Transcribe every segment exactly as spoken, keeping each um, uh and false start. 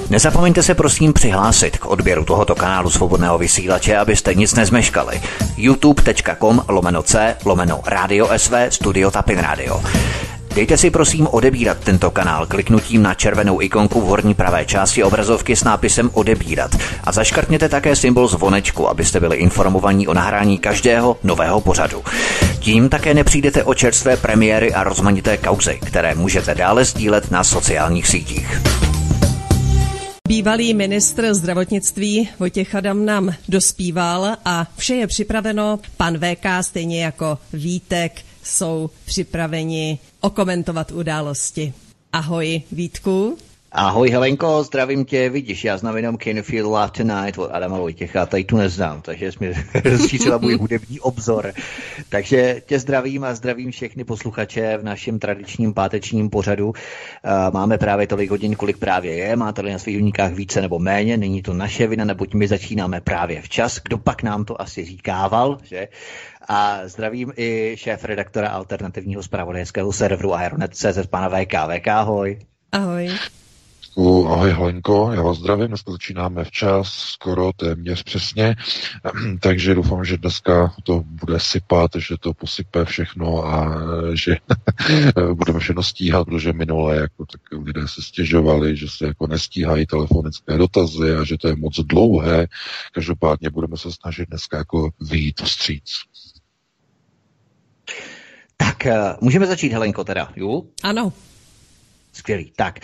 Nezapomeňte se prosím přihlásit k odběru tohoto kanálu Svobodného vysílače, abyste nic nezmeškali. youtube.com lomeno c lomeno Radio S V Studio Tapin Radio. Dejte si prosím odebírat tento kanál kliknutím na červenou ikonku v horní pravé části obrazovky s nápisem odebírat a zaškrtněte také symbol zvonečku, abyste byli informovaní o nahrání každého nového pořadu. Tím také nepřijdete o čerstvé premiéry a rozmanité kauzy, které můžete dále sdílet na sociálních sítích. Bývalý ministr zdravotnictví Vojtěch Adam nám dospíval a vše je připraveno. Pan V K stejně jako Vítek jsou připraveni okomentovat události. Ahoj, Vítku. Ahoj Helenko, zdravím tě, vidíš, já znám jenom Can You Feel Love Tonight od Adama Vojtěcha, tady tu neznám, takže jsi mi rozšířila můj hudební obzor. Takže tě zdravím a zdravím všechny posluchače v našem tradičním pátečním pořadu. Máme právě tolik hodin, kolik právě je, máte-li na svých hodinách více nebo méně, není to naše vina, neboť my začínáme právě včas, kdo pak nám to asi říkával, že? A zdravím i šéf-redaktora alternativního zpravodajského serveru Aeronet tečka cé zet, pana V K. V K, ahoj. Ahoj. Ahoj Helenko, já vás zdravím, dneska začínáme včas, skoro téměř přesně, takže doufám, že dneska to bude sypat, že to posype všechno a že budeme všechno stíhat, protože minule jako tak lidé se stěžovali, že se jako nestíhají telefonické dotazy a že to je moc dlouhé, každopádně budeme se snažit dneska jako vyjít vstříc. Tak, můžeme začít, Helenko, teda, jo? Ano. Skvělý, tak.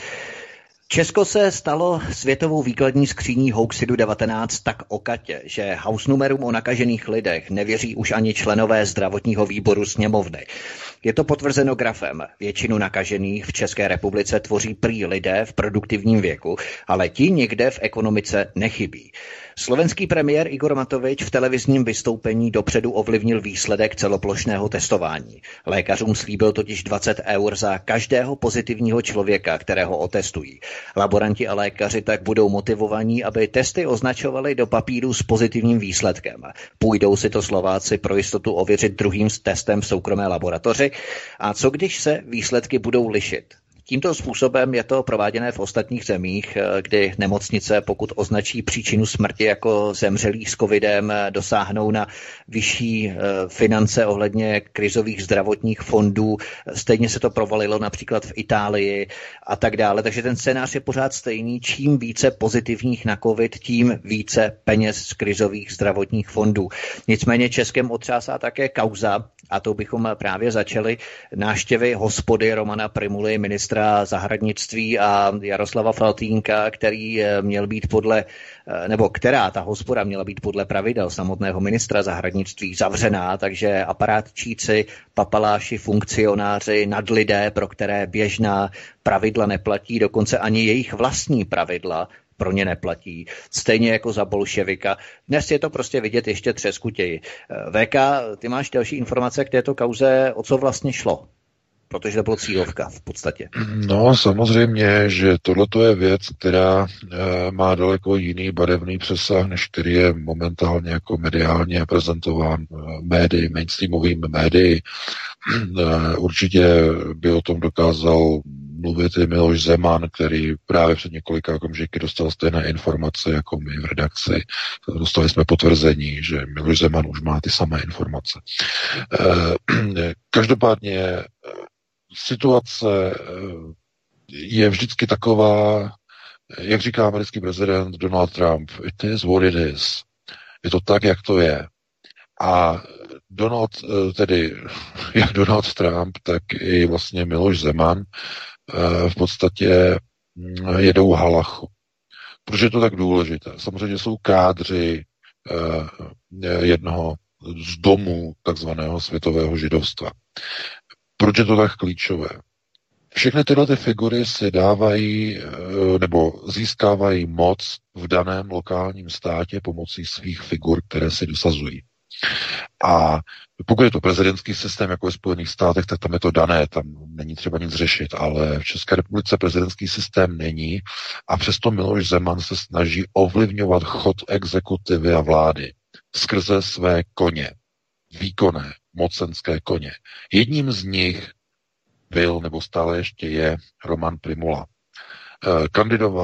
Česko se stalo světovou výkladní skříní hoaxidu devatenáct tak okatě, že hausnumerům o nakažených lidech nevěří už ani členové zdravotního výboru sněmovny. Je to potvrzeno grafem. Většinu nakažených v České republice tvoří prý lidé v produktivním věku, ale ti někde v ekonomice nechybí. Slovenský premiér Igor Matovič v televizním vystoupení dopředu ovlivnil výsledek celoplošného testování. Lékařům slíbil totiž dvacet eur za každého pozitivního člověka, kterého otestují. Laboranti a lékaři tak budou motivovaní, aby testy označovali do papíru s pozitivním výsledkem. Půjdou si to Slováci pro jistotu ověřit druhým testem v soukromé laboratoři. A co když se výsledky budou lišit? Tímto způsobem je to prováděné v ostatních zemích, kdy nemocnice, pokud označí příčinu smrti jako zemřelý s covidem, dosáhnou na vyšší finance ohledně krizových zdravotních fondů. Stejně se to provalilo například v Itálii a tak dále. Takže ten scénář je pořád stejný. Čím více pozitivních na covid, tím více peněz z krizových zdravotních fondů. Nicméně Českem otřásá také kauza, a to bychom právě začali, návštěvy hospody Romana Prymuly, ministra zahradnictví, a Jaroslava Faltýnka, který měl být podle, nebo která ta hospoda měla být podle pravidel samotného ministra zahradnictví zavřená, takže aparátčíci, papaláši, funkcionáři, nadlidé, pro které běžná pravidla neplatí, dokonce ani jejich vlastní pravidla pro ně neplatí. Stejně jako za bolševika. Dnes je to prostě vidět ještě třeskutěji. V K, ty máš další informace k této kauze, o co vlastně šlo? Protože to bylo cílovka v podstatě. No samozřejmě, že tohleto je věc, která e, má daleko jiný barevný přesah, než který je momentálně jako mediálně prezentován e, médii, mainstreamovými médii. E, určitě by o tom dokázal mluvit i Miloš Zeman, který právě před několika okamžiky dostal stejné informace jako my v redakci. Dostali jsme potvrzení, že Miloš Zeman už má ty samé informace. E, každopádně situace je vždycky taková, jak říká americký prezident Donald Trump, it is what it is. Je to tak, jak to je. A Donald, tedy jak Donald Trump, tak i vlastně Miloš Zeman v podstatě jedou halachu. Proč je to tak důležité? Samozřejmě jsou kádři jednoho z domů takzvaného světového židovstva. Proč je to tak klíčové? Všechny tyhle ty figury si dávají nebo získávají moc v daném lokálním státě pomocí svých figur, které si dosazují. A pokud je to prezidentský systém, jako ve Spojených státech, tak tam je to dané, tam není třeba nic řešit, ale v České republice prezidentský systém není a přesto Miloš Zeman se snaží ovlivňovat chod exekutivy a vlády skrze své koně, výkonné, mocenské koně. Jedním z nich byl, nebo stále ještě je, Roman Prymula. Kandidoval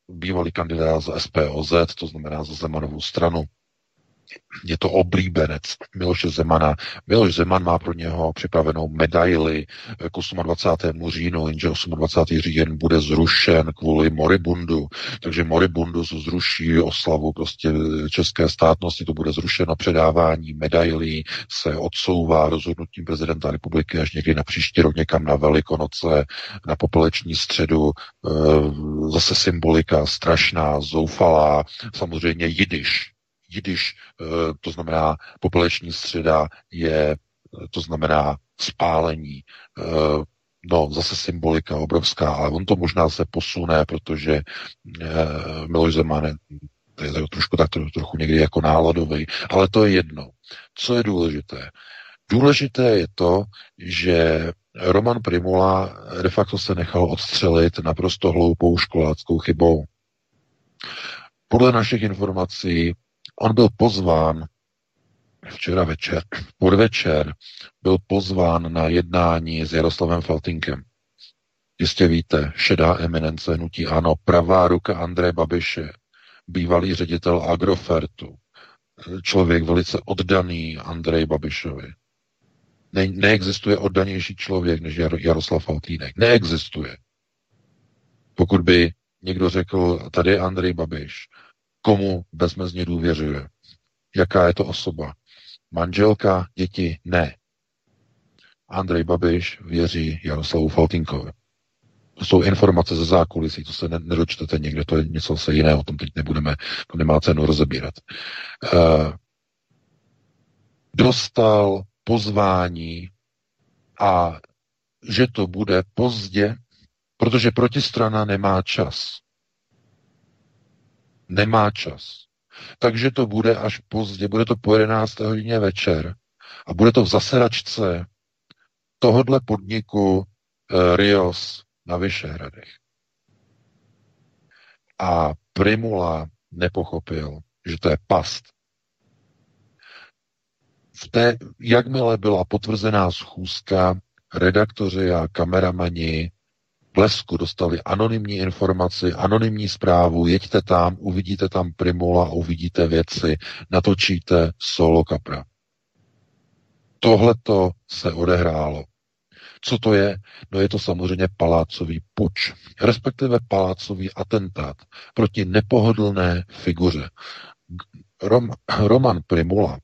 bývalý kandidát za S P O Z, to znamená za Zemanovou stranu. Je to oblíbenec Miloše Zemana. Miloš Zeman má pro něho připravenou medaili k dvacátému osmému říjnu, jenže dvacátého osmého říjen bude zrušen kvůli moribundu, takže moribundus zruší oslavu prostě české státnosti, to bude zrušeno, předávání medailí se odsouvá rozhodnutím prezidenta republiky až někdy na příští rok někam na Velikonoce, na popeleční středu, zase symbolika strašná, zoufalá, samozřejmě jidiš. Jidiš, to znamená popeleční středa je, to znamená spálení, no zase symbolika obrovská, ale on to možná se posune, protože Miloš Zeman je trošku tak trochu někdy jako náladový, ale to je jedno. Co je důležité? Důležité je to, že Roman Prymula de facto se nechal odstřelit naprosto hloupou školáckou chybou. Podle našich informací on byl pozván včera večer, podvečer, byl pozván na jednání s Jaroslavem Faltýnkem. Jistě víte, šedá eminence hnutí ANO, pravá ruka Andreje Babiše, bývalý ředitel Agrofertu, člověk velice oddaný Andreji Babišovi. Ne- neexistuje oddanější člověk než Jar- Jaroslav Faltýnek. Neexistuje. Pokud by někdo řekl, tady je Andrej Babiš, komu bezmezně důvěřuje? Jaká je to osoba? Manželka, děti? Ne. Andrej Babiš věří Jaroslavu Faltýnkovi. To jsou informace ze zákulisí, to se nedočtete někde, to je něco se jiného, o tom teď nebudeme, to nemá cenu rozebírat. Uh, dostal pozvání a že to bude pozdě, protože protistrana nemá čas. Nemá čas. Takže to bude až pozdě, bude to po jedenácté hodině večer a bude to v zasedačce tohodle podniku uh, Rios na Vyšehradech. A Prymula nepochopil, že to je past. V té, jakmile byla potvrzená schůzka, redaktoři a kameramani Blesku dostali anonymní informaci, anonymní zprávu, jeďte tam, uvidíte tam Prymula, uvidíte věci, natočíte solo kapra. Tohleto se odehrálo. Co to je? No je to samozřejmě palácový puč, respektive palácový atentát proti nepohodlné figuře. Rom, Roman Prymula,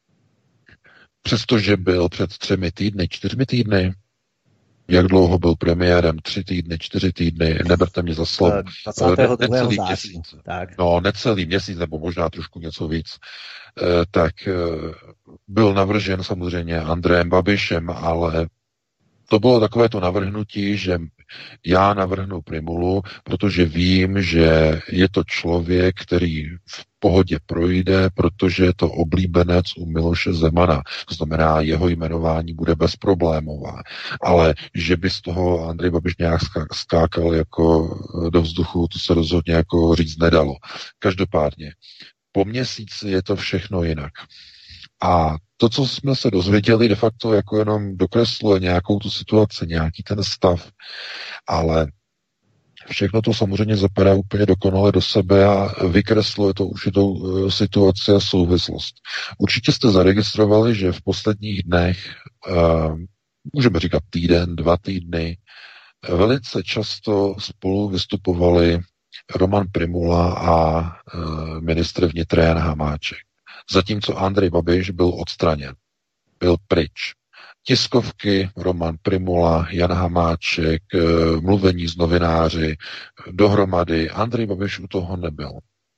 přestože byl před třemi týdny, čtyřmi týdny, jak dlouho byl premiérem? Tři týdny, čtyři týdny, neberte mě za slovo. dvacátého druhého září. Tak. No, necelý měsíc, nebo možná trošku něco víc. Tak byl navržen samozřejmě Andrejem Babišem, ale to bylo takové to navrhnutí, že já navrhnu Prymulu, protože vím, že je to člověk, který v pohodě projde, protože je to oblíbenec u Miloše Zemana. To znamená, jeho jmenování bude bezproblémová. Ale že by z toho Andrej Babiš nějak skákal jako do vzduchu, to se rozhodně jako říct nedalo. Každopádně, po měsíci je to všechno jinak. A to, co jsme se dozvěděli, de facto jako jenom dokresluje nějakou tu situaci, nějaký ten stav, ale všechno to samozřejmě zapadá úplně dokonale do sebe a vykresluje to určitou uh, situaci a souvislost. Určitě jste zaregistrovali, že v posledních dnech, uh, můžeme říkat týden, dva týdny, velice často spolu vystupovali Roman Prymula a uh, ministr vnitra Jan Hamáček. Zatímco Andrej Babiš byl odstraněn, byl pryč. Tiskovky, Roman Prymula, Jan Hamáček, mluvení s novináři, dohromady. Andrej Babiš u toho nebyl.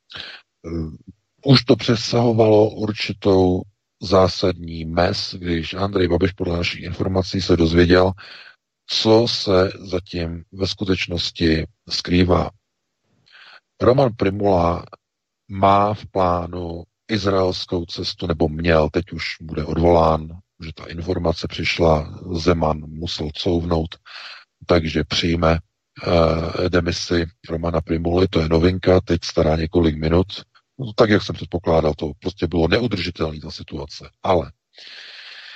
Už to přesahovalo určitou zásadní mez, když Andrej Babiš podle našich informací se dozvěděl, co se zatím ve skutečnosti skrývá. Roman Prymula má v plánu izraelskou cestu, nebo měl, teď už bude odvolán, že ta informace přišla, Zeman musel couvnout, takže přijme uh, demisi Romana Prymuly, to je novinka, teď stará několik minut, no, tak jak jsem předpokládal, to prostě bylo neudržitelné ta situace, ale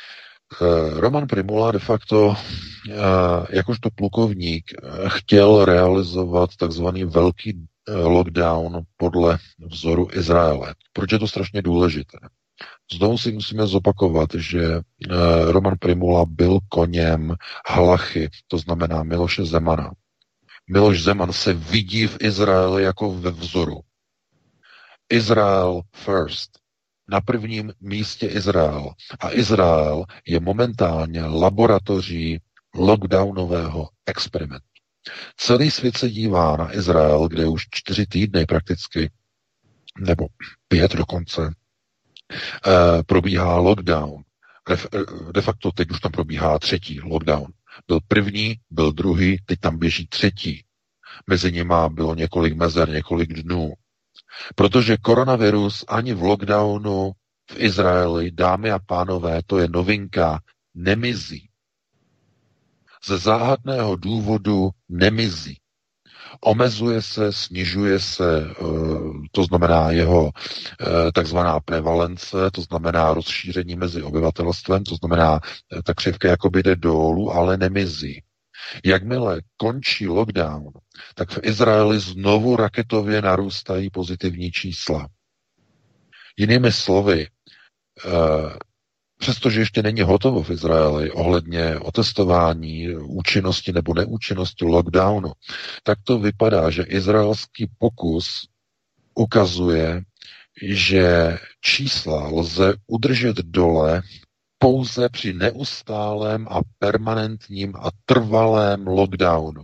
Roman Prymula de facto jakožto plukovník chtěl realizovat takzvaný velký lockdown podle vzoru Izraele. Proč je to strašně důležité? Znovu si musíme zopakovat, že Roman Prymula byl koněm Halachy, to znamená Miloše Zemana. Miloš Zeman se vidí v Izraeli jako ve vzoru. Izrael first. Na prvním místě Izrael. A Izrael je momentálně laboratoří lockdownového experimentu. Celý svět se dívá na Izrael, kde už čtyři týdny prakticky, nebo pět dokonce, eh, probíhá lockdown. De facto teď už tam probíhá třetí lockdown. Byl první, byl druhý, teď tam běží třetí. Mezi nimi bylo několik mezer, několik dnů. Protože koronavirus ani v lockdownu v Izraeli, dámy a pánové, to je novinka, nemizí. Ze záhadného důvodu nemizí. Omezuje se, snižuje se, to znamená jeho takzvaná prevalence, to znamená rozšíření mezi obyvatelstvem, to znamená, ta křivka jakoby jde dolů, ale nemizí. Jakmile končí lockdown, tak v Izraeli znovu raketově narůstají pozitivní čísla. Jinými slovy, přestože ještě není hotovo v Izraeli ohledně otestování, účinnosti nebo neúčinnosti lockdownu, tak to vypadá, že izraelský pokus ukazuje, že čísla lze udržet dole pouze při neustálém a permanentním a trvalém lockdownu.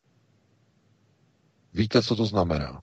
Víte, co to znamená?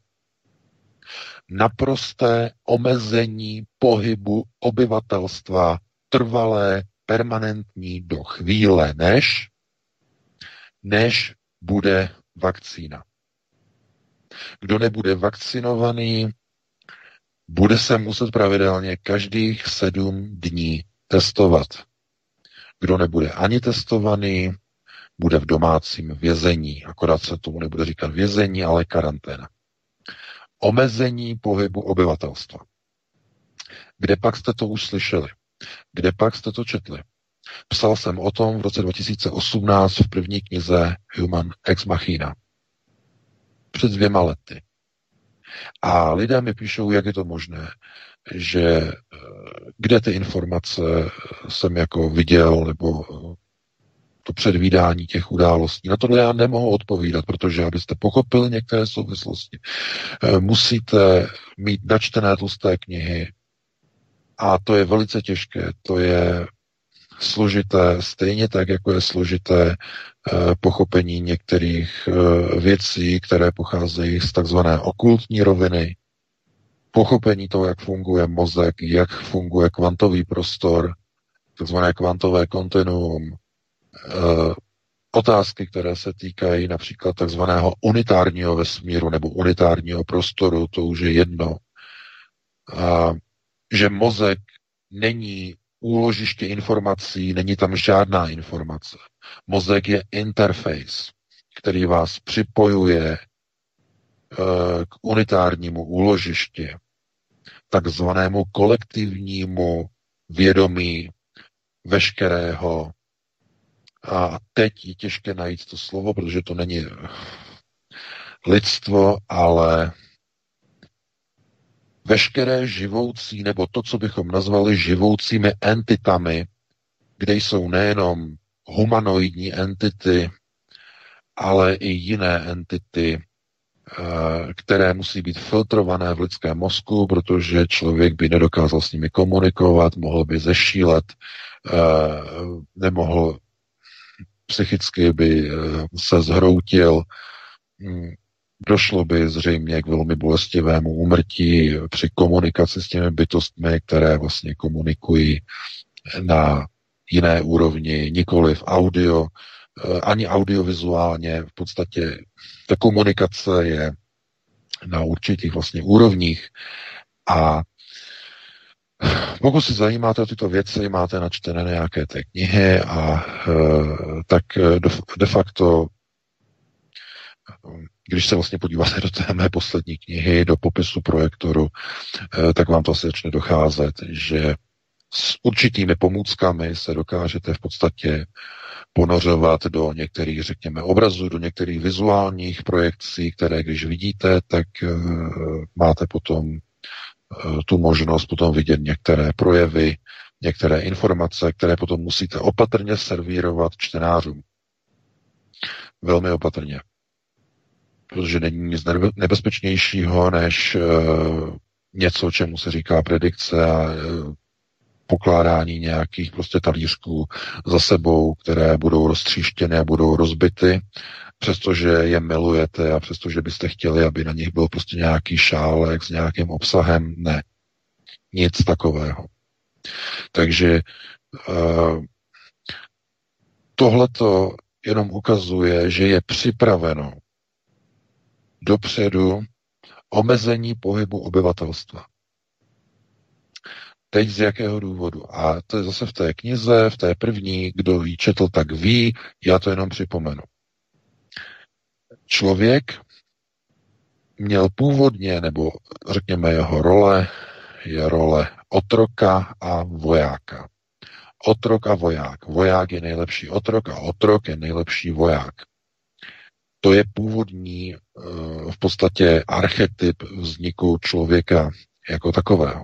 Naprosté omezení pohybu obyvatelstva, trvalé, permanentní do chvíle, než, než bude vakcína. Kdo nebude vakcinovaný, bude se muset pravidelně každých sedm dní testovat. Kdo nebude ani testovaný, bude v domácím vězení. Akorát se tomu nebude říkat vězení, ale karanténa. Omezení pohybu obyvatelstva. Kde pak jste to už slyšeli? Kde pak jste to četli? Psal jsem o tom v roce dva tisíce osmnáct v první knize Human Ex Machina. Před dvěma lety. A lidé mi píšou, jak je to možné, že kde ty informace jsem jako viděl, nebo to předvídání těch událostí. Na tohle já nemohu odpovídat, protože abyste pochopili některé souvislosti, musíte mít načtené tlusté knihy a to je velice těžké, to je složité, stejně tak, jako je složité pochopení některých věcí, které pocházejí z takzvané okultní roviny, pochopení toho, jak funguje mozek, jak funguje kvantový prostor, takzvané kvantové kontinuum, otázky, které se týkají například takzvaného unitárního vesmíru nebo unitárního prostoru, to už je jedno, a že mozek není úložiště informací, není tam žádná informace. Mozek je interface, který vás připojuje k unitárnímu úložišti, takzvanému kolektivnímu vědomí veškerého. A teď je těžké najít to slovo, protože to není lidstvo, ale veškeré živoucí, nebo to, co bychom nazvali živoucími entitami, kde jsou nejenom humanoidní entity, ale i jiné entity, které musí být filtrované v lidském mozku, protože člověk by nedokázal s nimi komunikovat, mohl by zešílet, nemohl psychicky by se zhroutil, došlo by zřejmě k velmi bolestivému úmrtí při komunikaci s těmi bytostmi, které vlastně komunikují na jiné úrovni, nikoliv audio, ani audiovizuálně. V podstatě ta komunikace je na určitých vlastně úrovních a pokud si zajímáte o tyto věci, máte načtené nějaké té knihy a tak de facto, když se vlastně podíváte do té mé poslední knihy, do popisu projektoru, tak vám to asi začne docházet, že S určitými pomůckami se dokážete v podstatě ponořovat do některých, řekněme, obrazů, do některých vizuálních projekcí, které když vidíte, tak uh, máte potom uh, tu možnost potom vidět některé projevy, některé informace, které potom musíte opatrně servírovat čtenářům. Velmi opatrně. Protože není nic nebezpečnějšího, než uh, něco, čemu se říká predikce a uh, pokládání nějakých prostě talířků za sebou, které budou roztříštěny a budou rozbity, přestože je milujete a přestože byste chtěli, aby na nich byl prostě nějaký šálek s nějakým obsahem. Ne. Nic takového. Takže uh, tohleto jenom ukazuje, že je připraveno dopředu omezení pohybu obyvatelstva. Teď z jakého důvodu? A to je zase v té knize, v té první, kdo ji četl, tak ví, já to jenom připomenu. Člověk měl původně, nebo řekněme jeho role, je role otroka a vojáka. Otrok a voják. Voják je nejlepší otrok a otrok je nejlepší voják. To je původní v podstatě archetyp vzniku člověka jako takového.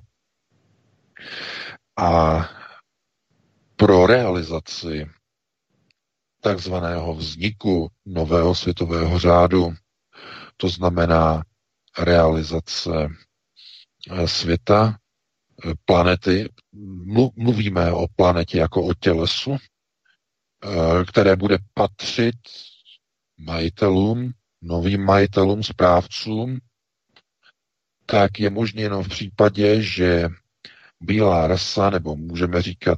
A pro realizaci takzvaného vzniku nového světového řádu, to znamená realizace světa, planety, mluvíme o planetě jako o tělesu, které bude patřit majitelům, novým majitelům, správcům, tak je možné jenom v případě, že bílá rasa, nebo můžeme říkat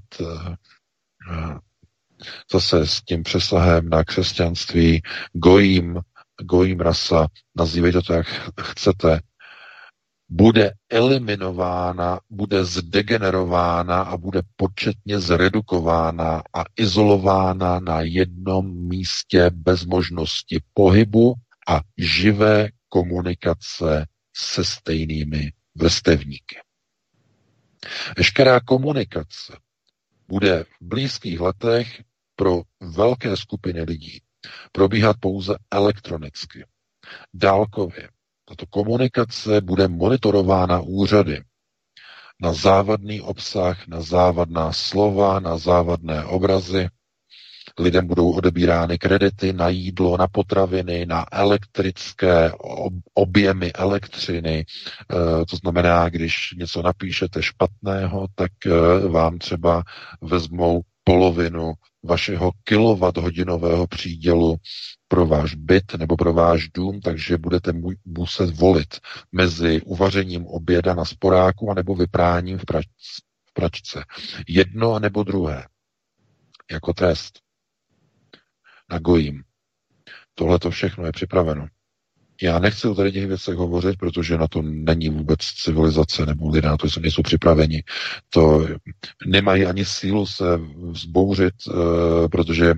zase s tím přesahem na křesťanství, gojím, gojím rasa, nazývejte to, jak chcete, bude eliminována, bude zdegenerována a bude početně zredukována a izolována na jednom místě bez možnosti pohybu a živé komunikace se stejnými vrstevníky. Veškerá komunikace bude v blízkých letech pro velké skupiny lidí probíhat pouze elektronicky, dálkově. Tato komunikace bude monitorována úřady na závadný obsah, na závadná slova, na závadné obrazy. Lidem budou odebírány kredity na jídlo, na potraviny, na elektrické objemy elektřiny. To znamená, když něco napíšete špatného, tak vám třeba vezmou polovinu vašeho kilowatt-hodinového přídělu pro váš byt nebo pro váš dům, takže budete muset volit mezi uvařením oběda na sporáku anebo vypráním v, prač, v pračce. Jedno nebo druhé. Jako trest. Na gojím. Tohle to všechno je připraveno. Já nechci o tady těch věcech hovořit, protože na to není vůbec civilizace, nebo lidé na to nejsou připraveni. To nemají ani sílu se vzbouřit, protože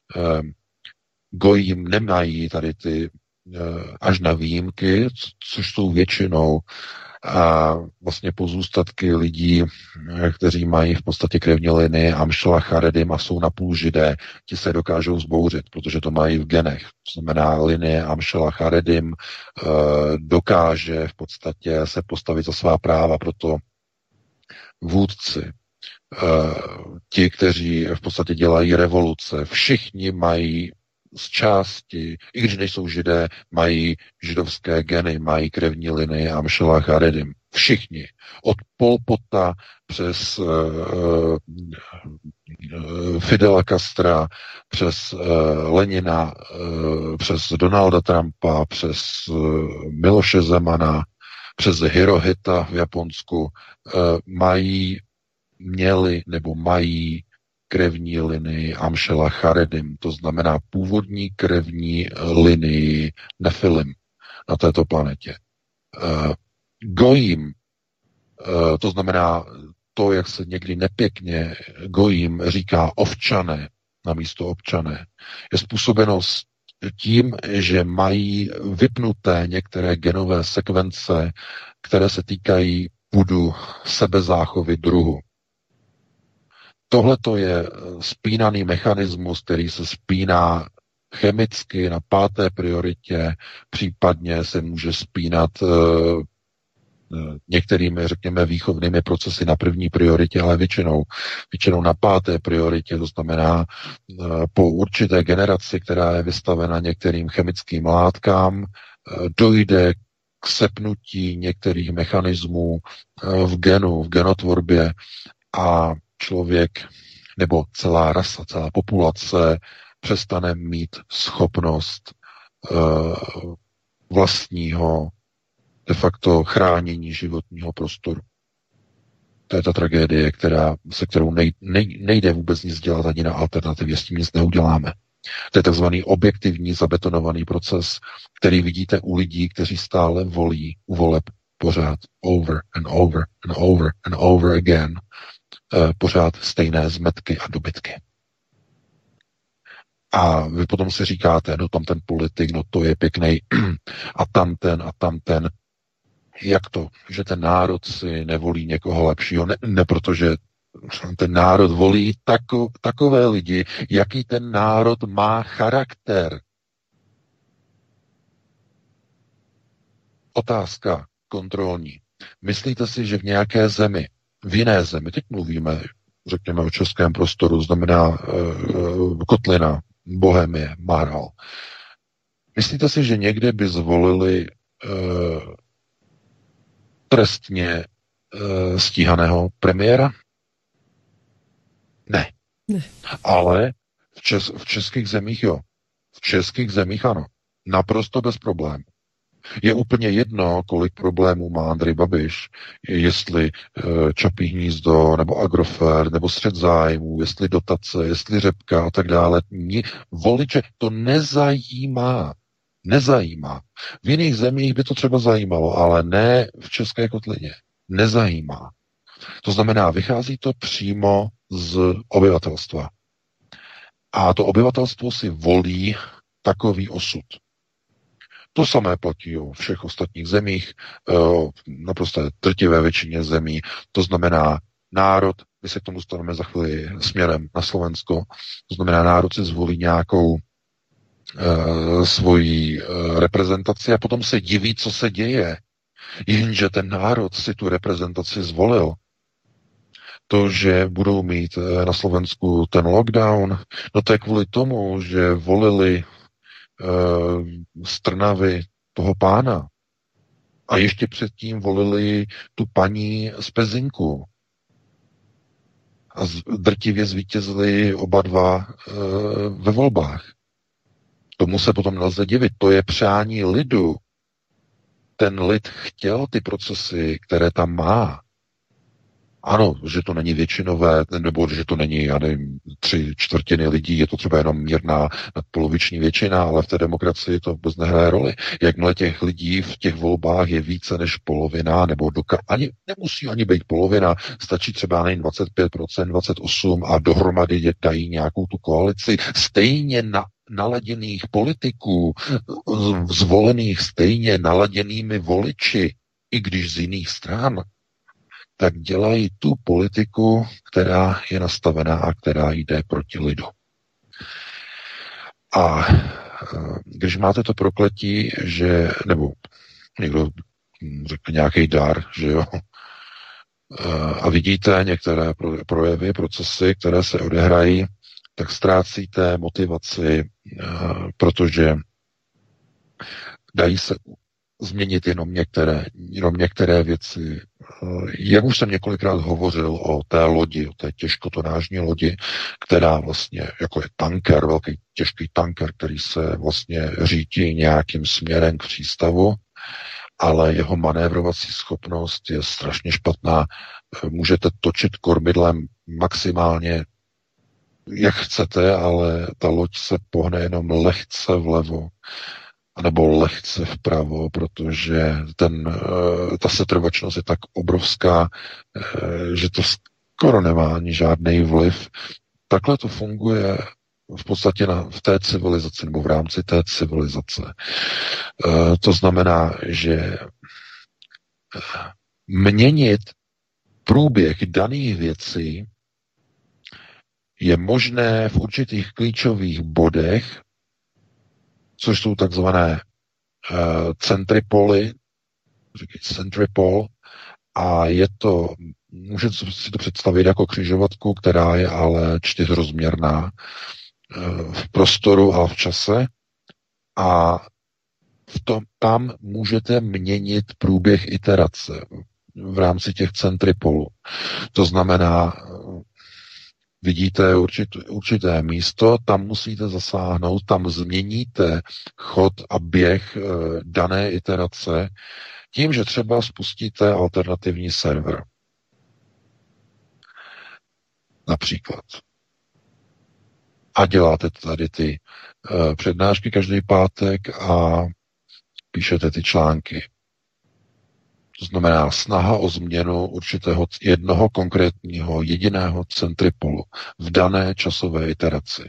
gojím nemají tady ty až na výjimky, což jsou většinou a vlastně pozůstatky lidí, kteří mají v podstatě krevní linii Amšela Charedim a jsou napůl židé, ti se dokážou zbouřit, protože to mají v genech. To znamená, linie Amšela Charedim e, dokáže v podstatě se postavit za svá práva, proto vůdci, e, ti, kteří v podstatě dělají revoluce, všichni mají z části, i když nejsou židé, mají židovské geny, mají krevní linii Amšela Charedim. Všichni. Od Pol Pota přes uh, uh, Fidela Castra, přes uh, Lenina, uh, přes Donalda Trumpa, přes uh, Miloše Zemana, přes Hirohita v Japonsku, uh, mají, měli nebo mají krevní linii Amšela Charedim, to znamená původní krevní linii Nefilim na této planetě. Uh, Gojím, uh, to znamená to, jak se někdy nepěkně Gojím říká ovčané na místo občané, je způsobeno tím, že mají vypnuté některé genové sekvence, které se týkají půdu sebezáchovy druhu. Tohle to je spínaný mechanismus, který se spíná chemicky na páté prioritě, případně se může spínat e, některými, řekněme, výchovnými procesy na první prioritě, ale většinou, většinou na páté prioritě, to znamená e, po určité generaci, která je vystavena některým chemickým látkám, e, dojde k sepnutí některých mechanismů e, v genu, v genotvorbě a člověk nebo celá rasa, celá populace přestane mít schopnost uh, vlastního de facto chránění životního prostoru. To je ta tragédie, která, se kterou nej, nej, nejde vůbec nic dělat ani na alternativě, s tím nic neuděláme. To je takzvaný objektivní zabetonovaný proces, který vidíte u lidí, kteří stále volí u voleb pořád over and over and over and over again pořád stejné zmetky a dobytky. A vy potom si říkáte, no tam ten politik, no to je pěkný a tam ten a tam ten. Jak to, že ten národ si nevolí někoho lepšího? Ne, ne protože ten národ volí tako, takové lidi, jaký ten národ má charakter. Otázka kontrolní. Myslíte si, že v nějaké zemi, v jiné zemi, teď mluvíme, řekněme o českém prostoru, znamená uh, Kotlina, Bohemie, Maral. Myslíte si, že někde by zvolili uh, trestně uh, stíhaného premiéra? Ne. ne. Ale v, čes, v českých zemích jo. V českých zemích ano. Naprosto bez problémů. Je úplně jedno, kolik problémů má Andrej Babiš, jestli e, Čapí hnízdo, nebo Agrofert, nebo střet zájmů, jestli dotace, jestli řepka a tak dále. Ni, voliče to nezajímá. Nezajímá. V jiných zemích by to třeba zajímalo, ale ne v České kotlině. Nezajímá. To znamená, vychází to přímo z obyvatelstva. A to obyvatelstvo si volí takový osud. To samé platí o všech ostatních zemích, o naprosto drtivé většině zemí. To znamená národ, my se k tomu staneme za chvíli směrem na Slovensko, to znamená národ si zvolí nějakou e, svoji e, reprezentaci a potom se diví, co se děje. Jenže ten národ si tu reprezentaci zvolil. To, že budou mít na Slovensku ten lockdown, no to je kvůli tomu, že volili z Trnavy toho pána. A ještě předtím volili tu paní z Pezinku. A drtivě zvítězili oba dva e, ve volbách. Tomu se potom nelze divit. To je přání lidu. Ten lid chtěl ty procesy, které tam má. Ano, že to není většinové, nebo že to není, já nevím, tři čtvrtiny lidí, je to třeba jenom mírná nadpoloviční většina, ale v té demokracii to vůbec nehraje roli. Jakmile těch lidí v těch volbách je více než polovina, nebo doka- ani, nemusí ani být polovina, stačí třeba nejen dvacet pět procent, dvacet osm procent a dohromady dají nějakou tu koalici. Stejně na naladěných politiků, zvolených stejně naladěnými voliči, i když z jiných stran, tak dělají tu politiku, která je nastavená a která jde proti lidu. A když máte to prokletí, že, nebo někdo řekne nějaký dar, že jo, a vidíte některé projevy, procesy, které se odehrají, tak ztrácíte motivaci, protože dají se změnit jenom některé, jenom některé věci. Jak už jsem několikrát hovořil o té lodi, o té těžkotonážní lodi, která vlastně jako je tanker, velký těžký tanker, který se vlastně řítí nějakým směrem k přístavu, ale jeho manévrovací schopnost je strašně špatná. Můžete točit kormidlem maximálně jak chcete, ale ta loď se pohne jenom lehce vlevo nebo lehce vpravo, protože ten, ta setrvačnost je tak obrovská, že to skoro nemá ani žádný vliv. Takhle to funguje v podstatě na, v té civilizaci nebo v rámci té civilizace. To znamená, že měnit průběh daných věcí je možné v určitých klíčových bodech, což jsou takzvané uh, centripoly, říkají centripol, a je to, můžete si to představit jako křižovatku, která je ale čtyřrozměrná uh, v prostoru a v čase, a v tom, tam můžete měnit průběh iterace v rámci těch centripolů. To znamená, vidíte určité, určité místo, tam musíte zasáhnout, tam změníte chod a běh e, dané iterace tím, že třeba spustíte alternativní server. Například. A děláte tady ty e, přednášky každý pátek a píšete ty články. To znamená snaha o změnu určitého jednoho konkrétního jediného centripolu v dané časové iteraci.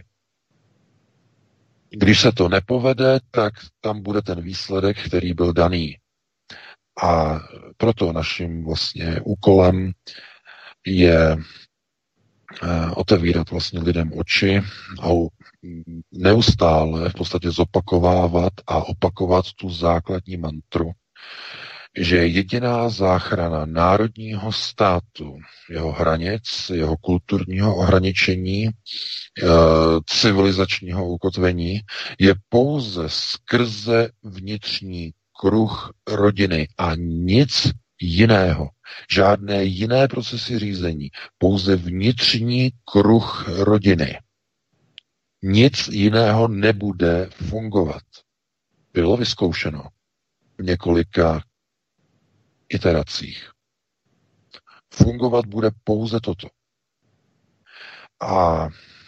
Když se to nepovede, tak tam bude ten výsledek, který byl daný. A proto naším vlastně úkolem je otevírat vlastně lidem oči a neustále v podstatě zopakovávat a opakovat tu základní mantru, že jediná záchrana národního státu, jeho hranic, jeho kulturního ohraničení, civilizačního ukotvení, je pouze skrze vnitřní kruh rodiny a nic jiného. Žádné jiné procesy řízení, pouze vnitřní kruh rodiny. Nic jiného nebude fungovat. Bylo vyzkoušeno v několika iteracích. Fungovat bude pouze toto. A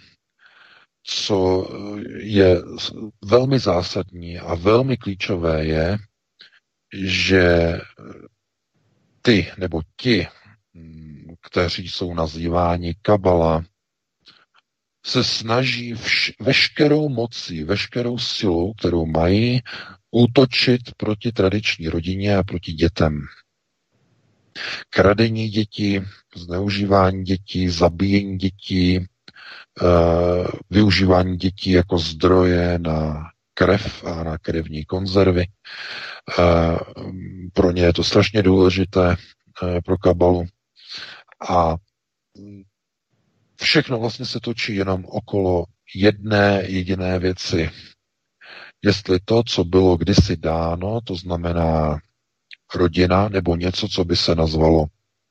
co je velmi zásadní a velmi klíčové je, že ty nebo ti, kteří jsou nazýváni kabala, se snaží vš- veškerou mocí, veškerou silou, kterou mají, útočit proti tradiční rodině a proti dětem. Kradení dětí, zneužívání dětí, zabíjení dětí, uh, využívání dětí jako zdroje na krev a na krevní konzervy. Uh, pro ně je to strašně důležité, uh, pro kabalu. A všechno vlastně se točí jenom okolo jedné jediné věci. Jestli to, co bylo kdysi dáno, to znamená rodina, nebo něco, co by se nazvalo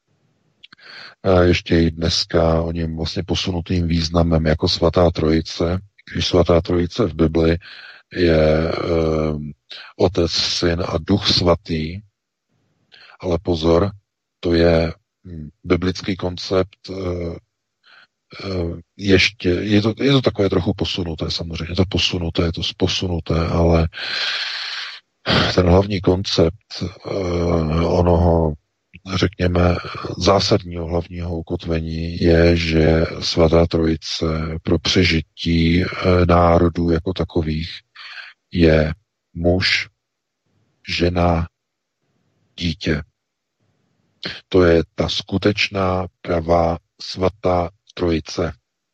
ještě i dneska o něm vlastně posunutým významem jako svatá trojice. Když svatá trojice v Bibli je uh, Otec, Syn a Duch svatý, ale pozor, to je hm, biblický koncept, uh, uh, ještě, je to, je to takové trochu posunuté samozřejmě, je to posunuté, je to posunuté, ale ten hlavní koncept uh, onoho, řekněme, zásadního hlavního ukotvení je, že svatá trojice pro přežití uh, národů jako takových je muž, žena, dítě. To je ta skutečná, pravá, svatá trojice.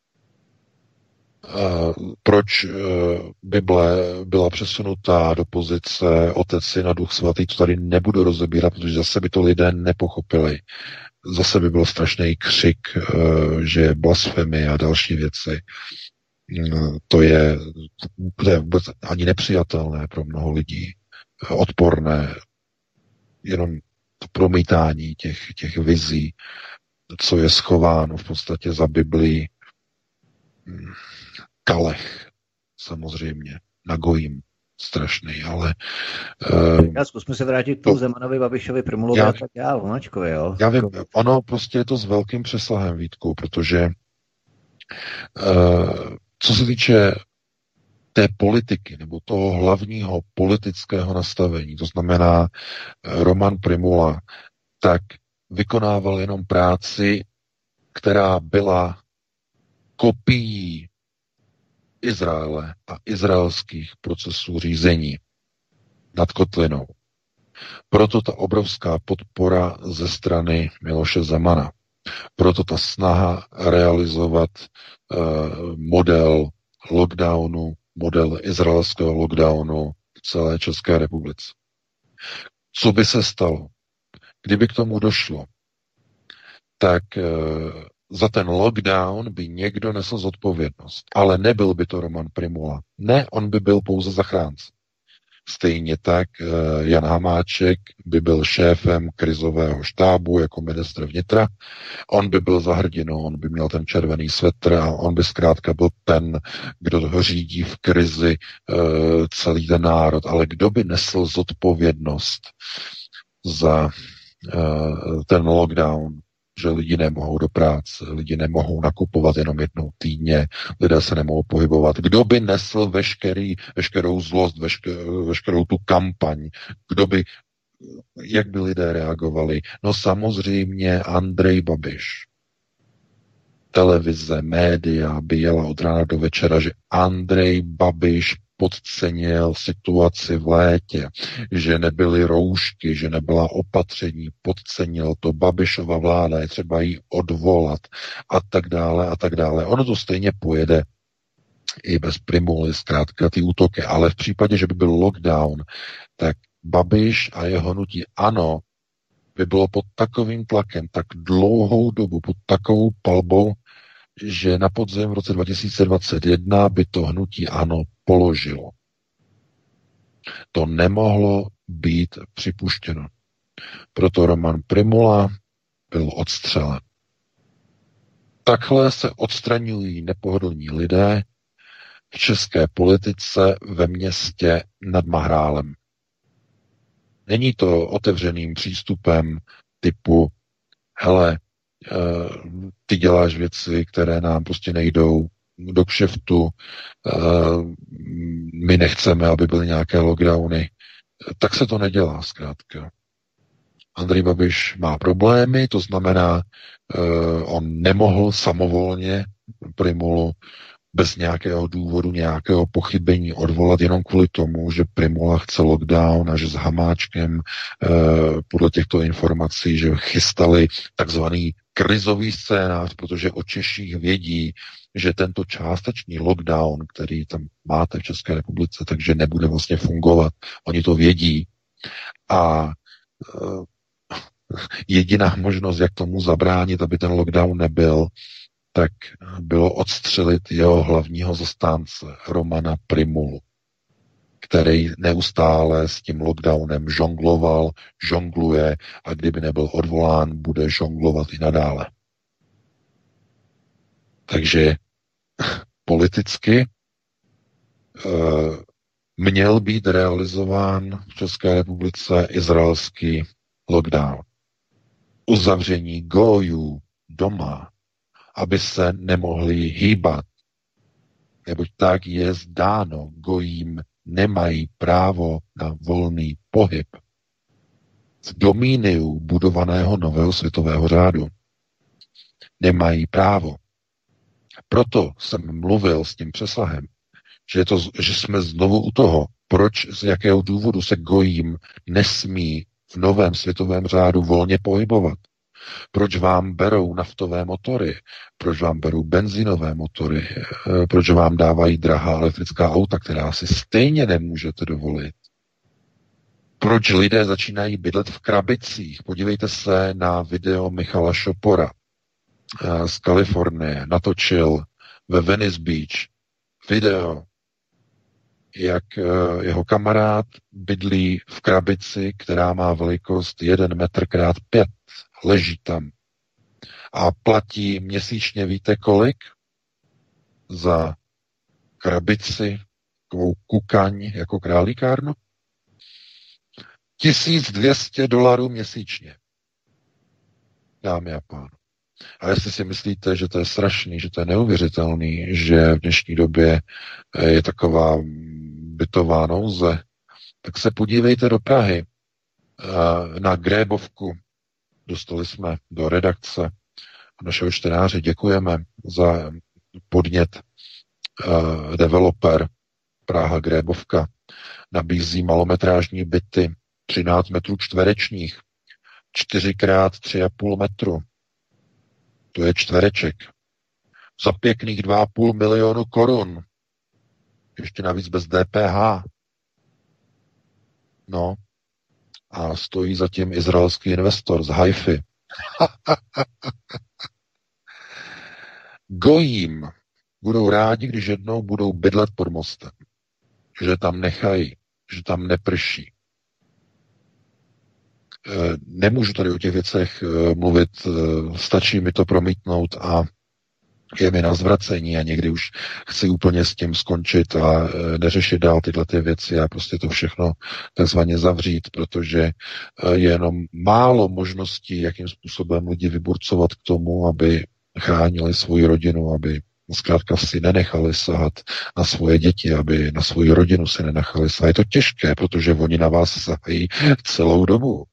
Proč Bible byla přesunutá do pozice Otec, Syn a Duch svatý, to tady nebudu rozebírat, protože zase by to lidé nepochopili. Zase by byl strašný křik, že je blasfemie a další věci. To je, to je vůbec ani nepřijatelné pro mnoho lidí. Odporné. Jenom to promítání těch, těch vizí, co je schováno v podstatě za Biblii. Kalech, samozřejmě, na gojím, strašný, ale... Uh, já zkusme se vrátit k tomu Zemanovi, Babišovi, Primulovi a tak dál, Vonáčkovi, jo? Já vím, ono prostě je to s velkým přesahem, Vítku, protože uh, co se týče té politiky, nebo toho hlavního politického nastavení, to znamená uh, Roman Primula, tak vykonával jenom práci, která byla kopií Izraele a izraelských procesů řízení nad kotlinou. Proto ta obrovská podpora ze strany Miloše Zemana. Proto ta snaha realizovat uh, model lockdownu, model izraelského lockdownu v celé České republice. Co by se stalo? Kdyby k tomu došlo, tak uh, za ten lockdown by někdo nesl zodpovědnost. Ale nebyl by to Roman Prymula. Ne, on by byl pouze zachránce. Stejně tak Jan Hamáček by byl šéfem krizového štábu jako ministr vnitra. On by byl za hrdinu, on by měl ten červený svetr a on by zkrátka byl ten, kdo ho řídí v krizi celý ten národ. Ale kdo by nesl zodpovědnost za ten lockdown? Že lidi nemohou do práce, lidi nemohou nakupovat jenom jednou týdně, lidé se nemohou pohybovat. Kdo by nesl veškerý, veškerou zlost, veškerou, veškerou tu kampaň? Kdo by, jak by lidé reagovali? No samozřejmě Andrej Babiš. Televize, média by jela od rána do večera, že Andrej Babiš podcenil situaci v létě, že nebyly roušky, že nebyla opatření, podcenil to, Babišova vláda, je třeba jí odvolat a tak dále a tak dále. Ono to stejně pojede i bez Prymuly, zkrátka ty útoky, ale v případě, že by byl lockdown, tak Babiš a jeho hnutí ANO by bylo pod takovým tlakem tak dlouhou dobu, pod takovou palbou, že na podzim v roce dva tisíce dvacet jedna by to hnutí ANO položilo. To nemohlo být připuštěno. Proto Roman Prymula byl odstřelen. Takhle se odstraňují nepohodlní lidé v české politice ve městě nad Mahrálem. Není to otevřeným přístupem typu hele, ty děláš věci, které nám prostě nejdou do kšeftu, my nechceme, aby byly nějaké lockdowny. Tak se to nedělá zkrátka. Andrej Babiš má problémy, to znamená, on nemohl samovolně Prymulu bez nějakého důvodu, nějakého pochybení odvolat jenom kvůli tomu, že Prymula chce lockdown a že s Hamáčkem podle těchto informací, že chystali takzvaný krizový scénář, protože o Češích vědí, že tento částečný lockdown, který tam máte v České republice, takže nebude vlastně fungovat. Oni to vědí. A uh, jediná možnost, jak tomu zabránit, aby ten lockdown nebyl, tak bylo odstřelit jeho hlavního zastánce, Romana Prymulu, který neustále s tím lockdownem žongloval, žongluje a kdyby nebyl odvolán, bude žonglovat i nadále. Takže politicky e, měl být realizován v České republice izraelský lockdown. Uzavření gojů doma, aby se nemohli hýbat. Neboť tak je zdáno, gojím nemají právo na volný pohyb v domíniu budovaného nového světového řádu. Nemají právo. Proto jsem mluvil s tím přesahem, že, je to, že jsme znovu u toho, proč, z jakého důvodu se gojím nesmí v novém světovém řádu volně pohybovat. Proč vám berou naftové motory, proč vám berou benzínové motory, proč vám dávají drahá elektrická auta, která si stejně nemůžete dovolit. Proč lidé začínají bydlet v krabicích. Podívejte se na video Michala Šopora z Kalifornie. Natočil ve Venice Beach video, jak jeho kamarád bydlí v krabici, která má velikost jeden metr krát pět. Leží tam a platí měsíčně, víte kolik? Za krabici, takovou kukaň jako králíkárnu? tisíc dvě stě dolarů měsíčně. Dámy a pánové. A jestli si myslíte, že to je strašný, že to je neuvěřitelný, že v dnešní době je taková bytová nouze, tak se podívejte do Prahy na Grébovku. Dostali jsme do redakce našeho čtenáře, děkujeme za podnět. Uh, developer Praha Grébovka nabízí malometrážní byty třináct metrů čtverečních, čtyři krát tři a půl metru. To je čtvereček. Za pěkných dva a půl milionu korun. Ještě navíc bez D P H. No. A stojí zatím izraelský investor z Haify. Gojím budou rádi, když jednou budou bydlet pod mostem. Že tam nechají, že tam neprší. Nemůžu tady o těch věcech mluvit, stačí mi to promítnout a je mi na zvracení a někdy už chci úplně s tím skončit a neřešit dál tyhle ty věci a prostě to všechno takzvaně zavřít, protože je jenom málo možností, jakým způsobem lidi vyburcovat k tomu, aby chránili svou rodinu, aby zkrátka si nenechali sahat na svoje děti, aby na svou rodinu si nenechali sahat. Je to těžké, protože oni na vás sahají celou dobu.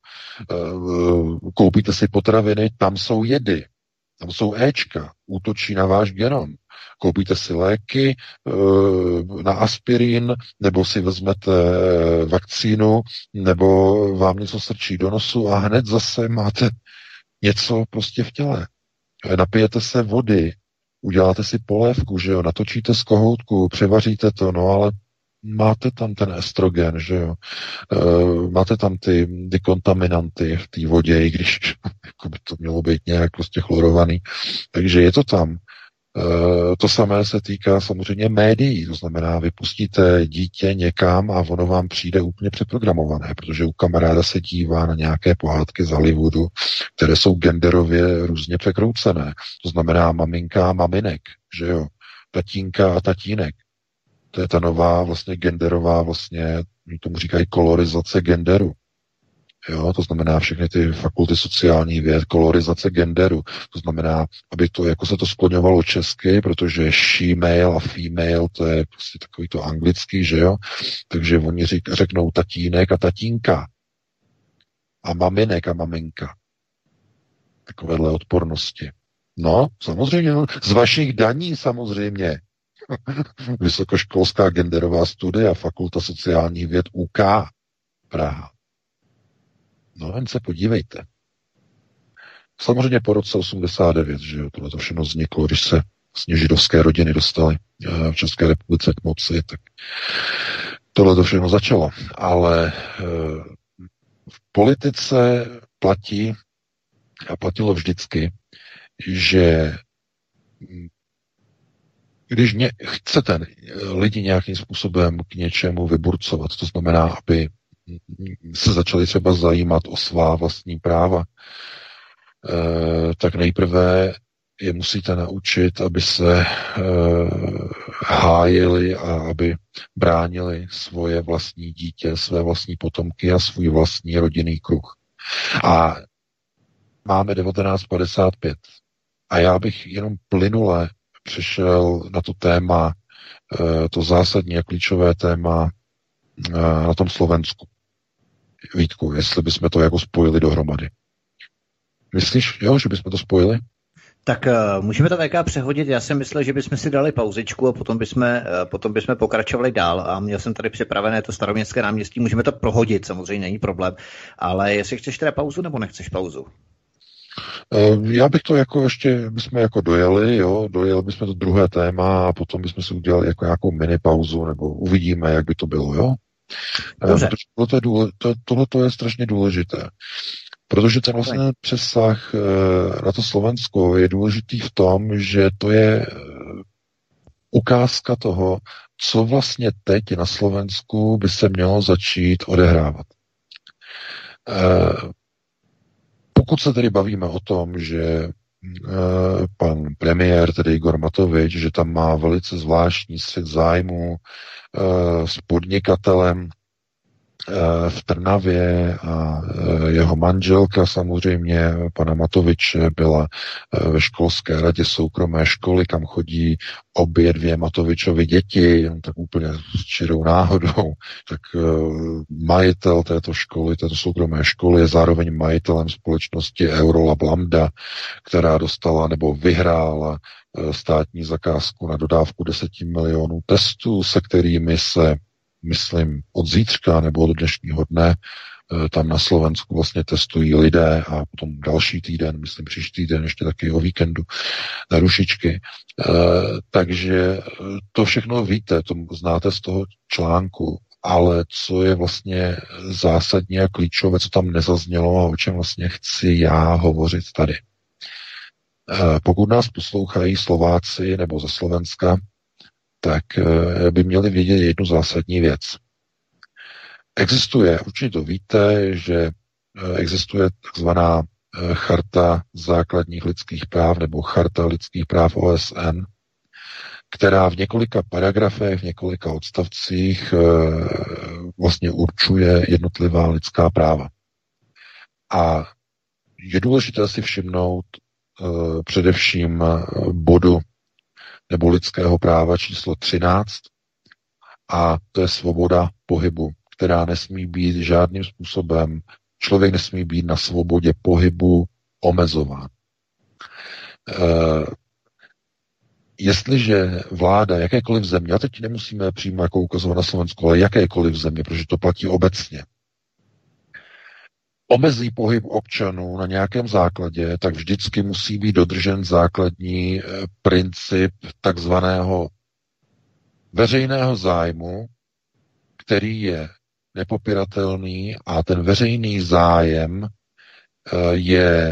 Koupíte si potraviny, tam jsou jedy, tam jsou éčka, útočí na váš genom. Koupíte si léky na aspirín, nebo si vezmete vakcínu, nebo vám něco strčí do nosu a hned zase máte něco prostě v těle. Napijete se vody, uděláte si polévku, že jo, natočíte z kohoutku, převaříte to, no ale máte tam ten estrogen, že jo, e, máte tam ty, ty kontaminanty v té vodě, i když jako by to mělo být nějak prostě chlorovaný, takže je to tam. E, to samé se týká samozřejmě médií, to znamená, vypustíte dítě někam a ono vám přijde úplně přeprogramované, protože u kamaráda se dívá na nějaké pohádky z Hollywoodu, které jsou genderově různě překroucené, to znamená maminka a maminek, že jo, tatínka a tatínek. To je ta nová vlastně genderová vlastně, tomu říkají kolorizace genderu. Jo, to znamená všechny ty fakulty sociálních věd, kolorizace genderu. To znamená, aby to, jako se to skloňovalo česky, protože she male a female, to je prostě takový to anglický, že jo? Takže oni řík, řeknou tatínek a tatínka. A maminek a maminka. Takovéhle odpornosti. No, samozřejmě, no, z vašich daní samozřejmě. Vysokoškolská genderová studia, fakulta sociálních věd U K Praha. No, jen se podívejte. Samozřejmě po roce osmdesát devět, že jo, tohle to všechno vzniklo, když se vlastně židovské rodiny dostaly v České republice k moci, tak tohle to všechno začalo. Ale v politice platí a platilo vždycky, že když ně, chcete lidi nějakým způsobem k něčemu vyburcovat, to znamená, aby se začali třeba zajímat o svá vlastní práva, eh, tak nejprve je musíte naučit, aby se eh, hájili a aby bránili svoje vlastní dítě, své vlastní potomky a svůj vlastní rodinný kruh. A máme devatenáct padesát pět. A já bych jenom plynule přišel na to téma, to zásadní a klíčové téma na tom Slovensku. Vítku, jestli bychom to jako spojili dohromady. Myslíš, jo, že bychom to spojili? Tak uh, můžeme to V K přehodit. Já jsem myslel, že bychom si dali pauzičku a potom bychom, uh, potom bychom pokračovali dál. A měl jsem tady připravené to Staroměstské náměstí. Můžeme to prohodit, samozřejmě není problém. Ale jestli chceš teda pauzu, nebo nechceš pauzu? Já bych to jako ještě, bychom jako dojeli, jo, dojeli bychom to druhé téma a potom bychom si udělali jako nějakou mini pauzu, nebo uvidíme, jak by to bylo, jo. Dobře. Tohle je, důle, to, tohle je strašně důležité, protože ten vlastně přesah na to Slovensko je důležitý v tom, že to je ukázka toho, co vlastně teď na Slovensku by se mělo začít odehrávat. Pokud se tedy bavíme o tom, že e, pan premiér, tedy Igor Matovič, že tam má velice zvláštní střet zájmu e, s podnikatelem e, v Trnavě a e, jeho manželka samozřejmě, pana Matoviče, byla e, ve školské radě soukromé školy, kam chodí obě dvě Matovičovy děti, jen tak úplně s čirou náhodou, tak e, majitel této školy, této soukromé školy je zároveň majitelem společnosti Eurolab Lambda, která dostala nebo vyhrála e, státní zakázku na dodávku deset milionů testů, se kterými se, myslím, od zítřka nebo od dnešního dne tam na Slovensku vlastně testují lidé a potom další týden, myslím příští týden, ještě taky o víkendu na rušičky. Takže to všechno víte, to znáte z toho článku, ale co je vlastně zásadní a klíčové, co tam nezaznělo a o čem vlastně chci já hovořit tady. Pokud nás poslouchají Slováci nebo ze Slovenska, tak by měli vědět jednu zásadní věc. Existuje, určitě to víte, že existuje takzvaná charta základních lidských práv nebo charta lidských práv O S N, která v několika paragrafech, v několika odstavcích vlastně určuje jednotlivá lidská práva. A je důležité si všimnout především bodu nebo lidského práva číslo třináct, a to je svoboda pohybu, která nesmí být žádným způsobem, člověk nesmí být na svobodě pohybu omezován. E, jestliže vláda jakékoliv země, a teď nemusíme přímo jako ukazovat na Slovensku, ale jakékoliv země, protože to platí obecně, omezí pohyb občanů na nějakém základě, tak vždycky musí být dodržen základní princip takzvaného veřejného zájmu, který je nepopiratelný, a ten veřejný zájem je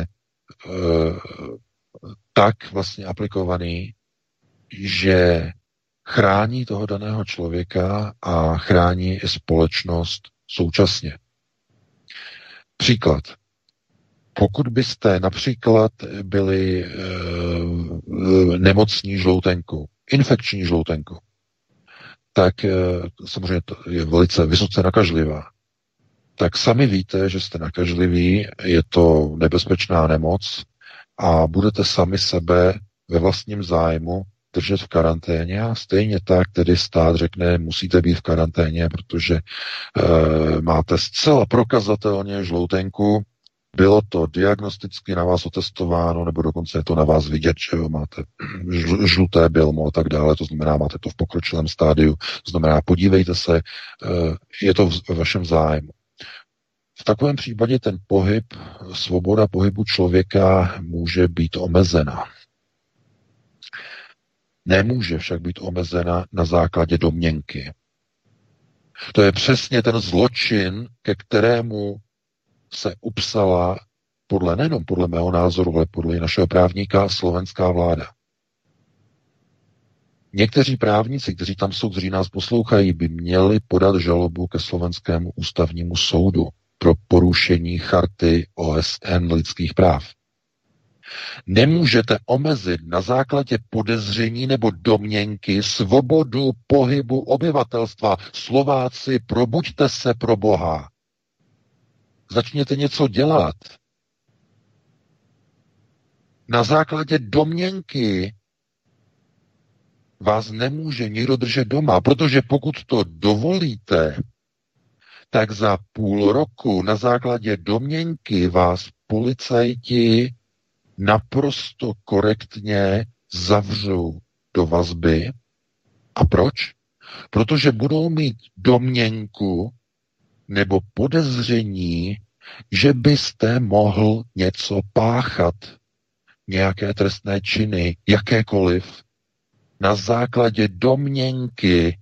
tak vlastně aplikovaný, že chrání toho daného člověka a chrání i společnost současně. Příklad. Pokud byste například byli e, nemocní žloutenkou, infekční žloutenkou, tak e, samozřejmě to je velice vysoce nakažlivá. Tak sami víte, že jste nakažliví, je to nebezpečná nemoc a budete sami sebe ve vlastním zájmu držet v karanténě, a stejně tak tedy stát řekne, musíte být v karanténě, protože e, máte zcela prokazatelně žloutenku, bylo to diagnosticky na vás otestováno, nebo dokonce je to na vás vidět, že jo, máte žluté bilmo a tak dále, to znamená, máte to v pokročilém stádiu, to znamená, podívejte se, e, je to v vašem zájmu. V takovém případě ten pohyb, svoboda pohybu člověka může být omezena. Nemůže však být omezena na základě domněnky. To je přesně ten zločin, ke kterému se upsala podle, nejenom podle mého názoru, ale podle našeho právníka slovenská vláda. Někteří právníci, kteří tam jsou, kteří nás poslouchají, by měli podat žalobu ke slovenskému ústavnímu soudu pro porušení charty O S N lidských práv. Nemůžete omezit na základě podezření nebo domněnky svobodu pohybu obyvatelstva. Slováci, probuďte se pro Boha. Začněte něco dělat. Na základě domněnky vás nemůže nikdo držet doma, protože pokud to dovolíte, tak za půl roku na základě domněnky vás policajti naprosto korektně zavřou do vazby. A proč? Protože budou mít domněnku nebo podezření, že byste mohl něco páchat, nějaké trestné činy, jakékoliv, na základě domněnky.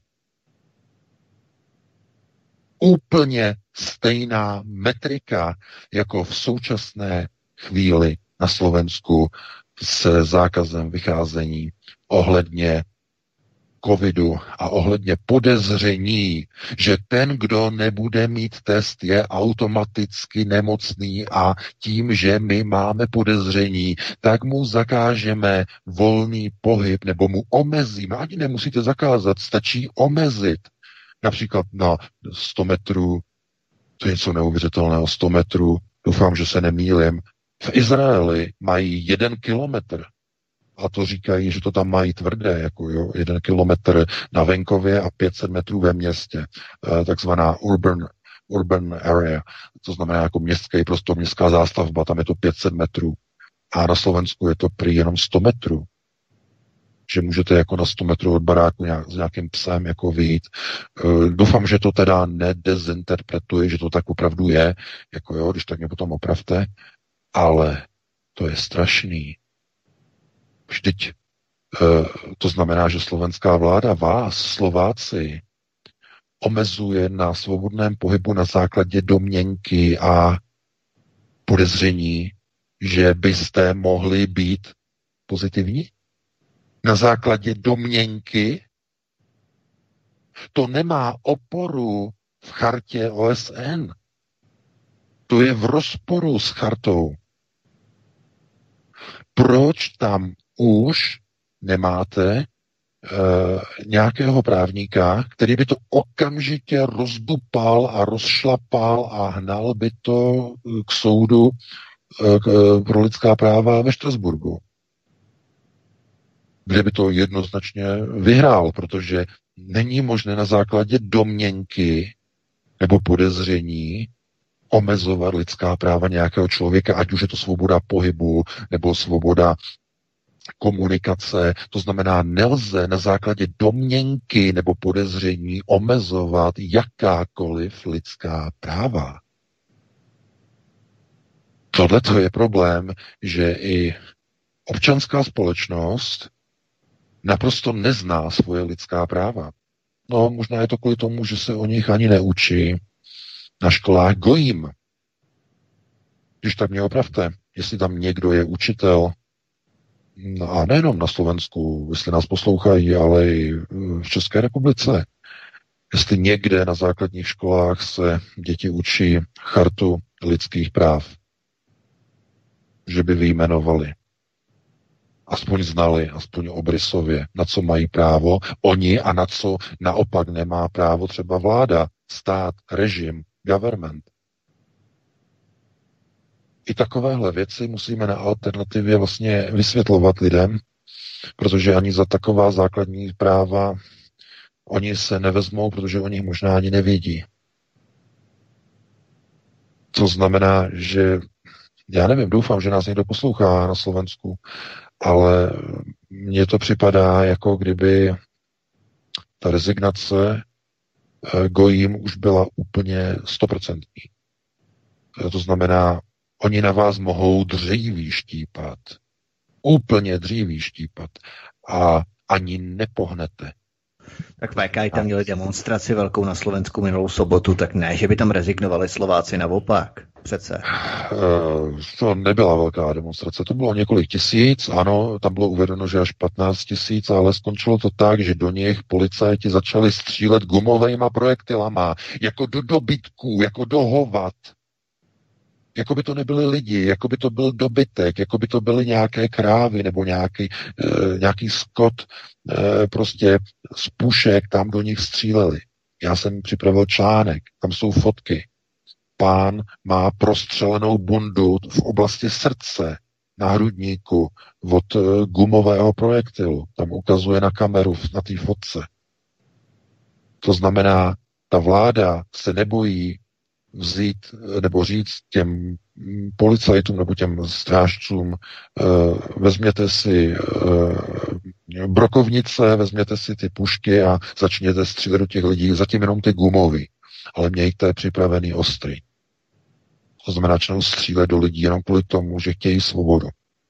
Úplně stejná metrika jako v současné chvíli na Slovensku s zákazem vycházení ohledně covidu a ohledně podezření, že ten, kdo nebude mít test, je automaticky nemocný a tím, že my máme podezření, tak mu zakážeme volný pohyb nebo mu omezíme. Ani nemusíte zakázat, stačí omezit. Například na sto metrů, to je něco neuvěřitelného, sto metrů, doufám, že se nemýlím. V Izraeli mají jeden kilometr. A to říkají, že to tam mají tvrdé, jako jo, jeden kilometr na venkově a pět set metrů ve městě. E, takzvaná urban, urban area, to znamená jako městský prostor, městská zástavba, tam je to pět set metrů. A na Slovensku je to prý jenom sto metrů. že můžete jako na sto metrů od baráku nějak, s nějakým psem jako vyjít. E, doufám, že to teda nedezinterpretuje, že to tak opravdu je, jako jo, když tak mě potom opravte, ale to je strašný. Vždyť e, to znamená, že slovenská vláda vás, Slováci, omezuje na svobodném pohybu na základě domněnky a podezření, že byste mohli být pozitivní? Na základě domněnky? To nemá oporu v chartě O S N. To je v rozporu s chartou. Proč tam už nemáte Uh, nějakého právníka, který by to okamžitě rozdupal a rozšlapal a hnal by to k soudu uh, k, uh, pro lidská práva ve Štrasburgu, kde by to jednoznačně vyhrál, protože není možné na základě domněnky nebo podezření omezovat lidská práva nějakého člověka, ať už je to svoboda pohybu nebo svoboda komunikace, to znamená, nelze na základě domněnky nebo podezření omezovat jakákoliv lidská práva. Tohle to je problém, že i občanská společnost naprosto nezná svoje lidská práva. No, možná je to kvůli tomu, že se o nich ani neučí na školách gojím. Když tak mě opravte, jestli tam někdo je učitel, no a nejenom na Slovensku, jestli nás poslouchají, ale i v České republice. Jestli někde na základních školách se děti učí chartu lidských práv, že by vyjmenovali, aspoň znali, aspoň obrysově, na co mají právo oni a na co naopak nemá právo třeba vláda, stát, režim, government. I takovéhle věci musíme na alternativě vlastně vysvětlovat lidem, protože ani za taková základní práva oni se nevezmou, protože oni možná ani nevědí. To znamená, že já nevím, doufám, že nás někdo poslouchá na Slovensku, ale mně to připadá, jako kdyby ta rezignace gojím už byla úplně stoprocentní. To znamená, oni na vás mohou dříví štípat. Úplně dříví štípat. A ani nepohnete. Tak V K tam měli demonstraci velkou na Slovensku minulou sobotu, tak ne, že by tam rezignovali Slováci, naopak. Přece. To nebyla velká demonstrace, to bylo několik tisíc, ano, tam bylo uvedeno, že až patnáct tisíc, ale skončilo to tak, že do nich policajti začali střílet gumovejma projektilama, jako do dobytků, jako do hovat. Jako by to nebyli lidi, jako by to byl dobytek, jako by to byly nějaké krávy nebo nějaký, e, nějaký skot e, prostě z pušek tam do nich stříleli. Já jsem připravil článek, tam jsou fotky. Pán má prostřelenou bundu v oblasti srdce na hrudníku od e, gumového projektilu. Tam ukazuje na kameru na té fotce. To znamená, ta vláda se nebojí vzít nebo říct těm policajtům nebo těm strážcům, uh, vezměte si uh, brokovnice, vezměte si ty pušky a začněte střílet do těch lidí, zatím jenom ty gumový, ale mějte připravený ostrý. To znamená, začnou střílet do lidí jenom kvůli tomu, že chtějí svobodu.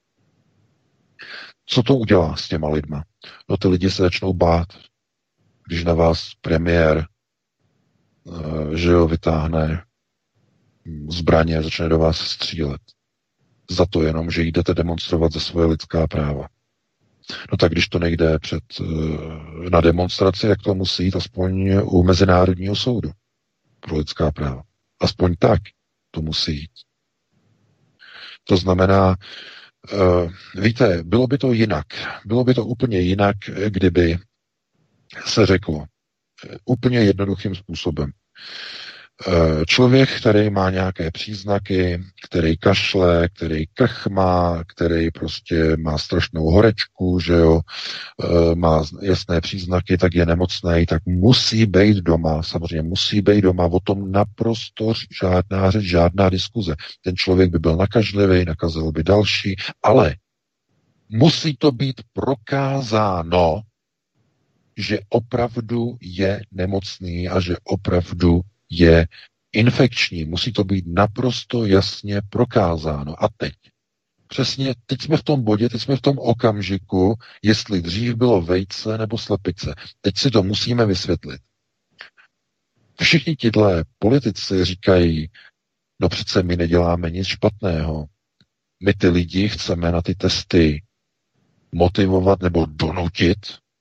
Co to udělá s těma lidma? No ty lidi se začnou bát, když na vás premiér uh, že jo, vytáhne zbraně a začne do vás střílet. Za to jenom, že jdete demonstrovat za svoje lidská práva. No tak když to nejde před, na demonstraci, jak to musí jít aspoň u Mezinárodního soudu pro lidská práva. Aspoň tak to musí jít. To znamená, víte, bylo by to jinak. Bylo by to úplně jinak, kdyby se řeklo úplně jednoduchým způsobem. Člověk, který má nějaké příznaky, který kašle, který krchmá, který prostě má strašnou horečku, že jo, má jasné příznaky, tak je nemocný, tak musí být doma, samozřejmě musí být doma, o tom naprosto žádná řeč, žádná diskuze. Ten člověk by byl nakažlivý, nakazil by další, ale Musí to být prokázáno, že opravdu je nemocný a že opravdu je infekční. Musí to být naprosto jasně prokázáno. A teď? Přesně, teď jsme v tom bodě, teď jsme v tom okamžiku, jestli dřív bylo vejce nebo slepice. Teď si to musíme vysvětlit. Všichni tihle politici říkají, no přece my neděláme nic špatného. My ty lidi chceme na ty testy motivovat nebo donutit,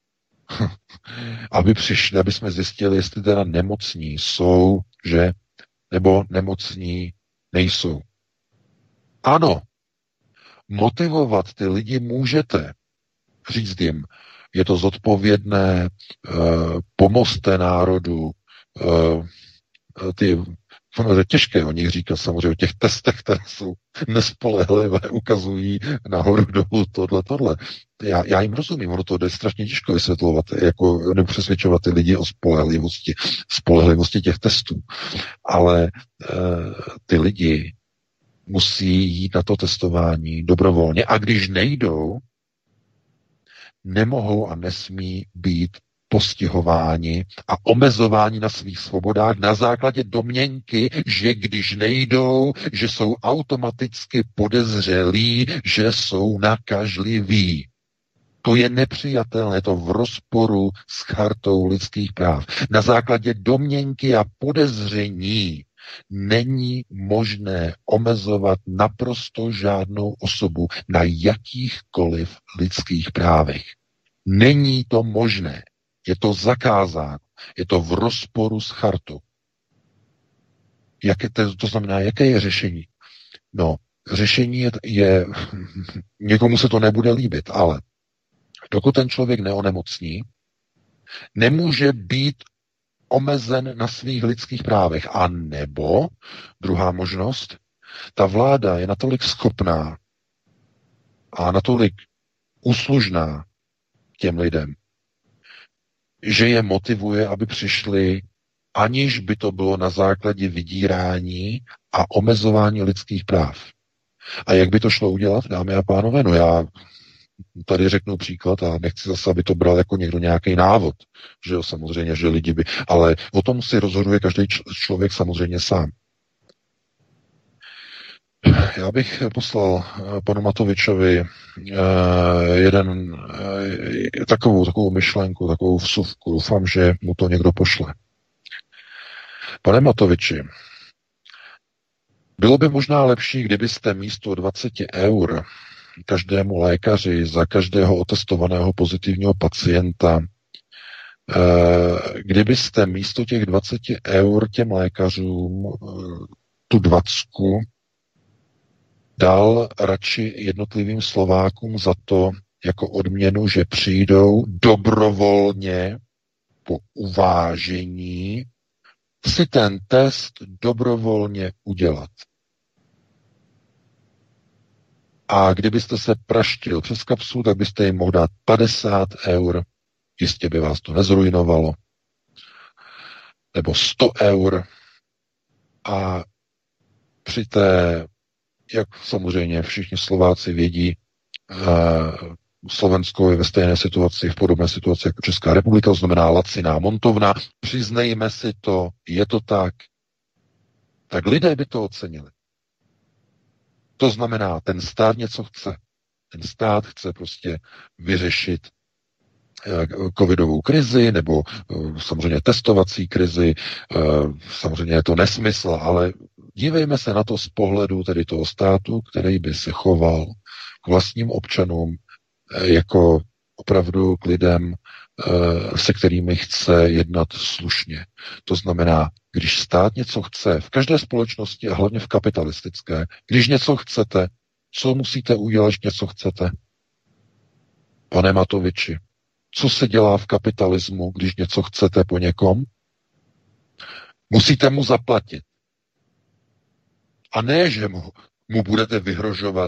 aby přišli, aby jsme zjistili, jestli teda nemocní jsou, že, nebo nemocní nejsou. Ano, motivovat ty lidi můžete. Říct jim, je to zodpovědné, uh, pomozte národu, uh, ty, ono je těžké o nich říkat samozřejmě, o těch testech, které jsou nespolehlivé, ukazují nahoru dolů tohle, tohle. Já, já jim rozumím, ono to jde strašně těžko vysvětlovat, jako nepřesvědčovat ty lidi o spolehlivosti, spolehlivosti těch testů. Ale uh, ty lidi musí jít na to testování dobrovolně a když nejdou, nemohou a nesmí být postihováni a omezováni na svých svobodách na základě domněnky, že když nejdou, že jsou automaticky podezřelí, že jsou nakažliví. To je nepřijatelné, to v rozporu s chartou lidských práv. Na základě domněnky a podezření není možné omezovat naprosto žádnou osobu na jakýchkoliv lidských právech. Není to možné. Je to zakázáno. Je to v rozporu s chartou. Jaké to, to znamená, jaké je řešení? No, řešení je, je, někomu se to nebude líbit, ale dokud ten člověk neonemocní, nemůže být omezen na svých lidských právech. A nebo, druhá možnost, ta vláda je natolik schopná a natolik úslužná těm lidem, že je motivuje, aby přišli, aniž by to bylo na základě vydírání a omezování lidských práv. A jak by to šlo udělat, dámy a pánové? No já tady řeknu příklad a nechci zase, aby to bral jako někdo nějaký návod, že jo, samozřejmě, že lidi by, ale o tom si rozhoduje každý člověk samozřejmě sám. Já bych poslal panu Matovičovi jeden takovou, takovou myšlenku, takovou vsuvku. Doufám, že mu to někdo pošle. Pane Matoviči, bylo by možná lepší, kdybyste místo dvacet eur každému lékaři za každého otestovaného pozitivního pacienta, kdybyste místo těch dvacet eur těm lékařům tu dvacku dal radši jednotlivým Slovákům za to jako odměnu, že přijdou dobrovolně po uvážení si ten test dobrovolně udělat. A kdybyste se praštil přes kapsu, tak byste jim mohl dát padesát eur, jistě by vás to nezrujnovalo, nebo sto eur a při té, jak samozřejmě všichni Slováci vědí, Slovensko je ve stejné situaci, v podobné situaci jako Česká republika, to znamená laciná montovna. Přiznejme si to, je to tak. Tak lidé by to ocenili. To znamená, ten stát něco chce. Ten stát chce prostě vyřešit covidovou krizi, nebo samozřejmě testovací krizi. Samozřejmě je to nesmysl, ale dívejme se na to z pohledu tedy toho státu, který by se choval k vlastním občanům jako opravdu k lidem, se kterými chce jednat slušně. To znamená, když stát něco chce, v každé společnosti a hlavně v kapitalistické, když něco chcete, co musíte udělat, když něco chcete? Pane Matoviči, co se dělá v kapitalismu, když něco chcete po někom? Musíte mu zaplatit. A ne, že mu, mu budete vyhrožovat,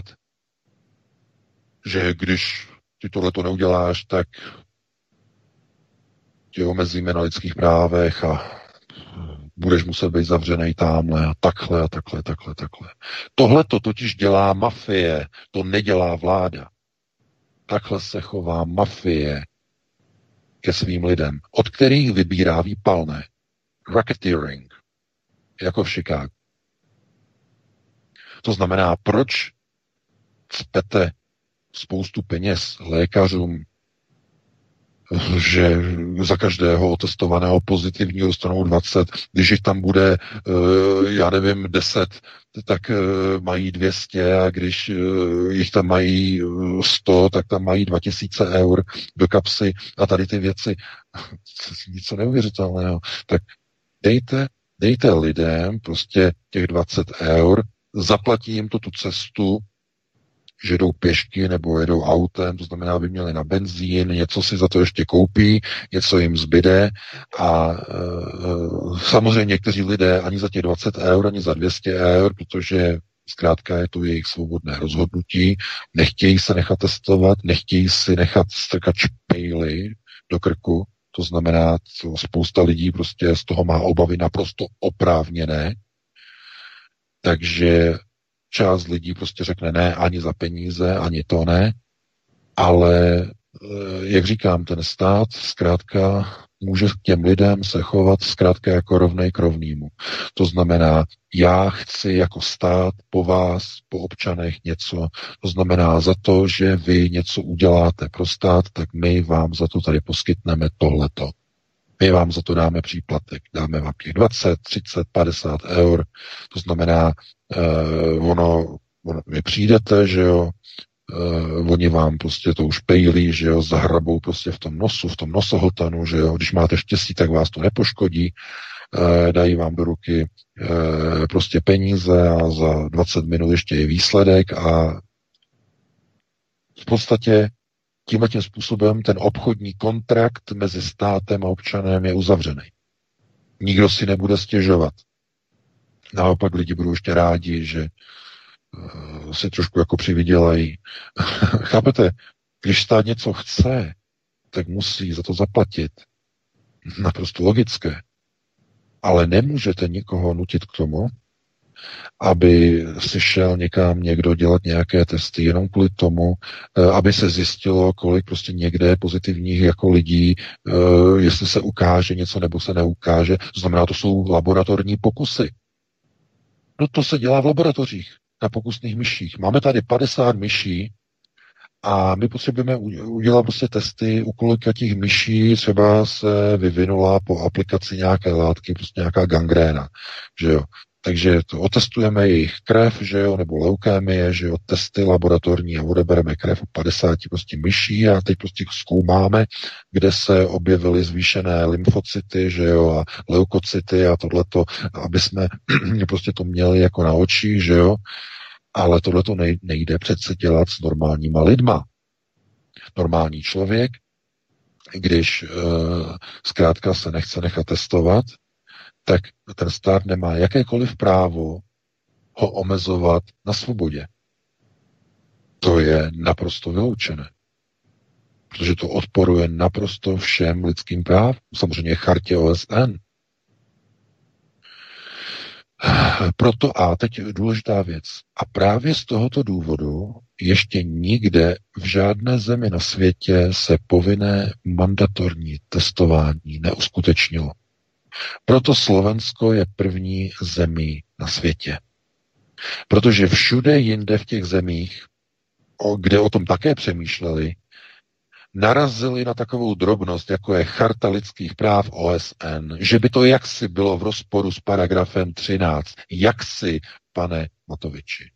že když ty tohleto neuděláš, tak tě omezíme na lidských právech a budeš muset být zavřený támhle a takhle a takhle, takhle, takhle. Tohle to totiž dělá mafie, to nedělá vláda. Takhle se chová mafie ke svým lidem, od kterých vybírá výpalné. Racketeering, jako v Chicagu. To znamená, proč cpete spoustu peněz lékařům, že za každého otestovaného pozitivního dostanou dvacet, když jich tam bude, já nevím, deset, tak mají dvě stě a když jich tam mají sto, tak tam mají dva tisíce eur do kapsy a tady ty věci, něco neuvěřitelného. Tak dejte, dejte lidem prostě těch dvacet eur, zaplatí jim to tu cestu, že jdou pěšky nebo jedou autem, to znamená, aby měli na benzín, něco si za to ještě koupí, něco jim zbyde a e, samozřejmě někteří lidé ani za těch dvacet eur, ani za dvě stě eur, protože zkrátka je to jejich svobodné rozhodnutí, nechtějí se nechat testovat, nechtějí si nechat strkat špejly do krku, to znamená, to spousta lidí prostě z toho má obavy naprosto oprávněné, takže část lidí prostě řekne ne, ani za peníze, ani to ne, ale jak říkám, ten stát zkrátka může k těm lidem se chovat zkrátka jako rovnej k rovnýmu. To znamená, já chci jako stát po vás, po občanech něco, to znamená za to, že vy něco uděláte pro stát, tak my vám za to tady poskytneme tohleto. My vám za to dáme příplatek, dáme vám těch dvacet, třicet, padesát eur, to znamená, eh, ono, ono, vy přijdete, že jo, eh, oni vám prostě to už pejlí, že jo, zahrabou prostě v tom nosu, v tom nosohltanu, že jo, když máte štěstí, tak vás to nepoškodí, eh, dají vám do ruky eh, prostě peníze a za dvacet minut ještě je výsledek a v podstatě tímhletím způsobem ten obchodní kontrakt mezi státem a občanem je uzavřený. Nikdo si nebude stěžovat. Naopak lidi budou ještě rádi, že uh, si trošku jako přivydělají. Chápete? Když stát něco chce, tak musí za to zaplatit. Naprosto logické. Ale nemůžete nikoho nutit k tomu, aby si šel někam někdo dělat nějaké testy jenom kvůli tomu, aby se zjistilo, kolik prostě někde pozitivních jako lidí, jestli se ukáže něco nebo se neukáže. To znamená, to jsou laboratorní pokusy. No to se dělá v laboratořích na pokusných myších. Máme tady padesát myší a my potřebujeme udělat prostě testy, u kolika těch myší třeba se vyvinula po aplikaci nějaké látky, prostě nějaká gangréna, že jo. Takže to otestujeme jejich krev, že jo, nebo leukémie, že jo, testy laboratorní a odebereme krev u padesáti prostě myší a teď prostě zkoumáme, kde se objevily zvýšené lymfocyty, že jo, a leukocyty a tohleto, aby jsme prostě to měli jako na očích, že jo, ale tohleto nejde přece dělat s normálníma lidma. Normální člověk, když uh, zkrátka se nechce nechat testovat, tak ten stát nemá jakékoliv právo ho omezovat na svobodě. To je naprosto vyloučené. Protože to odporuje naprosto všem lidským právům, samozřejmě chartě O S N. Proto a teď důležitá věc. A právě z tohoto důvodu ještě nikde v žádné zemi na světě se povinné mandatorní testování neuskutečnilo. Proto Slovensko je první zemí na světě. Protože všude jinde v těch zemích, kde o tom také přemýšleli, narazili na takovou drobnost, jako je Charta lidských práv O S N, že by to jaksi bylo v rozporu s paragrafem třináct. Jaksi, pane Matoviči.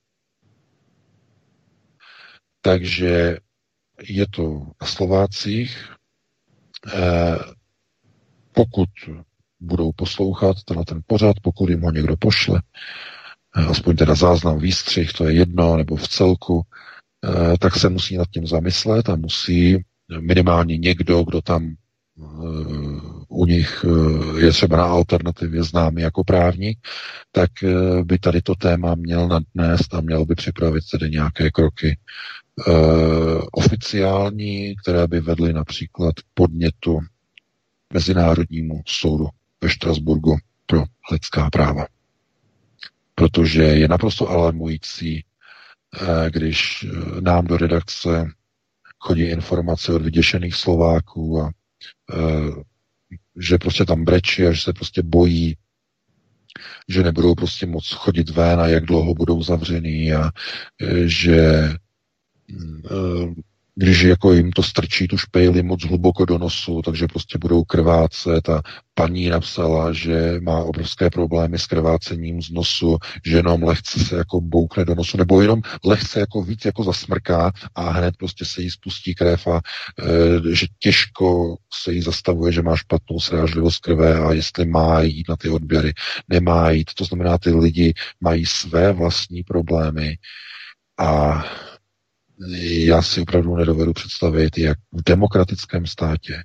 Takže je to na Slovácích. Eh, pokud budou poslouchat na ten pořad, pokud jim ho někdo pošle, aspoň teda záznam, výstřih, to je jedno, nebo v celku, tak se musí nad tím zamyslet a musí minimálně někdo, kdo tam u nich je třeba na alternativě známý jako právník, tak by tady to téma měl nadnést a měl by připravit tedy nějaké kroky oficiální, které by vedly například k podnětu Mezinárodnímu soudu ve Štrasburgu pro lidská práva. Protože je naprosto alarmující, když nám do redakce chodí informace od vyděšených Slováků a e, že prostě tam brečí a že se prostě bojí, že nebudou prostě moc chodit ven a jak dlouho budou zavřený a e, že e, když jako jim to strčí tu špejli moc hluboko do nosu, takže prostě budou krvácet a paní napsala, že má obrovské problémy s krvácením z nosu, že jenom lehce se jako boukne do nosu, nebo jenom lehce jako víc jako zasmrká a hned prostě se jí spustí krev a e, že těžko se jí zastavuje, že má špatnou srážlivost krve a jestli má jít na ty odběry, nemá jít. To znamená, ty lidi mají své vlastní problémy a já si opravdu nedovedu představit, jak v demokratickém státě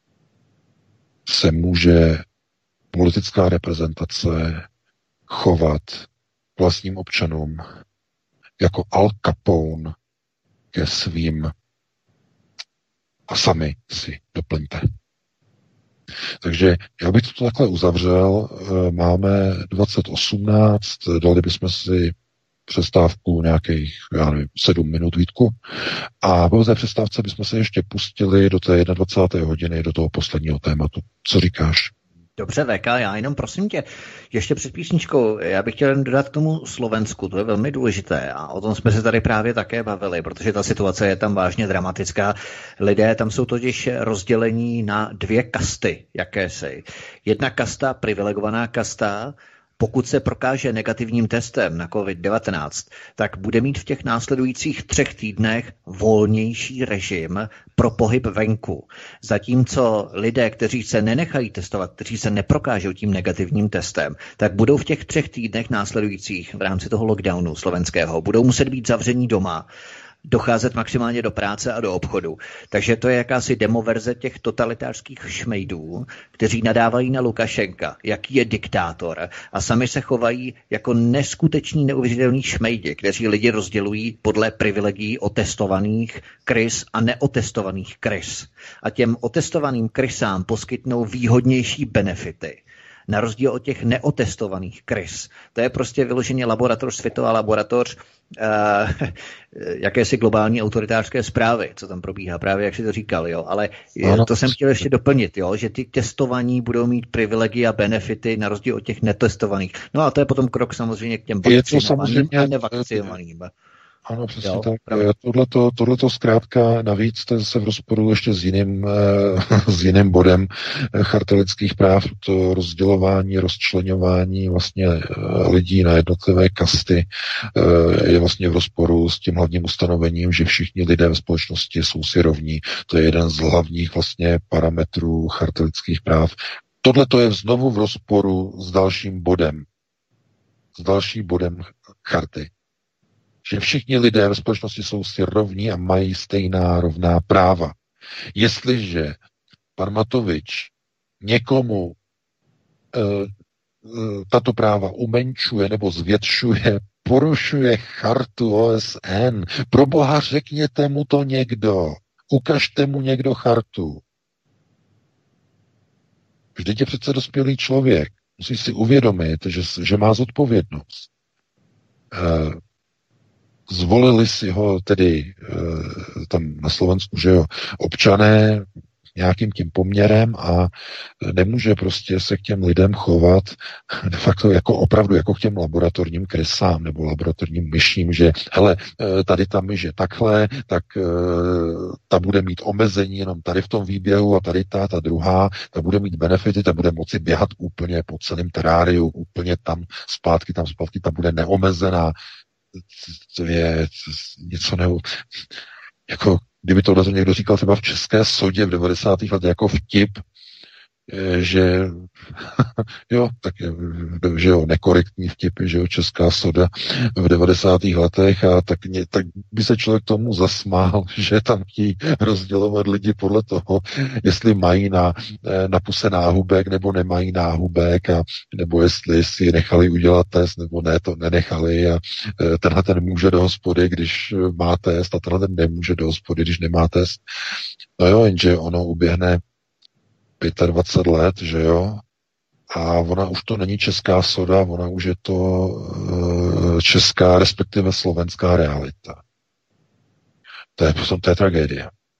se může politická reprezentace chovat vlastním občanům jako Al Capone ke svým a sami si doplňte. Takže já bych to takhle uzavřel. Máme dvacet osmnáct, dali bychom si přestávku nějakých, já nevím, sedm minut, Vítku. A po té přestávce bychom se ještě pustili do té dvacáté jedné hodiny, do toho posledního tématu. Co říkáš? Dobře, V K, já jenom prosím tě, ještě před písničkou, já bych chtěl jen dodat k tomu Slovensku, to je velmi důležité a o tom jsme se tady právě také bavili, protože ta situace je tam vážně dramatická. Lidé tam jsou totiž rozdělení na dvě kasty, jakési. Jedna kasta, privilegovaná kasta, pokud se prokáže negativním testem na covid devatenáct, tak bude mít v těch následujících třech týdnech volnější režim pro pohyb venku. Zatímco lidé, kteří se nenechají testovat, kteří se neprokážou tím negativním testem, tak budou v těch třech týdnech následujících v rámci toho lockdownu slovenského, budou muset být zavření doma, docházet maximálně do práce a do obchodu. Takže to je jakási demoverze těch totalitářských šmejdů, kteří nadávají na Lukašenka, jaký je diktátor a sami se chovají jako neskuteční neuvěřitelní šmejdi, kteří lidi rozdělují podle privilegií otestovaných krys a neotestovaných krys. A těm otestovaným krysám poskytnou výhodnější benefity. Na rozdíl od těch neotestovaných krys. To je prostě vyloženě laboratoř, světová laboratoř uh, jakési globální autoritářské zprávy, co tam probíhá, právě jak si to říkal, jo. Ale ano, to jsem chtěl ještě doplnit, jo, že ty testovaní budou mít privilegie a benefity na rozdíl od těch netestovaných. No a to je potom krok samozřejmě k těm vakcinovaným a nevakcinovaným. Ano, přesně jo, tak. Tohleto, tohleto zkrátka navíc to je zase v rozporu ještě s jiným, s jiným bodem charty lidských práv, to rozdělování, rozčleňování vlastně lidí na jednotlivé kasty je vlastně v rozporu s tím hlavním ustanovením, že všichni lidé ve společnosti jsou si rovní. To je jeden z hlavních vlastně parametrů charty lidských práv. Tohleto je znovu v rozporu s dalším bodem. S dalším bodem charty. Že všichni lidé ve společnosti jsou si rovní a mají stejná rovná práva. Jestliže pan Matovič někomu e, e, tato práva umenšuje nebo zvětšuje, porušuje chartu O S N, pro boha řekněte mu to někdo. Ukažte mu někdo chartu. Vždyť je přece dospělý člověk. Musí si uvědomit, že, že má zodpovědnost. E, Zvolili si ho tedy e, tam na Slovensku, že jo, občané nějakým tím poměrem a nemůže prostě se k těm lidem chovat de facto jako opravdu jako k těm laboratorním krysám nebo laboratorním myším, že hele, tady ta myš je takhle, tak e, ta bude mít omezení jenom tady v tom výběhu a tady ta, ta druhá, ta bude mít benefity, ta bude moci běhat úplně po celém teráriu, úplně tam zpátky, tam zpátky, ta bude neomezená. To je něco ne... Jako, kdyby tohle někdo říkal třeba v České sodě v devadesátých letech jako vtip, že jo, tak že jo, nekorektní vtipy, že jo, Česká soda v devadesátých letech a tak, tak by se člověk tomu zasmál, že tam chtějí rozdělovat lidi podle toho, jestli mají na, na puse náhubek nebo nemají náhubek a nebo jestli si nechali udělat test nebo ne, to nenechali a tenhle ten může do hospody, když má test a tenhle ten nemůže do hospody, když nemá test. No jo, jenže ono uběhne dvacet pět let, že jo, a ona už to není česká soda, ona už je to česká, respektive slovenská realita. To je, to je tragédie.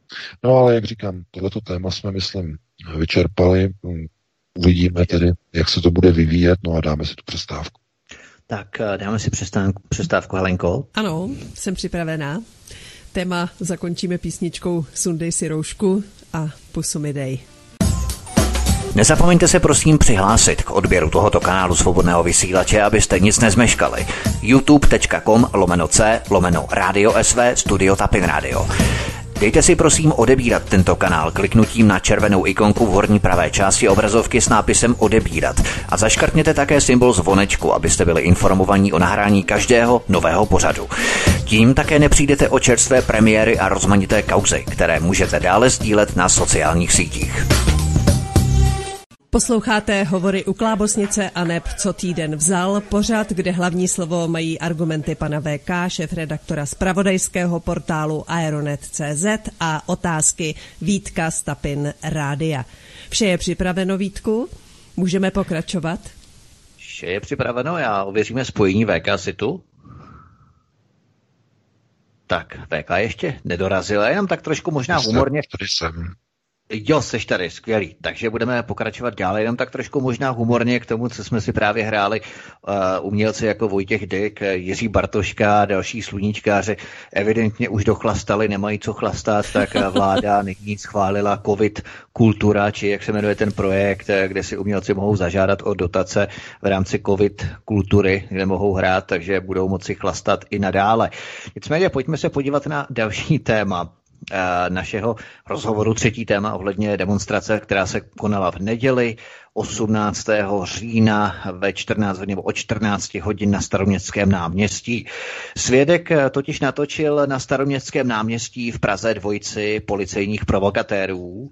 No ale jak říkám, tohleto téma jsme, myslím, vyčerpali. Uvidíme tedy, jak se to bude vyvíjet, no a dáme si tu přestávku. Tak dáme si přestávku, přestávku Helenko. Ano, jsem připravená. Téma zakončíme písničkou Sundej si roušku a pusu mi dej. Nezapomeňte se prosím přihlásit k odběru tohoto kanálu Svobodného vysílače, abyste nic nezmeškali. youtube.com lomeno c lomeno Radio S V Studio Tapin Radio. Dejte si prosím odebírat tento kanál kliknutím na červenou ikonku v horní pravé části obrazovky s nápisem odebírat a zaškrtněte také symbol zvonečku, abyste byli informovaní o nahrání každého nového pořadu. Tím také nepřijdete o čerstvé premiéry a rozmanité kauzy, které můžete dále sdílet na sociálních sítích. Posloucháte hovory u Klábosnice a neb Co týden vzal, pořad, kde hlavní slovo mají argumenty pana V K, šéfredaktora zpravodajského portálu Aeronet tečka cé zet a otázky Vítka z Tapin Rádia. Vše je připraveno, Vítku? Můžeme pokračovat? Vše je připraveno, já ověříme spojení V K situ. Tak, V K ještě nedorazila, jenom tak trošku možná humorně. Tady jsem. Jo, seš tady, skvělý. Takže budeme pokračovat dále, jenom tak trošku možná humorně k tomu, co jsme si právě hráli. Uh, umělci jako Vojtěch Dyk, Jiří Bartoška a další sluníčkáři evidentně už dochlastali, nemají co chlastat, tak vláda nyní schválila COVID kultura, či jak se jmenuje ten projekt, kde si umělci mohou zažádat o dotace v rámci COVID kultury, kde mohou hrát, takže budou moci chlastat i nadále. Nicméně pojďme se podívat na další téma našeho rozhovoru, třetí téma ohledně demonstrace, která se konala v neděli osmnáctého října ve čtrnáct hodin nebo o čtrnáct hodin na Staroměstském náměstí. Svědek totiž natočil na Staroměstském náměstí v Praze dvojici policejních provokatérů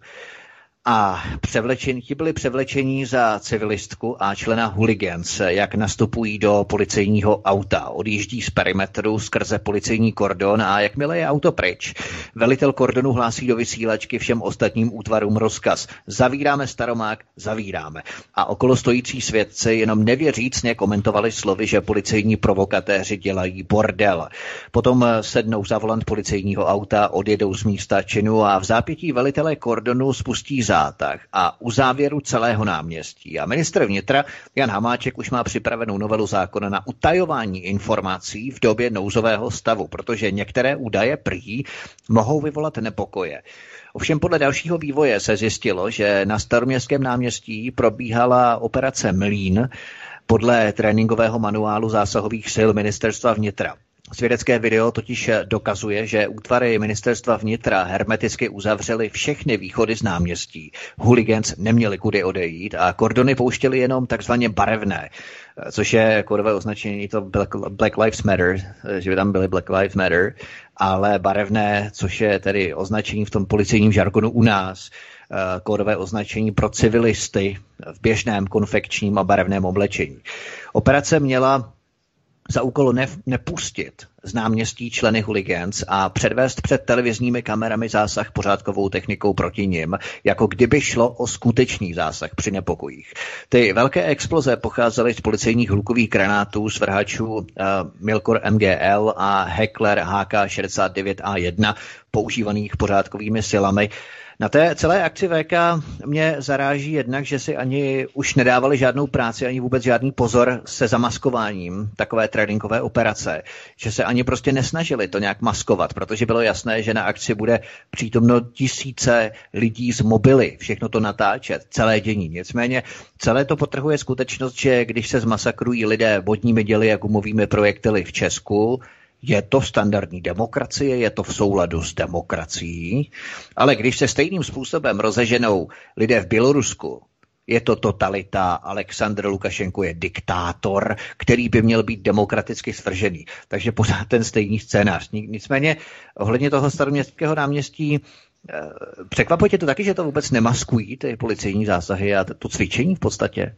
a převlečení, ti byli převlečení za civilistku a člena hooligans, jak nastupují do policejního auta. Odjíždí z perimetru skrze policejní kordon a jakmile je auto pryč, velitel kordonu hlásí do vysílačky všem ostatním útvarům rozkaz. Zavíráme Staromák, zavíráme. A okolo stojící svědci jenom nevěřícně komentovali slovy, že policejní provokatéři dělají bordel. Potom sednou za volant policejního auta, odjedou z místa činu a v zápětí velitelé kordonu spustí zátah a u závěru celého náměstí. A ministr vnitra Jan Hamáček už má připravenou novelu zákona na utajování informací v době nouzového stavu, protože některé údaje prý mohou vyvolat nepokoje. Ovšem podle dalšího vývoje se zjistilo, že na Staroměstském náměstí probíhala operace Mlýn podle tréninkového manuálu zásahových sil ministerstva vnitra. Svědecké video totiž dokazuje, že útvary ministerstva vnitra hermeticky uzavřely všechny východy z náměstí. Hooligans neměli kudy odejít a kordony pouštěli jenom takzvaně barevné, což je kódové označení to Black, Black Lives Matter, že by tam byly Black Lives Matter, ale barevné, což je tedy označení v tom policejním žargonu u nás, kódové označení pro civilisty v běžném konfekčním a barevném oblečení. Operace měla za úkol ne, nepustit z náměstí členy hooligans a předvést před televizními kamerami zásah pořádkovou technikou proti nim, jako kdyby šlo o skutečný zásah při nepokojích. Ty velké exploze pocházely z policejních hlukových granátů, svrhačů uh, Milkor M G L a Heckler H K šedesát devět A jedna používaných pořádkovými silami. Na té celé akci V K mě zaráží jednak, že si ani už nedávali žádnou práci, ani vůbec žádný pozor se zamaskováním takové tréninkové operace, že se ani prostě nesnažili to nějak maskovat, protože bylo jasné, že na akci bude přítomno tisíce lidí z mobily, všechno to natáčet, celé dění. Nicméně celé to podtrhuje skutečnost, že když se zmasakrují lidé vodními děly a gumovými projektily v Česku, je to standardní demokracie, je to v souladu s demokracií, ale když se stejným způsobem rozeženou lidé v Bělorusku, je to totalita, Alexandr Lukašenko je diktátor, který by měl být demokraticky svržený. Takže pořád ten stejný scénář. Nicméně ohledně toho Staroměstského náměstí překvapuje tě to taky, že to vůbec nemaskují, ty policejní zásahy a to cvičení v podstatě?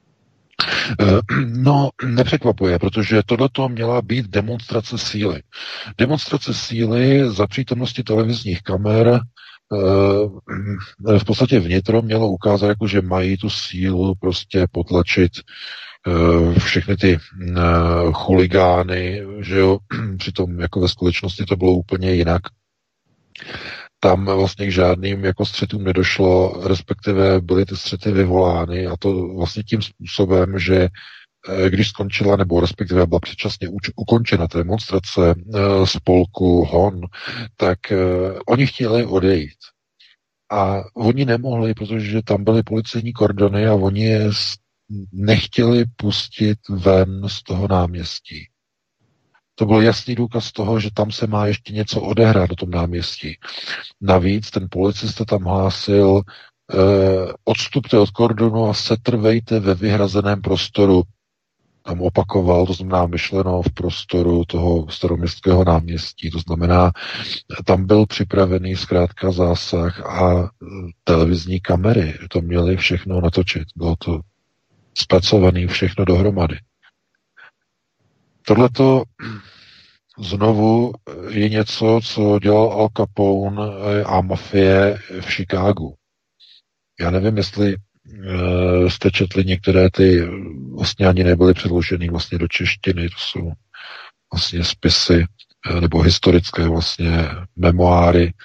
No, nepřekvapuje, protože tohleto měla být demonstrace síly. Demonstrace síly za přítomnosti televizních kamer v podstatě vnitro mělo ukázat, jako, že mají tu sílu prostě potlačit všechny ty chuligány, že jo, přitom jako ve skutečnosti to bylo úplně jinak. tam vlastně k žádným jako střetům nedošlo, respektive byly ty střety vyvolány a to vlastně tím způsobem, že když skončila, nebo respektive byla předčasně ukončena ta demonstrace spolku Hon, tak oni chtěli odejít. A oni nemohli, protože tam byly policejní kordony a oni je nechtěli pustit ven z toho náměstí. To byl jasný důkaz toho, že tam se má ještě něco odehrát na tom náměstí. Navíc ten policista tam hlásil, eh, odstupte od kordonu a setrvejte ve vyhrazeném prostoru. Tam opakoval, to znamená myšleno v prostoru toho staroměstského náměstí, to znamená, tam byl připravený zkrátka zásah a televizní kamery to měly všechno natočit. Bylo to zpracované všechno dohromady. Tohleto znovu je něco, co dělal Al Capone a mafie v Chicagu. Já nevím, jestli jste četli některé ty, vlastně ani nebyly předloženy vlastně do češtiny, to jsou vlastně spisy nebo historické vlastně memoáry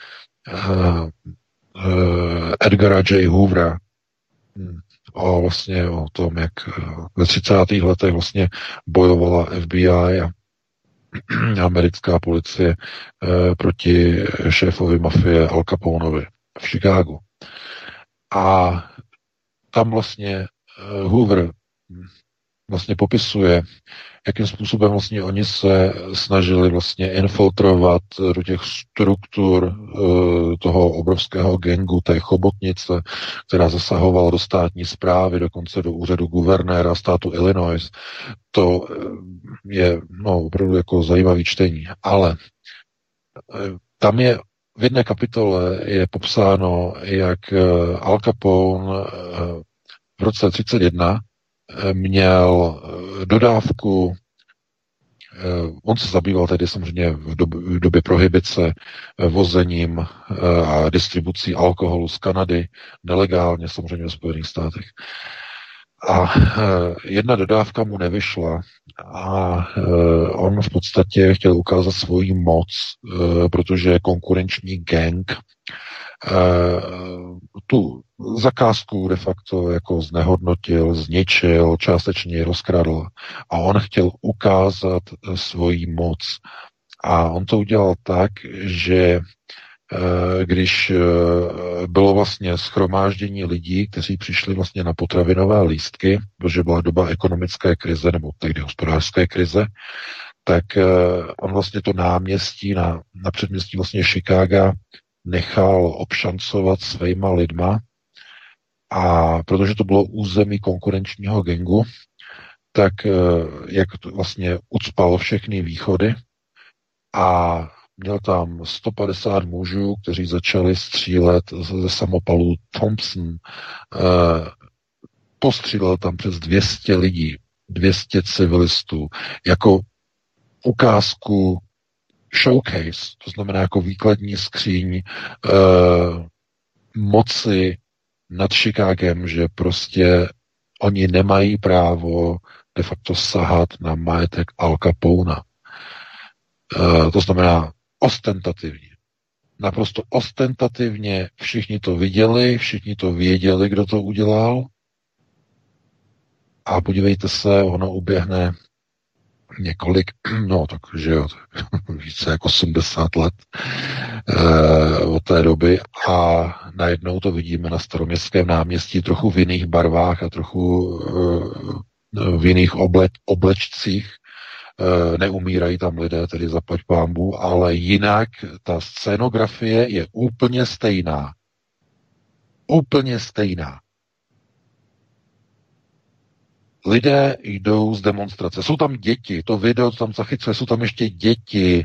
Edgara J. Hoovera o vlastně o tom, jak ve třicátých letech vlastně bojovala F B I a americká policie proti šéfovi mafie Al Caponeovi v Chicagu. A tam vlastně Hoover vlastně popisuje, jakým způsobem vlastně oni se snažili vlastně infiltrovat do těch struktur toho obrovského gangu, té chobotnice, která zasahovala do státní správy, dokonce do úřadu guvernéra státu Illinois. To je no, opravdu jako zajímavý čtení. Ale tam je v jedné kapitole je popsáno, jak Al Capone v roce třicet jedna měl dodávku, on se zabýval tedy samozřejmě v době, v době prohibice vozením a distribucí alkoholu z Kanady, nelegálně samozřejmě v Spojených státech. A jedna dodávka mu nevyšla a on v podstatě chtěl ukázat svoji moc, protože konkurenční gang tu zakázku de facto jako znehodnotil, zničil, částečně rozkradl a on chtěl ukázat svoji moc. A on to udělal tak, že když bylo vlastně shromáždění lidí, kteří přišli vlastně na potravinové lístky, protože byla doba ekonomické krize nebo tehdy hospodářské krize, tak on vlastně to náměstí na, na předměstí vlastně Chicaga nechal obšancovat svýma lidma a protože to bylo území konkurenčního gangu, tak jak to vlastně ucpal všechny východy a měl tam sto padesát mužů, kteří začali střílet ze samopalů Thompson. Postřílel tam přes dvě stě lidí, dvě stě civilistů, jako ukázku showcase, to znamená jako výkladní skříň eh, moci nad Chicagem, že prostě oni nemají právo de facto sahat na majetek Al Capona. Eh, to znamená ostentativně. Naprosto ostentativně všichni to viděli, všichni to věděli, kdo to udělal. A podívejte se, ono uběhne několik, no takže jo, více jako sedmdesát let e, od té doby a najednou to vidíme na Staroměstském náměstí trochu v jiných barvách a trochu e, v jiných oble, oblečcích. E, neumírají tam lidé, tedy zaplať pánbů, ale jinak ta scénografie je úplně stejná. Úplně stejná. Lidé jdou z demonstrace. Jsou tam děti. To video tam zachycuje. Jsou tam ještě děti.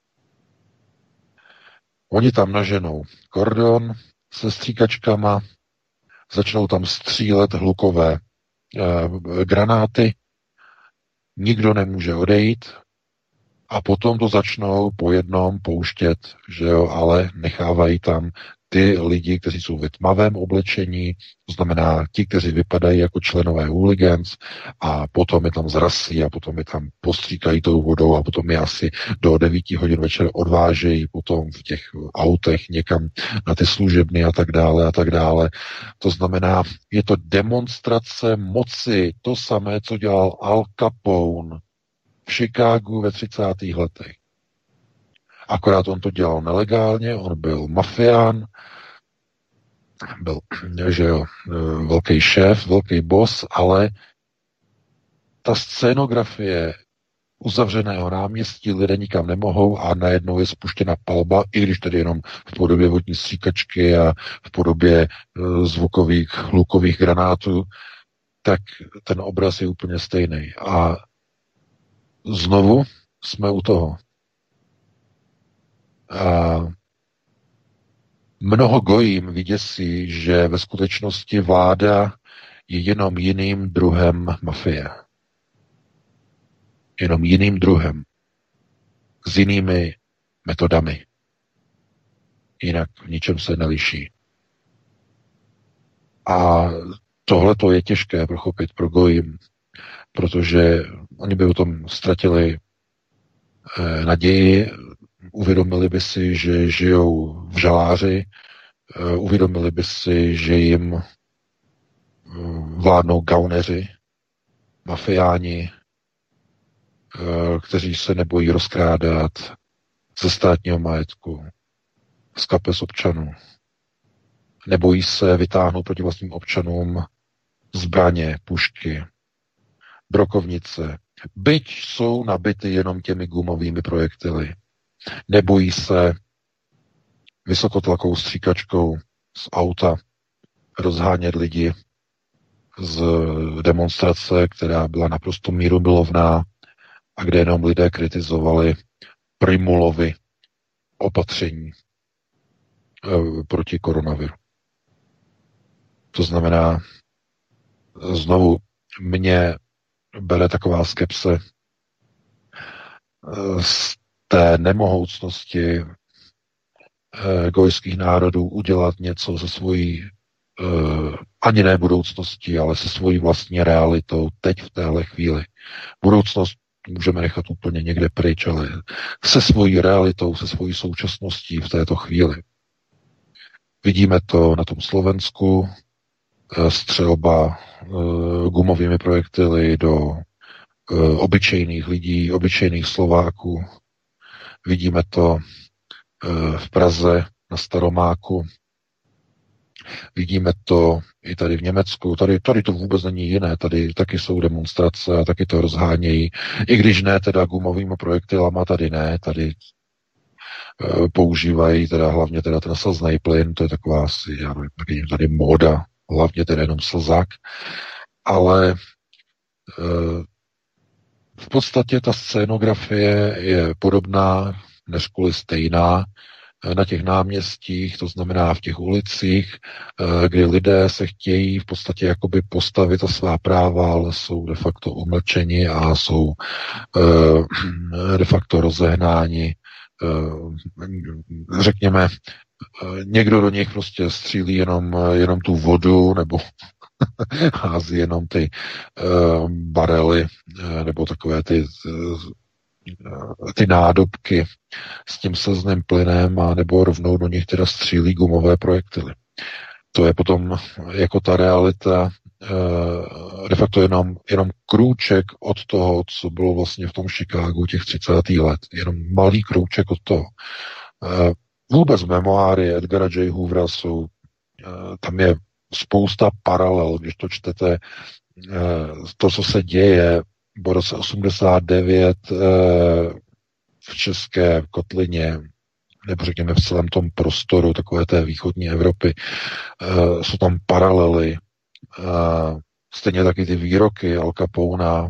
Oni tam naženou kordon se stříkačkama. Začnou tam střílet hlukové eh, granáty. Nikdo nemůže odejít. A potom to začnou po jednom pouštět, že jo, ale nechávají tam ty lidi, kteří jsou ve tmavém oblečení, to znamená ti, kteří vypadají jako členové hooligans a potom je tam zrasí a potom je tam postříkají tou vodou a potom je asi do devíti hodin večer odvážejí potom v těch autech někam na ty služebny a tak dále a tak dále. To znamená, je to demonstrace moci, to samé, co dělal Al Capone v Chicagu ve třicátých letech. Akorát on to dělal nelegálně, on byl mafián, byl, že jo, velký šéf, velký boss, ale ta scénografie uzavřeného náměstí, lidé nikam nemohou a najednou je spuštěna palba, i když tedy jenom v podobě vodní stříkačky a v podobě zvukových hlukových granátů, tak ten obraz je úplně stejný. A znovu jsme u toho. A mnoho gojím vyděsí, že ve skutečnosti vláda je jenom jiným druhem mafie. Jenom jiným druhem. S jinými metodami. Jinak v ničem se neliší. A tohle to je těžké prochopit pro gojím, protože oni by o tom ztratili eh, naději, uvědomili by si, že žijou v žaláři, uvědomili by si, že jim vládnou gauneři, mafiáni, kteří se nebojí rozkrádat ze státního majetku, z kapes občanů. Nebojí se vytáhnout proti vlastním občanům zbraně, pušky, brokovnice, byť jsou nabity jenom těmi gumovými projektily. Nebojí se vysokotlakovou stříkačkou z auta rozhánět lidi z demonstrace, která byla naprosto mírumilovná a kde jenom lidé kritizovali Primulovy opatření e, proti koronaviru. To znamená, znovu mě bere taková skepse e, z té nemohoucnosti e, gojských národů udělat něco se svojí e, ani ne budoucností, ale se svojí vlastní realitou teď v téhle chvíli. Budoucnost můžeme nechat úplně někde pryč, ale se svojí realitou, se svojí současností v této chvíli. Vidíme to na tom Slovensku, e, střelba e, gumovými projektily do e, obyčejných lidí, obyčejných Slováků. Vidíme to e, v Praze na Staromáku. Vidíme to i tady v Německu. Tady, tady to vůbec není jiné. Tady taky jsou demonstrace a taky to rozhánějí. I když ne teda gumovými projektilama, tady ne. Tady e, používají teda hlavně teda ten slzný plyn. To je taková asi, já nevím, taky tady móda. Hlavně teda jenom slzák. Ale e, v podstatě ta scénografie je podobná, než kvůli stejná, na těch náměstích, to znamená v těch ulicích, kdy lidé se chtějí v podstatě jakoby postavit a svá práva, ale jsou de facto umlčeni a jsou de facto rozehnáni. Řekněme, někdo do nich prostě střílí jenom, jenom tu vodu, nebo hází jenom ty uh, barely, uh, nebo takové ty, uh, ty nádobky s tím slzným plynem, a nebo rovnou do nich teda střílí gumové projektily. To je potom jako ta realita uh, de facto jenom, jenom krůček od toho, co bylo vlastně v tom Chicagu těch třicátých let. Jenom malý krůček od toho. Uh, vůbec memoáry Edgara J. Hoovera jsou, uh, tam je spousta paralel, když to čtete, to, co se děje v roce osmdesát devět v České kotlině, nebo řekněme v celém tom prostoru takové té východní Evropy, jsou tam paralely, stejně taky ty výroky Al Capona,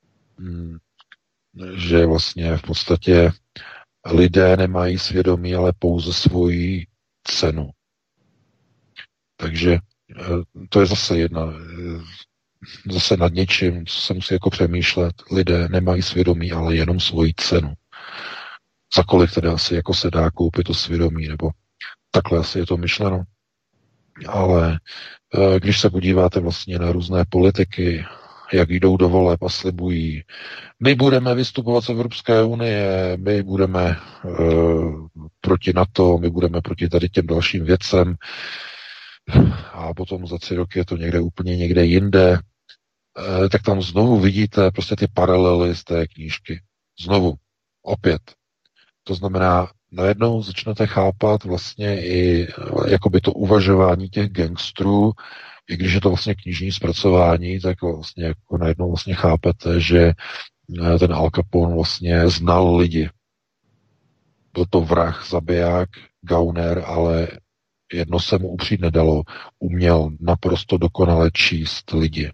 že vlastně v podstatě lidé nemají svědomí, ale pouze svoji cenu. Takže to je zase jedna, zase nad něčím, co se musí jako přemýšlet. Lidé nemají svědomí, ale jenom svoji cenu. Za kolik teda asi jako se dá koupit to svědomí, nebo Takhle asi je to myšleno. Ale když se podíváte vlastně na různé politiky, jak jdou do voleb a slibují, my budeme vystupovat z Evropské unie, my budeme uh, proti NATO, my budeme proti tady těm dalším věcem a potom za tři roky je to někde úplně někde jinde, uh, tak tam znovu vidíte prostě ty paralely z té knížky. Znovu, opět. To znamená, najednou začnete chápat vlastně i jakoby to uvažování těch gangstrů, i když je to vlastně knižní zpracování, tak vlastně jako najednou vlastně chápete, že ten Al Capone vlastně znal lidi. Byl to vrah, zabiják, gauner, ale jedno se mu upřít nedalo. Uměl naprosto dokonale číst lidi.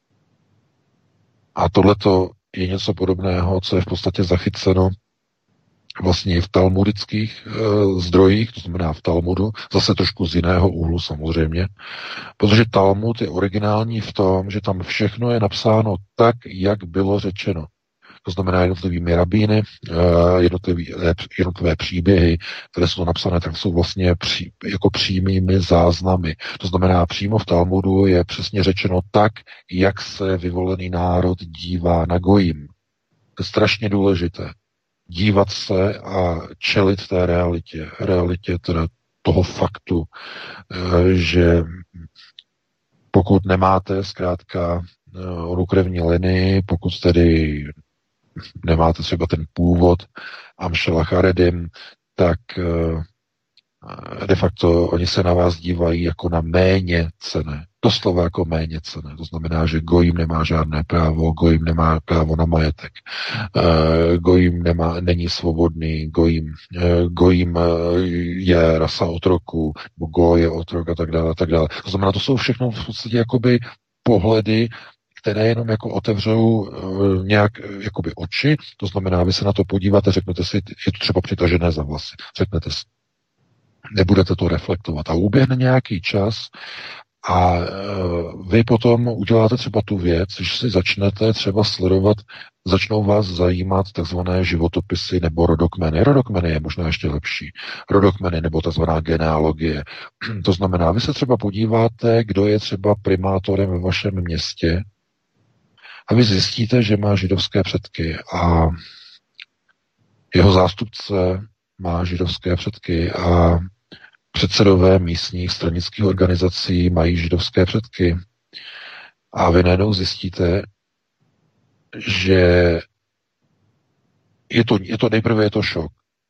A tohleto je něco podobného, co je v podstatě zachyceno vlastně v talmudických e, zdrojích, to znamená v Talmudu, zase trošku z jiného úhlu samozřejmě, protože Talmud je originální v tom, že tam všechno je napsáno tak, jak bylo řečeno. To znamená jednotlivými rabíny, e, jednotlivý, jednotlivé příběhy, které jsou napsané, tak jsou vlastně pří, jako přímými záznamy. To znamená, přímo v Talmudu je přesně řečeno tak, jak se vyvolený národ dívá na gojim. To je strašně důležité. Dívat se a čelit té realitě, realitě teda toho faktu, že pokud nemáte zkrátka onu krevní linii, pokud tedy nemáte třeba ten původ Amšela Charedim, tak de facto oni se na vás dívají jako na méně cenné. Doslova jako méně cenné. To znamená, že gojím nemá žádné právo, gojím nemá právo na majetek, uh, gojím nemá, není svobodný, gojím, uh, gojím je rasa otroků, nebo goj je otrok a tak dále, a tak dále. To znamená, to jsou všechno v podstatě jakoby pohledy, které jenom jako otevřou uh, nějak jakoby oči, to znamená, vy se na to podíváte, řeknete si, je to třeba přitažené za vlasy, řeknete si, nebudete to reflektovat. A uběhne nějaký čas a vy potom uděláte třeba tu věc, že si začnete třeba sledovat, začnou vás zajímat takzvané životopisy nebo rodokmeny. Rodokmeny je možná ještě lepší. Rodokmeny nebo takzvaná genealogie. To znamená, vy se třeba podíváte, kdo je třeba primátorem ve vašem městě a vy zjistíte, že má židovské předky a jeho zástupce má židovské předky a předsedové místních stranických organizací mají židovské předky. A vy najednou zjistíte, že je to, je to nejprve je to šok.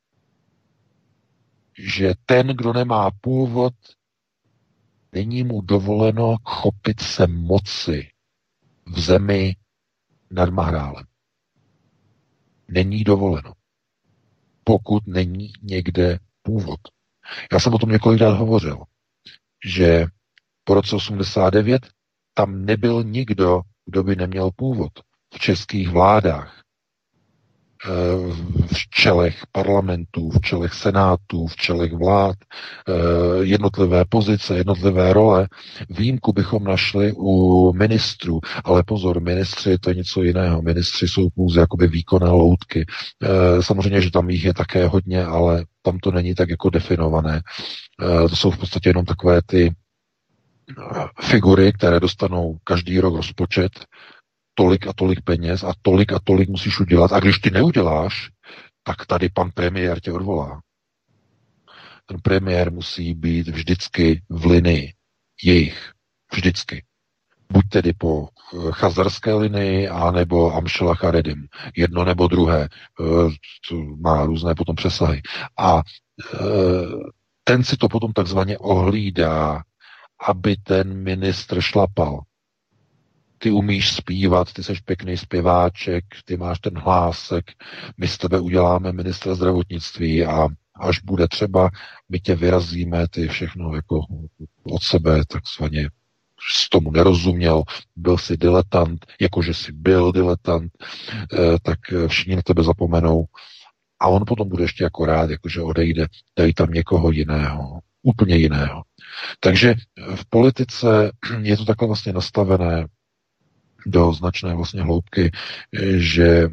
Že ten, kdo nemá původ, není mu dovoleno chopit se moci v zemi nad Mahrálem. Není dovoleno. Pokud není někde původ. Já jsem o tom několikrát hovořil, že po roce osmdesát devět tam nebyl nikdo, kdo by neměl původ v českých vládách, v čelech parlamentů, v čelech senátů, v čelech vlád, jednotlivé pozice, jednotlivé role. Výjimku bychom našli u ministrů, ale pozor, ministři to je něco jiného. Ministři jsou pouze jakoby výkonné loutky. Samozřejmě, že tam jich je také hodně, ale tam to není tak jako definované. To jsou v podstatě jenom takové ty figury, které dostanou každý rok rozpočet, tolik a tolik peněz a tolik a tolik musíš udělat. A když ty neuděláš, tak tady pan premiér tě odvolá. Ten premiér musí být vždycky v linii jejich. Vždycky. Buď tedy po chazarské linii, anebo Amšela Charedim. Jedno nebo druhé. To má různé potom přesahy. A ten si to potom takzvaně ohlídá, aby ten ministr šlapal. Ty umíš zpívat, ty seš pěkný zpěváček, ty máš ten hlásek, my z tebe uděláme ministra zdravotnictví a až bude třeba, my tě vyrazíme, ty všechno jako od sebe takzvaně jsi tomu nerozuměl, byl jsi diletant, jakože jsi byl diletant, tak všichni na tebe zapomenou a on potom bude ještě jako rád, jakože odejde, dají tam někoho jiného, úplně jiného. Takže v politice je to takhle vlastně nastavené do značné vlastně hloubky, že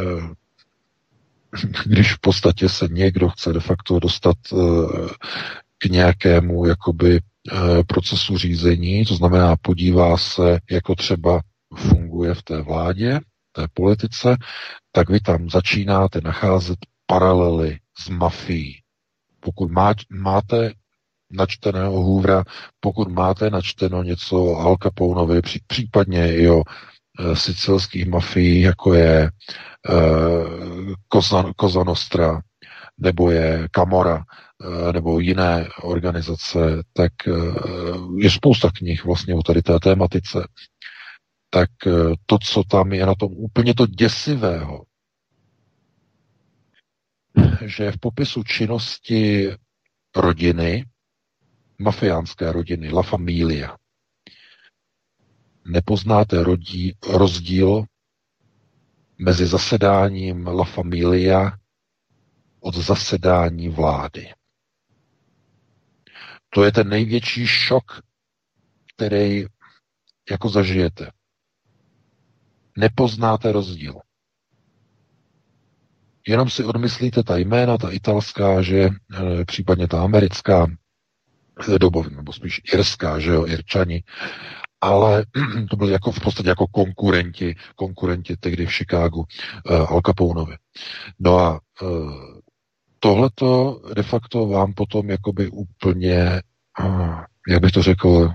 když v podstatě se někdo chce de facto dostat k nějakému jakoby procesu řízení, to znamená podívá se, jako třeba funguje v té vládě, té politice, tak vy tam začínáte nacházet paralely s mafií. Pokud má, máte načteného Hoovera, pokud máte načteno něco o Al Caponovi, pří, případně i o e, sicilských mafií, jako je e, Cosa, Cosa Nostra, nebo je Camorra, e, nebo jiné organizace, tak e, je spousta knih vlastně o tady té tématice. Tak e, to, co tam je na tom úplně to děsivého, že v popisu činnosti rodiny, mafiánské rodiny, La Familia, nepoznáte rodí, rozdíl mezi zasedáním La Familia od zasedání vlády. To je ten největší šok, který jako zažijete. Nepoznáte rozdíl. Jenom si odmyslíte ta jména, ta italská, že e, případně ta americká, dobová, nebo spíš irská, že jo, Irčani, ale to byli jako v podstatě jako konkurenti, konkurenti tehdy v Chicagu e, Al Caponovi. No a e, tohleto de facto vám potom jakoby úplně, jak bych to řekl,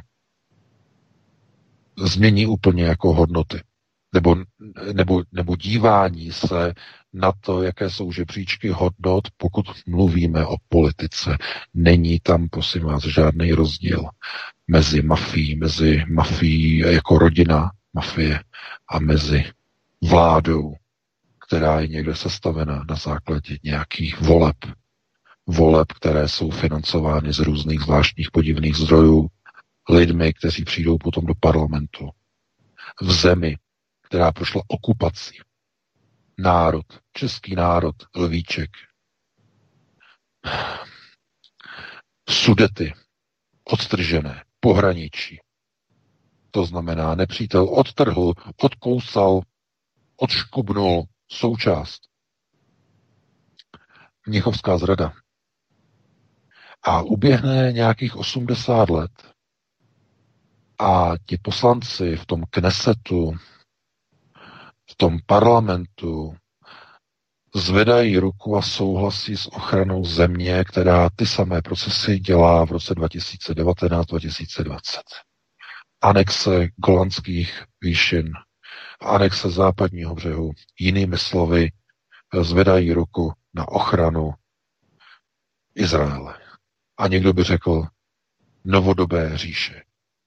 změní úplně jako hodnoty. Nebo, nebo, nebo dívání se na to, jaké jsou žebříčky hodnot, pokud mluvíme o politice. Není tam, prosím vás, žádný rozdíl mezi mafií, mezi mafií jako rodina mafie a mezi vládou, která je někde sestavena na základě nějakých voleb. Voleb, které jsou financovány z různých zvláštních podivných zdrojů, lidmi, kteří přijdou potom do parlamentu. V zemi, která prošla okupací. Národ, český národ, Lvíček. Sudety, odtržené, pohraničí. To znamená, nepřítel odtrhl, odkousal, odškubnul součást. Mnichovská zrada. A uběhne nějakých osmdesát let a ti poslanci v tom Knesetu, v tom parlamentu zvedají ruku a souhlasí s ochranou země, která ty samé procesy dělá v roce dva tisíce devatenáct dva tisíce dvacet. Anexe Golanských výšin, anexe západního břehu, jinými slovy, zvedají ruku na ochranu Izraele. A někdo by řekl novodobé říše.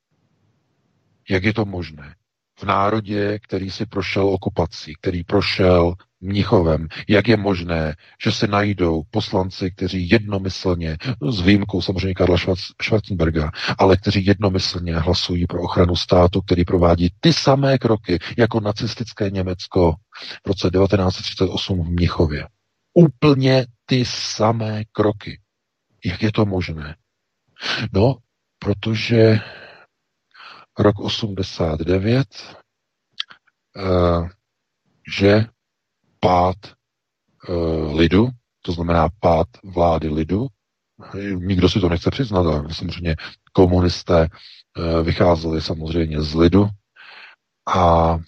Jak je to možné? V národě, který si prošel okupací, který prošel Mnichovem, jak je možné, že se najdou poslanci, kteří jednomyslně, s výjimkou samozřejmě Karla Schwarzenberga, ale kteří jednomyslně hlasují pro ochranu státu, který provádí ty samé kroky jako nacistické Německo v roce devatenáct set třicet osm v Mnichově. Úplně ty samé kroky. Jak je to možné? No, protože rok osmdesát devět, uh, že pád uh, lidu, to znamená pád vlády lidu, nikdo si to nechce přiznat, ale samozřejmě komunisté uh, vycházeli samozřejmě z lidu a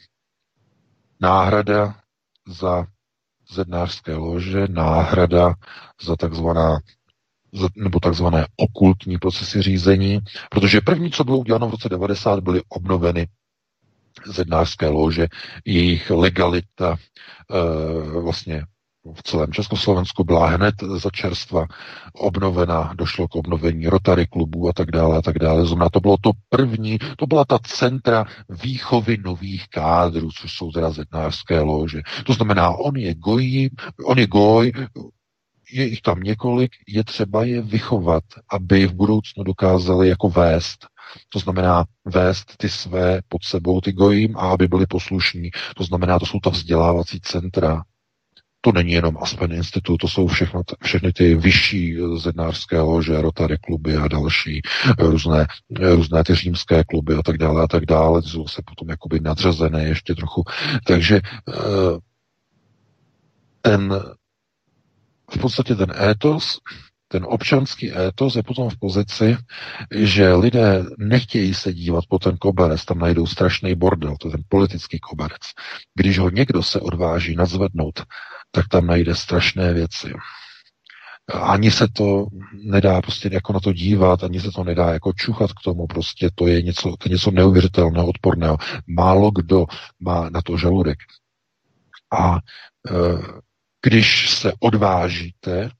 náhrada za zednářské lože, náhrada za takzvaná nebo takzvané okultní procesy řízení, protože první, co bylo uděláno v roce devadesát, byly obnoveny zednářské lože, jejich legalita e, vlastně v celém Československu byla hned za čerstva obnovena, došlo k obnovení Rotary klubů a tak dále a tak dále. Znamená, to bylo to první, to byla ta centra výchovy nových kádrů, což jsou teda zednářské lože. To znamená, on je gojí, on je goj, je jich tam několik, je třeba je vychovat, aby v budoucnu dokázali jako vést. To znamená vést ty své pod sebou, ty gojím, a aby byli poslušní. To znamená, to jsou ta vzdělávací centra. To není jenom Aspen Institut, to jsou všechno, všechny ty vyšší zednářské lože, Rotary kluby a další, různé, různé ty římské kluby a tak dále a tak dále. Ty jsou se potom jakoby nadřazené ještě trochu. Takže ten v podstatě ten étos ten občanský étos je potom v pozici, že lidé nechtějí se dívat po ten koberec, tam najdou strašný bordel, to je ten politický koberec. Když ho někdo se odváží nadzvednout, tak tam najde strašné věci. Ani se to nedá prostě jako na to dívat, ani se to nedá jako čuchat k tomu, prostě to je něco, to je něco neuvěřitelného, odporného. Málo kdo má na to žaludek. A e, když se odvážíte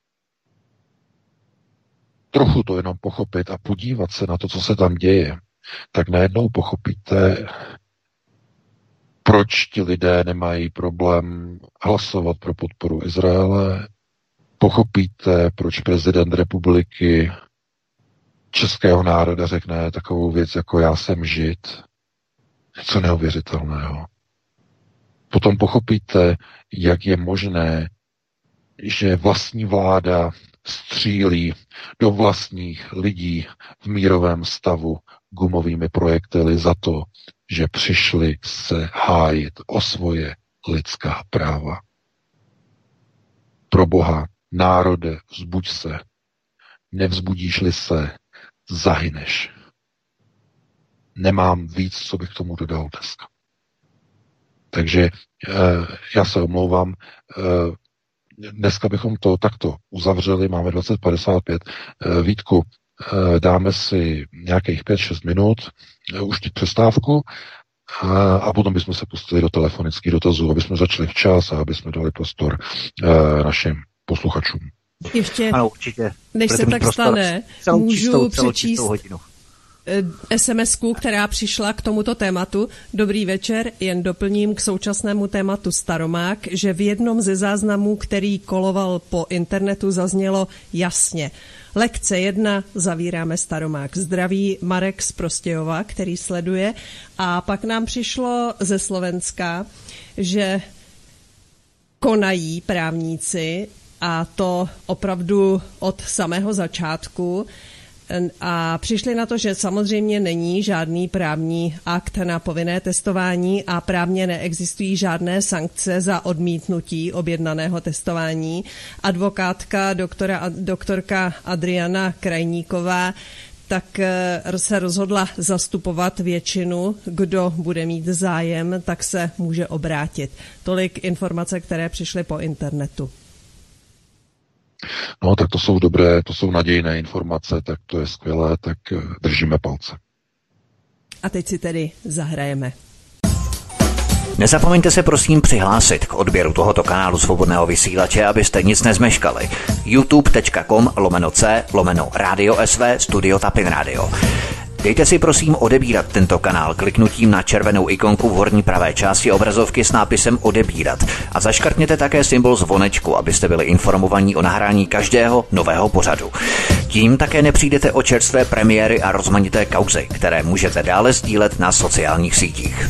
trochu to jenom pochopit a podívat se na to, co se tam děje, tak najednou pochopíte, proč ti lidé nemají problém hlasovat pro podporu Izraele, pochopíte, proč prezident republiky českého národa řekne takovou věc, jako já jsem Žid. Něco neuvěřitelného. Potom pochopíte, jak je možné, že vlastní vláda střílí do vlastních lidí v mírovém stavu gumovými projektily za to, že přišli se hájit o svoje lidská práva. Pro Boha, národe, vzbuď se. Nevzbudíš-li se, zahyneš. Nemám víc, co bych k tomu dodal dneska. Takže eh, já se omlouvám, eh, dneska bychom to takto uzavřeli, máme dvacet padesát pět. Eh, Vítku, eh, dáme si nějakých pět šest minut, eh, už teď přestávku, a potom bychom se pustili do telefonických dotazů, aby jsme začali včas a aby jsme dali prostor uh, našim posluchačům. Ještě, ano, určitě. než se tak stane, celou můžu čistou, celou přečíst hodinu. es em esku, která přišla k tomuto tématu. Dobrý večer, jen doplním k současnému tématu Staromák, že v jednom ze záznamů, který koloval po internetu, zaznělo jasně. Lekce jedna, zavíráme Staromák. Zdraví Marek z Prostějova, který sleduje. A pak nám přišlo ze Slovenska, že konají právníci, a to opravdu od samého začátku, a přišli na to, že samozřejmě není žádný právní akt na povinné testování a právně neexistují žádné sankce za odmítnutí objednaného testování. Advokátka doktora, doktorka Adriana Krajníková tak se rozhodla zastupovat většinu, kdo bude mít zájem, tak se může obrátit. Tolik informace, které přišly po internetu. No, tak to jsou dobré, to jsou nadějné informace, tak to je skvělé, tak držíme palce. A teď si tedy zahrajeme. Nezapomeňte se prosím přihlásit k odběru tohoto kanálu Svobodného vysílače, abyste nic nezmeškali. youtube.com lomeno c lomeno Radio es vé Studio Tapin Radio. Dejte si prosím odebírat tento kanál kliknutím na červenou ikonku v horní pravé části obrazovky s nápisem odebírat a zaškrtněte také symbol zvonečku, abyste byli informovaní o nahrání každého nového pořadu. Tím také nepřijdete o čerstvé premiéry a rozmanité kauzy, které můžete dále sdílet na sociálních sítích.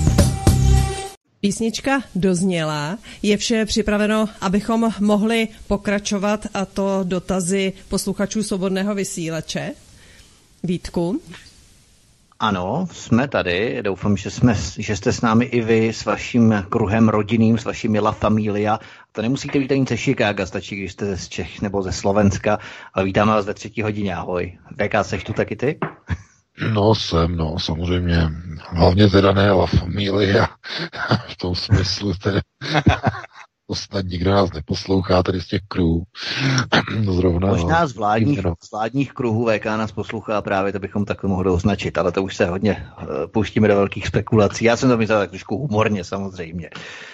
Písnička dozněla, je vše připraveno, abychom mohli pokračovat, a to dotazy posluchačů Svobodného vysílače. Vítku? Ano, jsme tady. Doufám, že, jsme, že jste s námi i vy, s vaším kruhem rodinným, s vašimi La Familia. To nemusíte být ani ze Chicaga, stačí, když jste z Čech nebo ze Slovenska. Ale vítáme vás ve třetí hodině. Ahoj. V K, seš tu taky ty? No, jsem, no, samozřejmě. Hlavně teda ne La Familia. V tom smyslu, tedy... To snad nikdo nás neposlouchá tady z těch kruhů. Zrovna, možná z vládních, z vládních kruhů V K nás poslouchá, právě to bychom takhle mohli označit, ale to už se hodně uh, pouštíme do velkých spekulací. Já jsem to myslel tak trošku humorně, samozřejmě.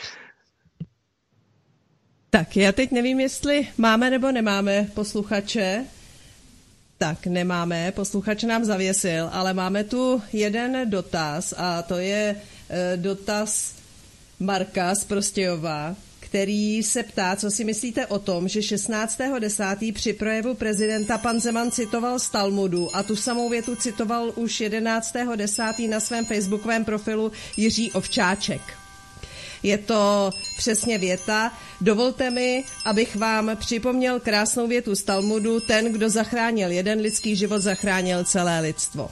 Tak, já teď nevím, jestli máme nebo nemáme posluchače. Tak, nemáme, posluchač nám zavěsil, ale máme tu jeden dotaz a to je uh, dotaz Marka z Prostějova, který se ptá, co si myslíte o tom, že šestnáctého desátého při projevu prezidenta pan Zeman citoval z Talmudu a tu samou větu citoval už jedenáctého desátého na svém facebookovém profilu Jiří Ovčáček. Je to přesně věta. Dovolte mi, abych vám připomněl krásnou větu z Talmudu. Ten, kdo zachránil jeden lidský život, zachránil celé lidstvo.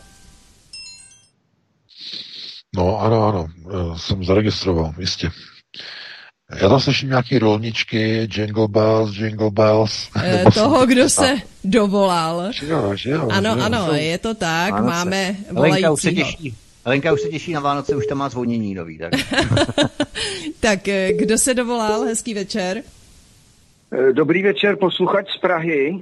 No ano, ano, jsem zaregistroval, jistě. Já tam slyším nějaký rolničky, jingle bells, jingle bells. E, toho, kdo se dovolal. Že jo, že jo, ano, že jo. ano, je to tak, Vánoce. máme Lenka už se volajícího. těší. Lenka už se těší na Vánoce, už tam má zvonění nový. Tak, Tak e, kdo se dovolal? Hezký večer. Dobrý večer, posluchač z Prahy.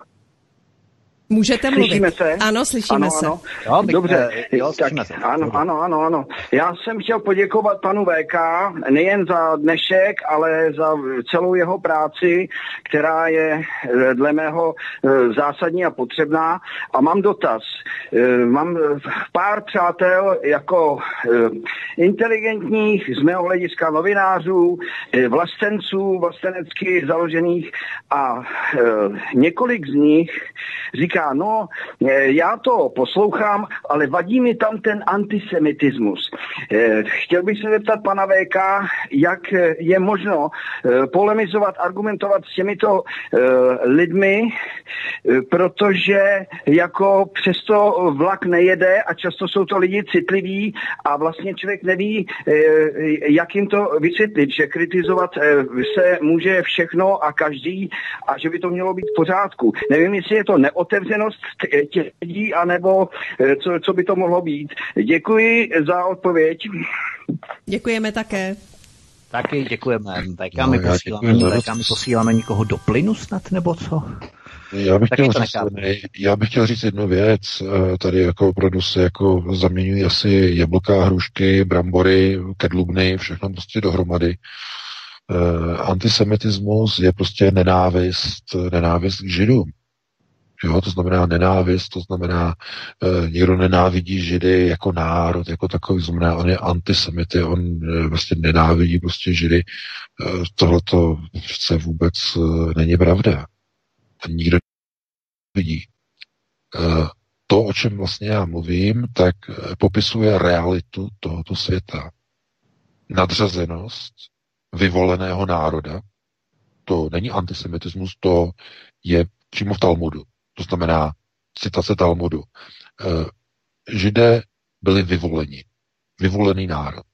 Můžete mluvit. Slyšíme se? Ano, slyšíme ano, se. ano. Jo, my- Dobře, eh, jo, tak, slyšíme se. ano, ano, ano, ano. Já jsem chtěl poděkovat panu V K nejen za dnešek, ale za celou jeho práci, která je eh, dle mého eh, zásadní a potřebná. A mám dotaz. Eh, Mám eh, pár přátel jako eh, inteligentních, z mého hlediska novinářů, eh, vlastenců, vlastenecky založených a eh, několik z nich říká, no, já to poslouchám, ale vadí mi tam ten antisemitismus. Chtěl bych se zeptat pana V K, jak je možno polemizovat, argumentovat s těmito lidmi, protože jako přesto vlak nejede a často jsou to lidi citliví a vlastně člověk neví, jak jim to vysvětlit, že kritizovat se může všechno a každý a že by to mělo být v pořádku. Nevím, jestli je to neotevřenost těch lidí, anebo co, co by to mohlo být. Děkuji za odpověď. Děkujeme také. taky děkujeme. V K No, my já posíláme, děkuji za V K my posíláme někoho do plynu snad, nebo co? Já bych, Taky chtěl to říct, nechápu. já bych chtěl říct jednu věc. Tady jako opravdu se jako zaměňují asi jablka, hrušky, brambory, kedlubny, všechno prostě dohromady. Uh, antisemitismus je prostě nenávist, nenávist k Židům. Jo, to znamená nenávist, to znamená, uh, někdo nenávidí Židy jako národ, jako takový, znamená, on je antisemity, on uh, vlastně nenávidí prostě Židy. Uh, tohleto se vůbec uh, není pravda. Nikdo vidí. Uh, to, o čem vlastně já mluvím, tak uh, popisuje realitu tohoto světa. Nadřazenost vyvoleného národa, to není antisemitismus, to je přímo v Talmudu. To znamená citace Talmudu. Židé byli vyvoleni. Vyvolený národ.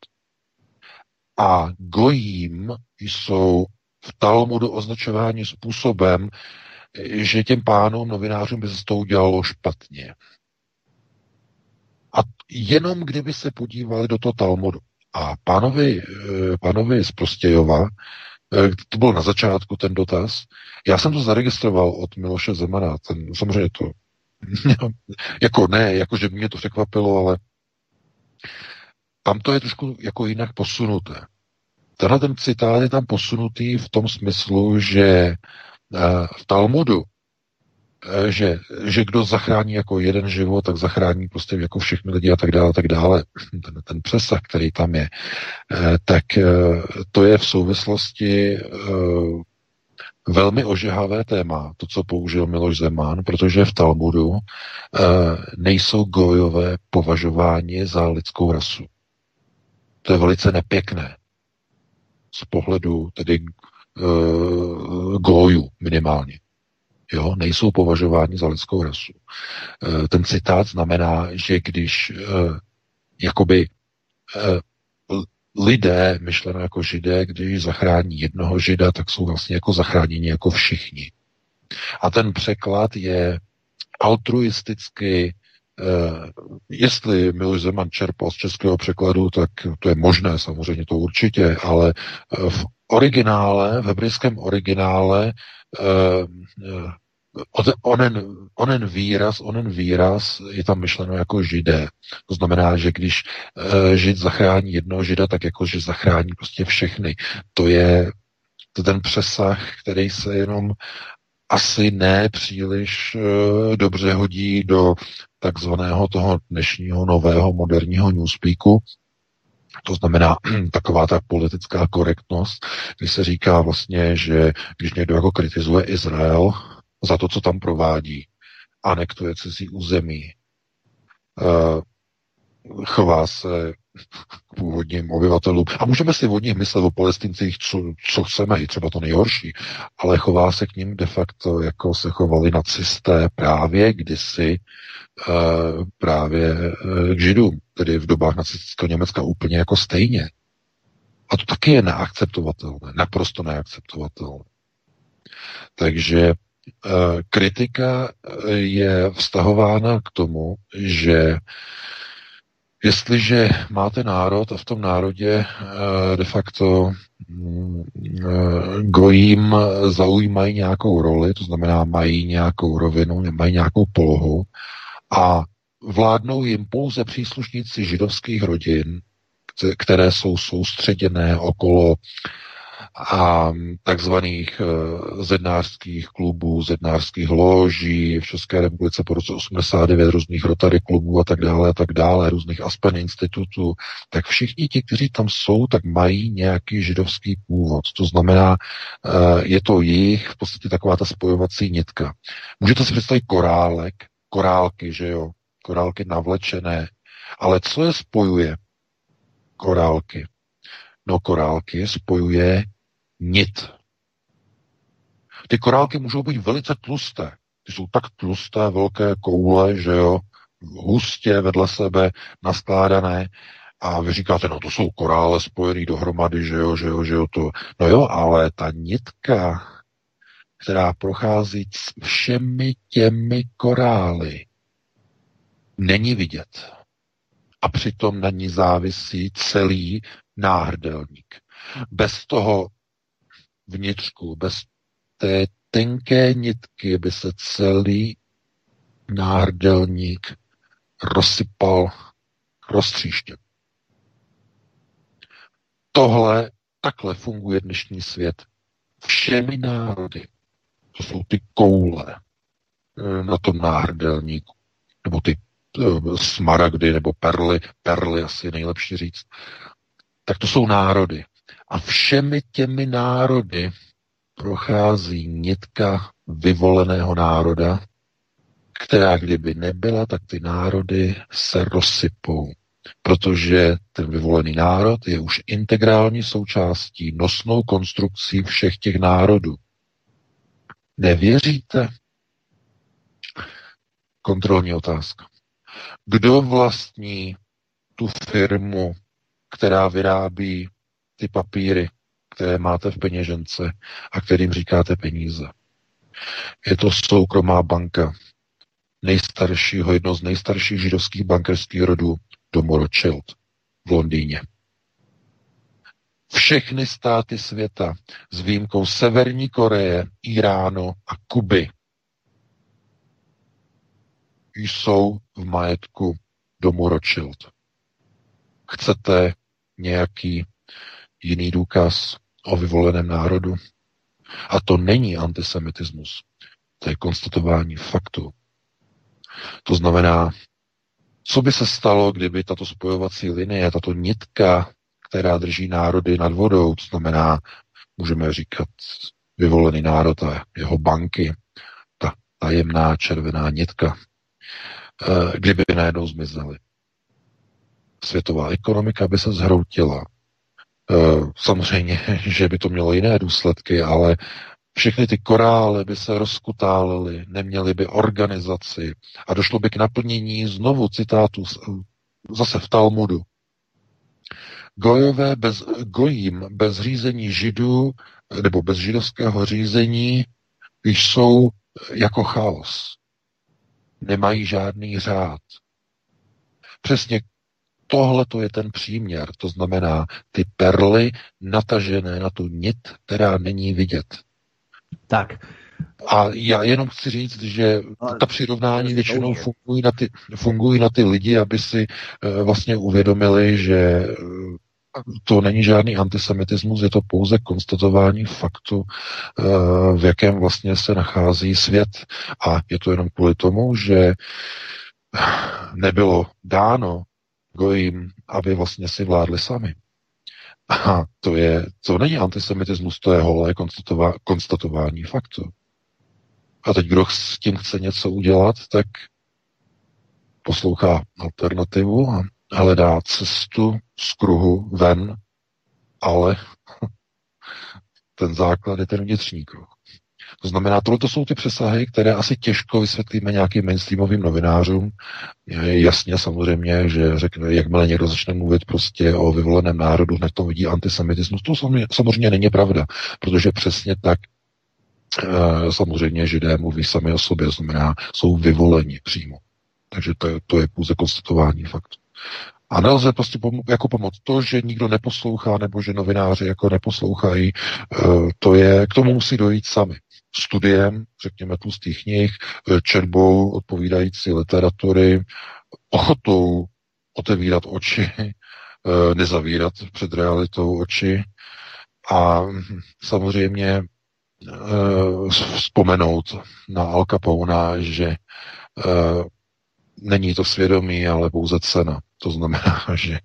A gojím jsou v Talmudu označováni způsobem, že těm pánům, novinářům by se to udělalo špatně. A jenom kdyby se podívali do toho Talmudu, a pánovi, pánovi z Prostějova, to byl na začátku ten dotaz, já jsem to zaregistroval od Miloše Zemana, ten, samozřejmě to, jako ne, jako že by mě to překvapilo, ale tam to je trošku jako jinak posunuté. Tenhle ten citát je tam posunutý v tom smyslu, že v Talmudu, že, že kdo zachrání jako jeden život, tak zachrání prostě jako všechny lidi a tak dále, tak dále. Ten, ten přesah, který tam je, tak to je v souvislosti velmi ožehavé téma, to, co použil Miloš Zeman, protože v Talmudu nejsou gojové považováni za lidskou rasu. To je velice nepěkné z pohledu tedy gojů minimálně. Jo, nejsou považováni za lidskou rasu. E, ten citát znamená, že když e, jakoby e, lidé, myšleno jako Židé, když zachrání jednoho Žida, tak jsou vlastně jako zachráněni jako všichni. A ten překlad je altruisticky, e, jestli Miloš Zeman čerpal z českého překladu, tak to je možné, samozřejmě to určitě, ale v originále, v hebrejském originále Uh, onen, onen výraz, onen výraz je tam myšleno jako Židé. To znamená, že když uh, Žid zachrání jednoho Žida, tak jako že zachrání prostě všechny. To je to ten přesah, který se jenom asi ne příliš uh, dobře hodí do takzvaného toho dnešního nového moderního newspeaku. To znamená taková ta politická korektnost, když se říká vlastně, že když někdo jako kritizuje Izrael za to, co tam provádí, anektuje cizí území, chová se k původním obyvatelům. A můžeme si od nich myslet o Palestincích, co, co chceme, i třeba to nejhorší, ale chová se k ním de facto, jako se chovali nacisté právě kdysi uh, právě uh, k Židům, tedy v dobách nacistického Německa úplně jako stejně. A to taky je neakceptovatelné, naprosto neakceptovatelné. Takže kritika je vztahována k tomu, že jestliže máte národ a v tom národě de facto gojím zaujímají nějakou roli, to znamená mají nějakou rovinu, mají nějakou polohu a vládnou jim pouze příslušníci židovských rodin, které jsou soustředěné okolo a takzvaných zednářských klubů, zednářských loží v České republice po roce osmdesát devět, různých Rotary klubů a tak dále a tak dále, různých Aspen institutů, tak všichni ti, kteří tam jsou, tak mají nějaký židovský původ. To znamená, je to jejich v podstatě taková ta spojovací nitka. Můžete si představit korálek, korálky, že jo, korálky navlečené, ale co je spojuje korálky? No korálky spojuje nit. Ty korálky můžou být velice tlusté. Ty jsou tak tlusté, velké koule, že jo, hustě vedle sebe naskládané a vy říkáte, no to jsou korále spojený dohromady, že jo, že jo, že jo, to. No jo, ale ta nitka, která prochází všemi těmi korály, není vidět. A přitom na ní závisí celý náhrdelník. Bez toho vnitřku, bez té tenké nitky by se celý náhrdelník rozsypal, roztříštěn. Tohle, takhle funguje dnešní svět. Všemi národy. To jsou ty koule na tom náhrdelníku. Nebo ty smaragdy, nebo perly, perly asi je nejlepší říct. Tak to jsou národy. A všemi těmi národy prochází nitka vyvoleného národa, která kdyby nebyla, tak ty národy se rozsypou. Protože ten vyvolený národ je už integrální součástí, nosnou konstrukcí všech těch národů. Nevěříte? Kontrolní otázka. Kdo vlastní tu firmu, která vyrábí ty papíry, které máte v peněžence a kterým říkáte peníze? Je to soukromá banka nejstaršího, jedno z nejstarších židovských bankerských rodů, domu Rothschild v Londýně. Všechny státy světa s výjimkou Severní Koreje, Iránu a Kuby jsou v majetku domu Rothschild. Chcete nějaký jiný důkaz o vyvoleném národu? A to není antisemitismus. To je konstatování faktu. To znamená, co by se stalo, kdyby tato spojovací linie, tato nitka, která drží národy nad vodou, to znamená, můžeme říkat, vyvolený národ a jeho banky, ta tajemná červená nitka, kdyby najednou zmizely. Světová ekonomika by se zhroutila. Samozřejmě, že by to mělo jiné důsledky, ale všechny ty korály by se rozkutálely, neměly by organizaci a došlo by k naplnění znovu citátu zase v Talmudu. Gojové bez, gojím bez řízení židů nebo bez židovského řízení jsou jako chaos. Nemají žádný řád. Přesně tohle to je ten příměr, to znamená ty perly natažené na tu nit, která není vidět. Tak. A já jenom chci říct, že ta přirovnání většinou fungují na ty, fungují na ty lidi, aby si uh, vlastně uvědomili, že uh, to není žádný antisemitismus, je to pouze konstatování faktu, uh, v jakém vlastně se nachází svět. A je to jenom kvůli tomu, že nebylo dáno gojím, aby vlastně si vládli sami. A to je, to není antisemitismus, to je holé konstatová, konstatování faktu. A teď, kdo s tím chce něco udělat, tak poslouchá alternativu a hledá cestu z kruhu ven, ale ten základ je ten vnitřní kruh. To znamená, tohle jsou ty přesahy, které asi těžko vysvětlíme nějakým mainstreamovým novinářům. Jasně samozřejmě, že řekne, jakmile někdo začne mluvit prostě o vyvoleném národu, hned to vidí antisemitismus. To samozřejmě není pravda, protože přesně tak samozřejmě Židé mluví sami o sobě, to znamená, jsou vyvoleni přímo. Takže to, to je pouze konstatování faktu. A nelze prostě pom- jako pomoct to, že nikdo neposlouchá, nebo že novináři jako neposlouchají, to je, k tomu musí dojít sami. Studiem, řekněme, tlustých knih, četbou odpovídající literatury, ochotou otevírat oči, nezavírat před realitou oči a samozřejmě vzpomenout na Al Capona, že není to svědomí, ale pouze cena. To znamená, že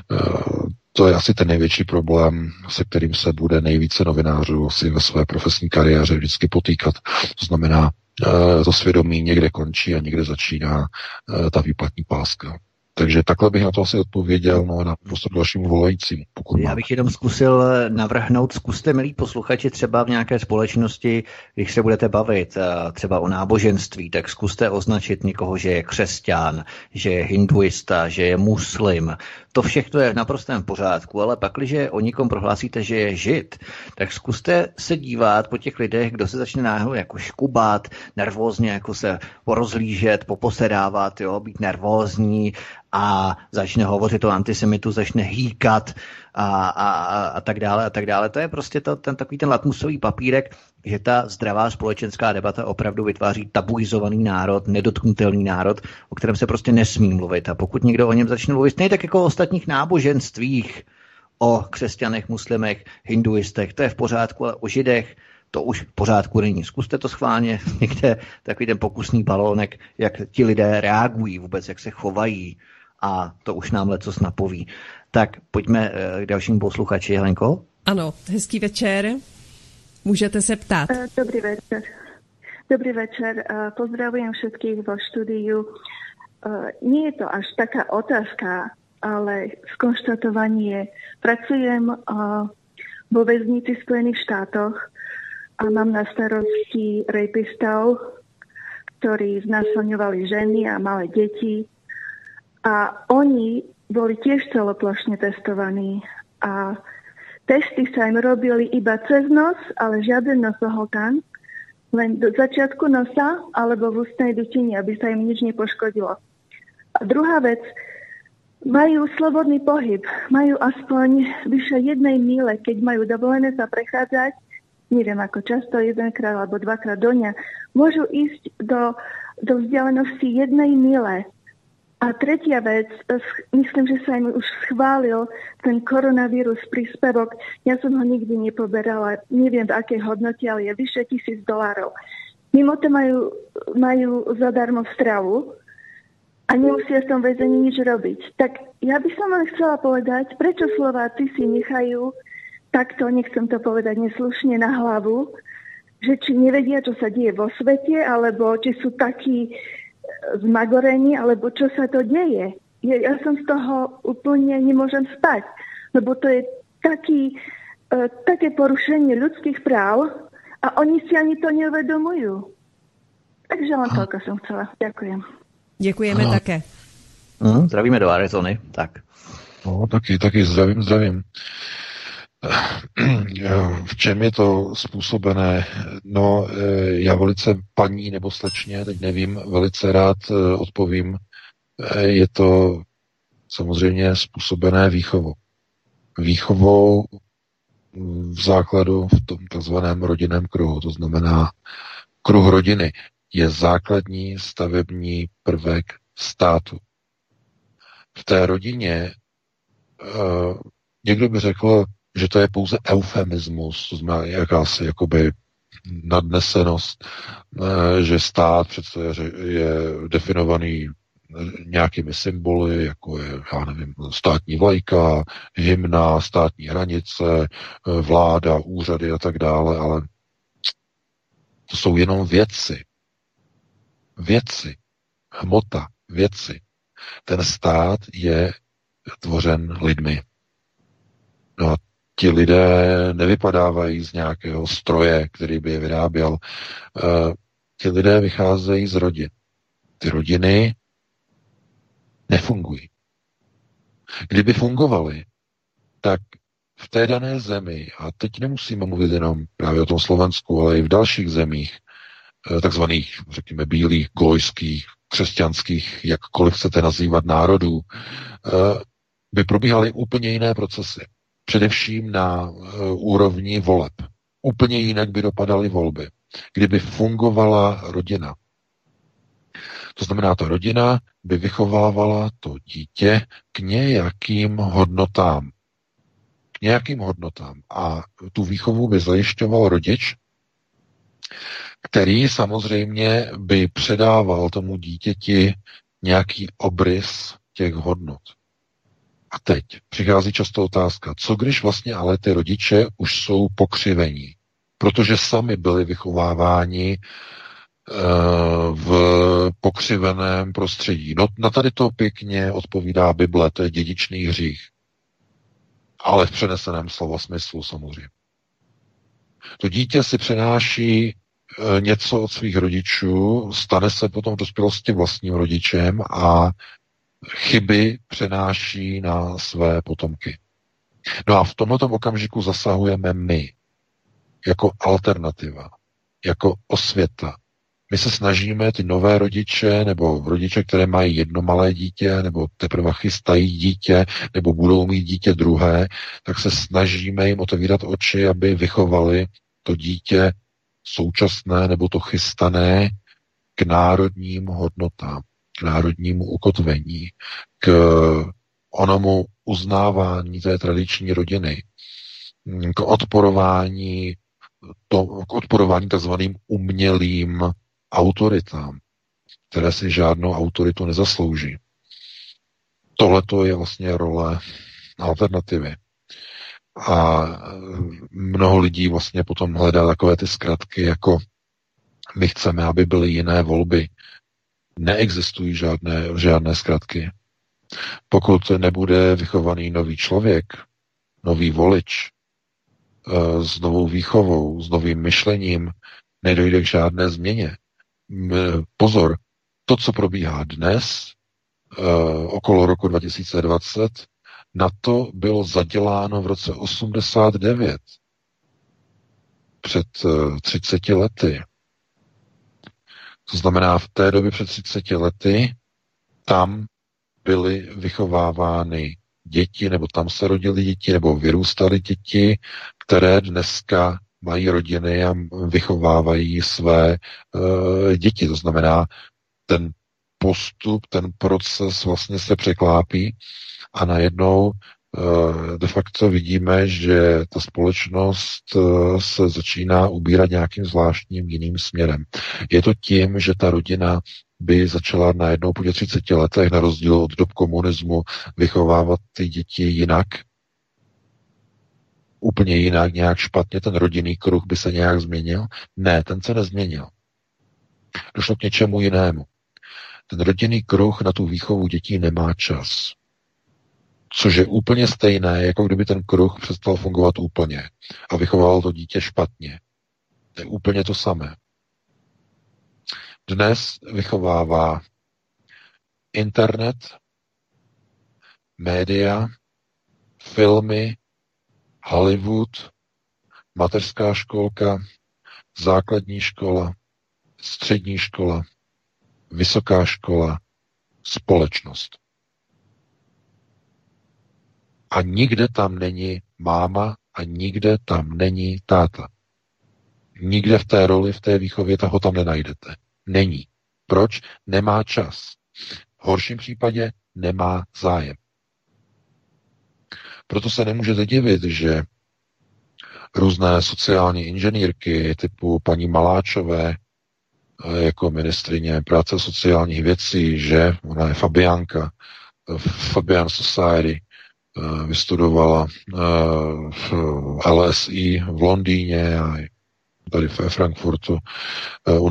to je asi ten největší problém, se kterým se bude nejvíce novinářů asi ve své profesní kariéře vždycky potýkat. To znamená, to svědomí někde končí a někde začíná ta výplatní páska. Takže takhle bych na to asi odpověděl, no, na prostor dalšímu volajícímu. Já bych jenom zkusil navrhnout, zkuste, milí posluchači, třeba v nějaké společnosti, když se budete bavit třeba o náboženství, tak zkuste označit někoho, že je křesťan, že je hinduista, že je muslim. To všechno je v naprostém pořádku, ale pak, když o nikom prohlásíte, že je žid, tak zkuste se dívat po těch lidech, kdo se začne náhodou jako škubat, nervózně jako se porozlížet, poposedávat, jo, být nervózní a začne hovořit o antisemitu, začne hýkat a, a, a tak dále a tak dále. To je prostě to, ten takový ten latmusový papírek, že ta zdravá společenská debata opravdu vytváří tabuizovaný národ, nedotknutelný národ, o kterém se prostě nesmí mluvit. A pokud někdo o něm začne mluvit, ne tak jako o ostatních náboženstvích, o křesťanech, muslimech, hinduistech, to je v pořádku, ale o židech to už v pořádku není. Zkuste to schválně někde takový ten pokusný balónek, jak ti lidé reagují vůbec, jak se chovají a to už nám lecos napoví. Tak pojďme k dalšímu posluchači. Helenko? Ano, hezký večer. Můžete se ptát. Dobrý večer. Dobrý večer. Pozdravujem všetkých vo štúdiu. Nie je to až taká otázka, ale skonštatovanie. Pracujem vo väznici v Spojených štátoch a mám na starosti rapistov, ktorí znásilňovali ženy a malé deti. A oni boli tiež celoplošne testovaní. A testy sa im robili iba cez nos, ale žiaden nosohltán, len do začiatku nosa alebo v ústnej dutine, aby sa im nič nepoškodilo. A druhá vec, majú slobodný pohyb, majú aspoň vyše jednej míle, keď majú dovolené sa prechádzať, neviem ako často, jedenkrát alebo dvakrát do dňa, môžu ísť do, do vzdialenosti jednej míle. A tretia vec, myslím, že sa im už schválil ten koronavírus príspevok. Ja som ho nikdy nepoberala, neviem v akej hodnote, ale je vyše tisíc dolárov. Mimo to majú, majú zadarmo stravu a nemusia v tom väzení nič robiť. Tak ja by som len chcela povedať, prečo Slováci si nechajú takto, nechcem to povedať neslušne, na hlavu, že či nevedia, čo sa deje vo svete, alebo či sú takí zmagorení, alebo čo sa to deje. Ja, ja som z toho úplne nemôžem spať, lebo to je taký, uh, také porušenie ľudských práv a oni si ani to neuvedomujú. Takže len toľko som chcela. Ďakujem. Děkujeme no. také. Mm, zdravíme do Arizony. Tak. No, taky, taky zdravím, zdravím. V čem je to způsobené? No, já velice paní nebo slečně, teď nevím, velice rád odpovím. Je to samozřejmě způsobené výchovou. Výchovou v základu v tom takzvaném rodinném kruhu. To znamená, kruh rodiny je základní stavební prvek státu. V té rodině uh, někdo by řekl, že to je pouze eufemismus, to znamená jakási jakoby nadnesenost, že stát přece je definovaný nějakými symboly, jako je, já nevím, státní vlajka, hymna, státní hranice, vláda, úřady a tak dále, ale to jsou jenom věci. Věci. Hmota. Věci. Ten stát je tvořen lidmi. No a ti lidé nevypadávají z nějakého stroje, který by je vyráběl. Ti lidé vycházejí z rodin. Ty rodiny nefungují. Kdyby fungovaly, tak v té dané zemi, a teď nemusíme mluvit jenom právě o tom Slovensku, ale i v dalších zemích, takzvaných, řekněme, bílých, gojských, křesťanských, jakkoliv chcete nazývat národů, by probíhaly úplně jiné procesy. Především na úrovni voleb. Úplně jinak by dopadaly volby, kdyby fungovala rodina. To znamená, ta rodina by vychovávala to dítě k nějakým hodnotám. K nějakým hodnotám. A tu výchovu by zajišťoval rodič, který samozřejmě by předával tomu dítěti nějaký obrys těch hodnot. A teď přichází často otázka, co když vlastně ale ty rodiče už jsou pokřivení, protože sami byli vychováváni v pokřiveném prostředí. No, na tady to pěkně odpovídá Bible, to je dědičný hřích. Ale v přeneseném slova smyslu samozřejmě. To dítě si přenáší něco od svých rodičů, stane se potom v dospělosti vlastním rodičem a chyby přenáší na své potomky. No a v tomto okamžiku zasahujeme my, jako alternativa, jako osvěta. My se snažíme ty nové rodiče, nebo rodiče, které mají jedno malé dítě, nebo teprve chystají dítě, nebo budou mít dítě druhé, tak se snažíme jim otevírat oči, aby vychovali to dítě současné, nebo to chystané k národním hodnotám, k národnímu ukotvení, k onomu uznávání té tradiční rodiny, k odporování, to, k odporování takzvaným umělým autoritám, které si žádnou autoritu nezaslouží. Tohle to je vlastně role alternativy. A mnoho lidí vlastně potom hledá takové ty zkratky, jako my chceme, aby byly jiné volby. Neexistují žádné, žádné zkratky. Pokud nebude vychovaný nový člověk, nový volič, s novou výchovou, s novým myšlením, nedojde k žádné změně. Pozor, to, co probíhá dnes, okolo roku dva tisíce dvacet, na to bylo zaděláno v roce osmdesát devět, před třiceti lety. To znamená, v té době před třiceti lety tam byly vychovávány děti, nebo tam se rodily děti, nebo vyrůstaly děti, které dneska mají rodiny a vychovávají své uh, děti. To znamená, ten postup, ten proces vlastně se překlápí a najednou uh, de facto vidíme, že ta společnost uh, se začíná ubírat nějakým zvláštním jiným směrem. Je to tím, že ta rodina by začala najednou po těch třiceti letech, na rozdíl od dob komunismu, vychovávat ty děti jinak, úplně jinak, nějak špatně, ten rodinný kruh by se nějak změnil? Ne, ten se nezměnil. Došlo k něčemu jinému. Ten rodinný kruh na tu výchovu dětí nemá čas. Což je úplně stejné, jako kdyby ten kruh přestal fungovat úplně a vychovával to dítě špatně. To je úplně to samé. Dnes vychovává internet, média, filmy, Hollywood, mateřská školka, základní škola, střední škola, vysoká škola, společnost. A nikde tam není máma a nikde tam není táta. Nikde v té roli, v té výchově toho tam nenajdete. Není. Proč? Nemá čas. V horším případě nemá zájem. Proto se nemůžete divit, že různé sociální inženýrky typu paní Maláčové jako ministryně práce sociálních věcí, že ona je Fabiánka, Fabian Society, vystudovala v L S I v Londýně a tady ve Frankfurtu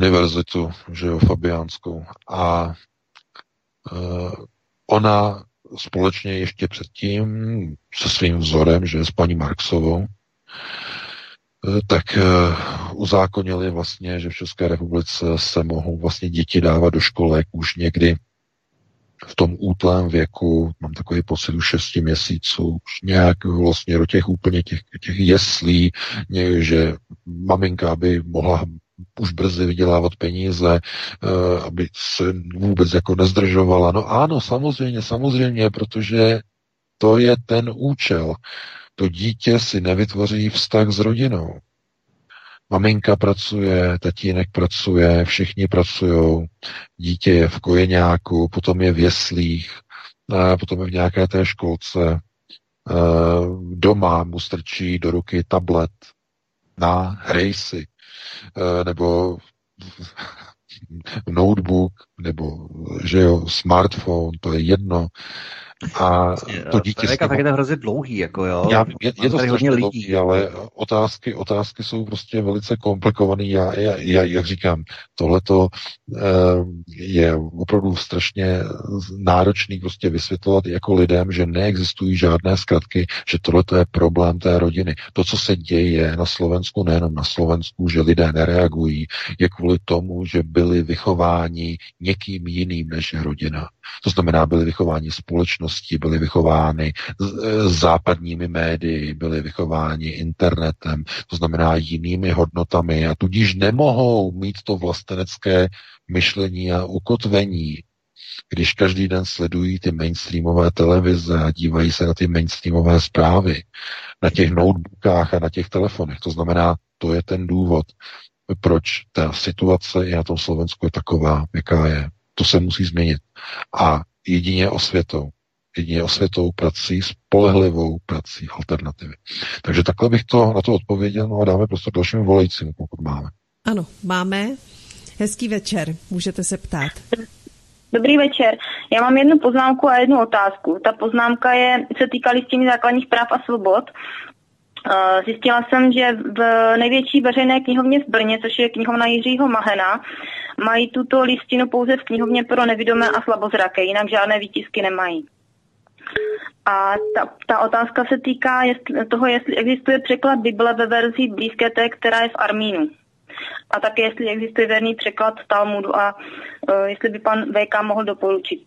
univerzitu, že jo, Fabiánskou. A ona společně ještě předtím se svým vzorem, že s paní Marksovou, tak uzákonili vlastně, že v České republice se mohou vlastně děti dávat do školek už někdy v tom útlém věku, mám takový pocit už šesti měsíců, už nějak vlastně do těch úplně těch, těch jeslí, že maminka by mohla už brzy vydělávat peníze, aby se vůbec jako nezdržovala. No ano, samozřejmě, samozřejmě, protože to je ten účel. To dítě si nevytvoří vztah s rodinou. Maminka pracuje, tatínek pracuje, všichni pracují, dítě je v kojeňáku, potom je v jeslích, potom je v nějaké té školce, doma mu strčí do ruky tablet na hrej si, nebo notebook, nebo že jo, smartphone, to je jedno. A to dítě... To je taky hrozně dlouhý, jako jo. Já, je, je to strašně dlouhý, ale otázky, otázky jsou prostě velice komplikované. Já, já, já, jak říkám, tohleto eh, je opravdu strašně náročný prostě vysvětlovat jako lidem, že neexistují žádné zkratky, že tohleto je problém té rodiny. To, co se děje na Slovensku, nejenom na Slovensku, že lidé nereagují, je kvůli tomu, že byli vychováni někým jiným než rodina. To znamená, byli vychováni společnosti, byli vychováni západními médii, byli vychováni internetem, to znamená jinými hodnotami a tudíž nemohou mít to vlastenecké myšlení a ukotvení, když každý den sledují ty mainstreamové televize a dívají se na ty mainstreamové zprávy na těch notebookách a na těch telefonech. To znamená, to je ten důvod, proč ta situace i na tom Slovensku je taková, jaká je. To se musí změnit. A jedině osvětou. Jedině osvětou prací, spolehlivou prací alternativy. Takže takhle bych to na to odpověděl, no a dáme prostě dalším volajícím, pokud máme. Ano, máme. Hezký večer, můžete se ptát. Dobrý večer. Já mám jednu poznámku a jednu otázku. Ta poznámka je, se týká Listiny základních práv a svobod. Zjistila jsem, že v největší veřejné knihovně v Brně, což je knihovna Jiřího Mahena, mají tuto listinu pouze v knihovně pro nevidomé a slabozraké, jinak žádné výtisky nemají. A ta, ta otázka se týká jestli, toho, jestli existuje překlad Bible ve verzi blízké té, která je v Armínu. A také, jestli existuje verný překlad Talmudu a uh, jestli by pan V K mohl doporučit.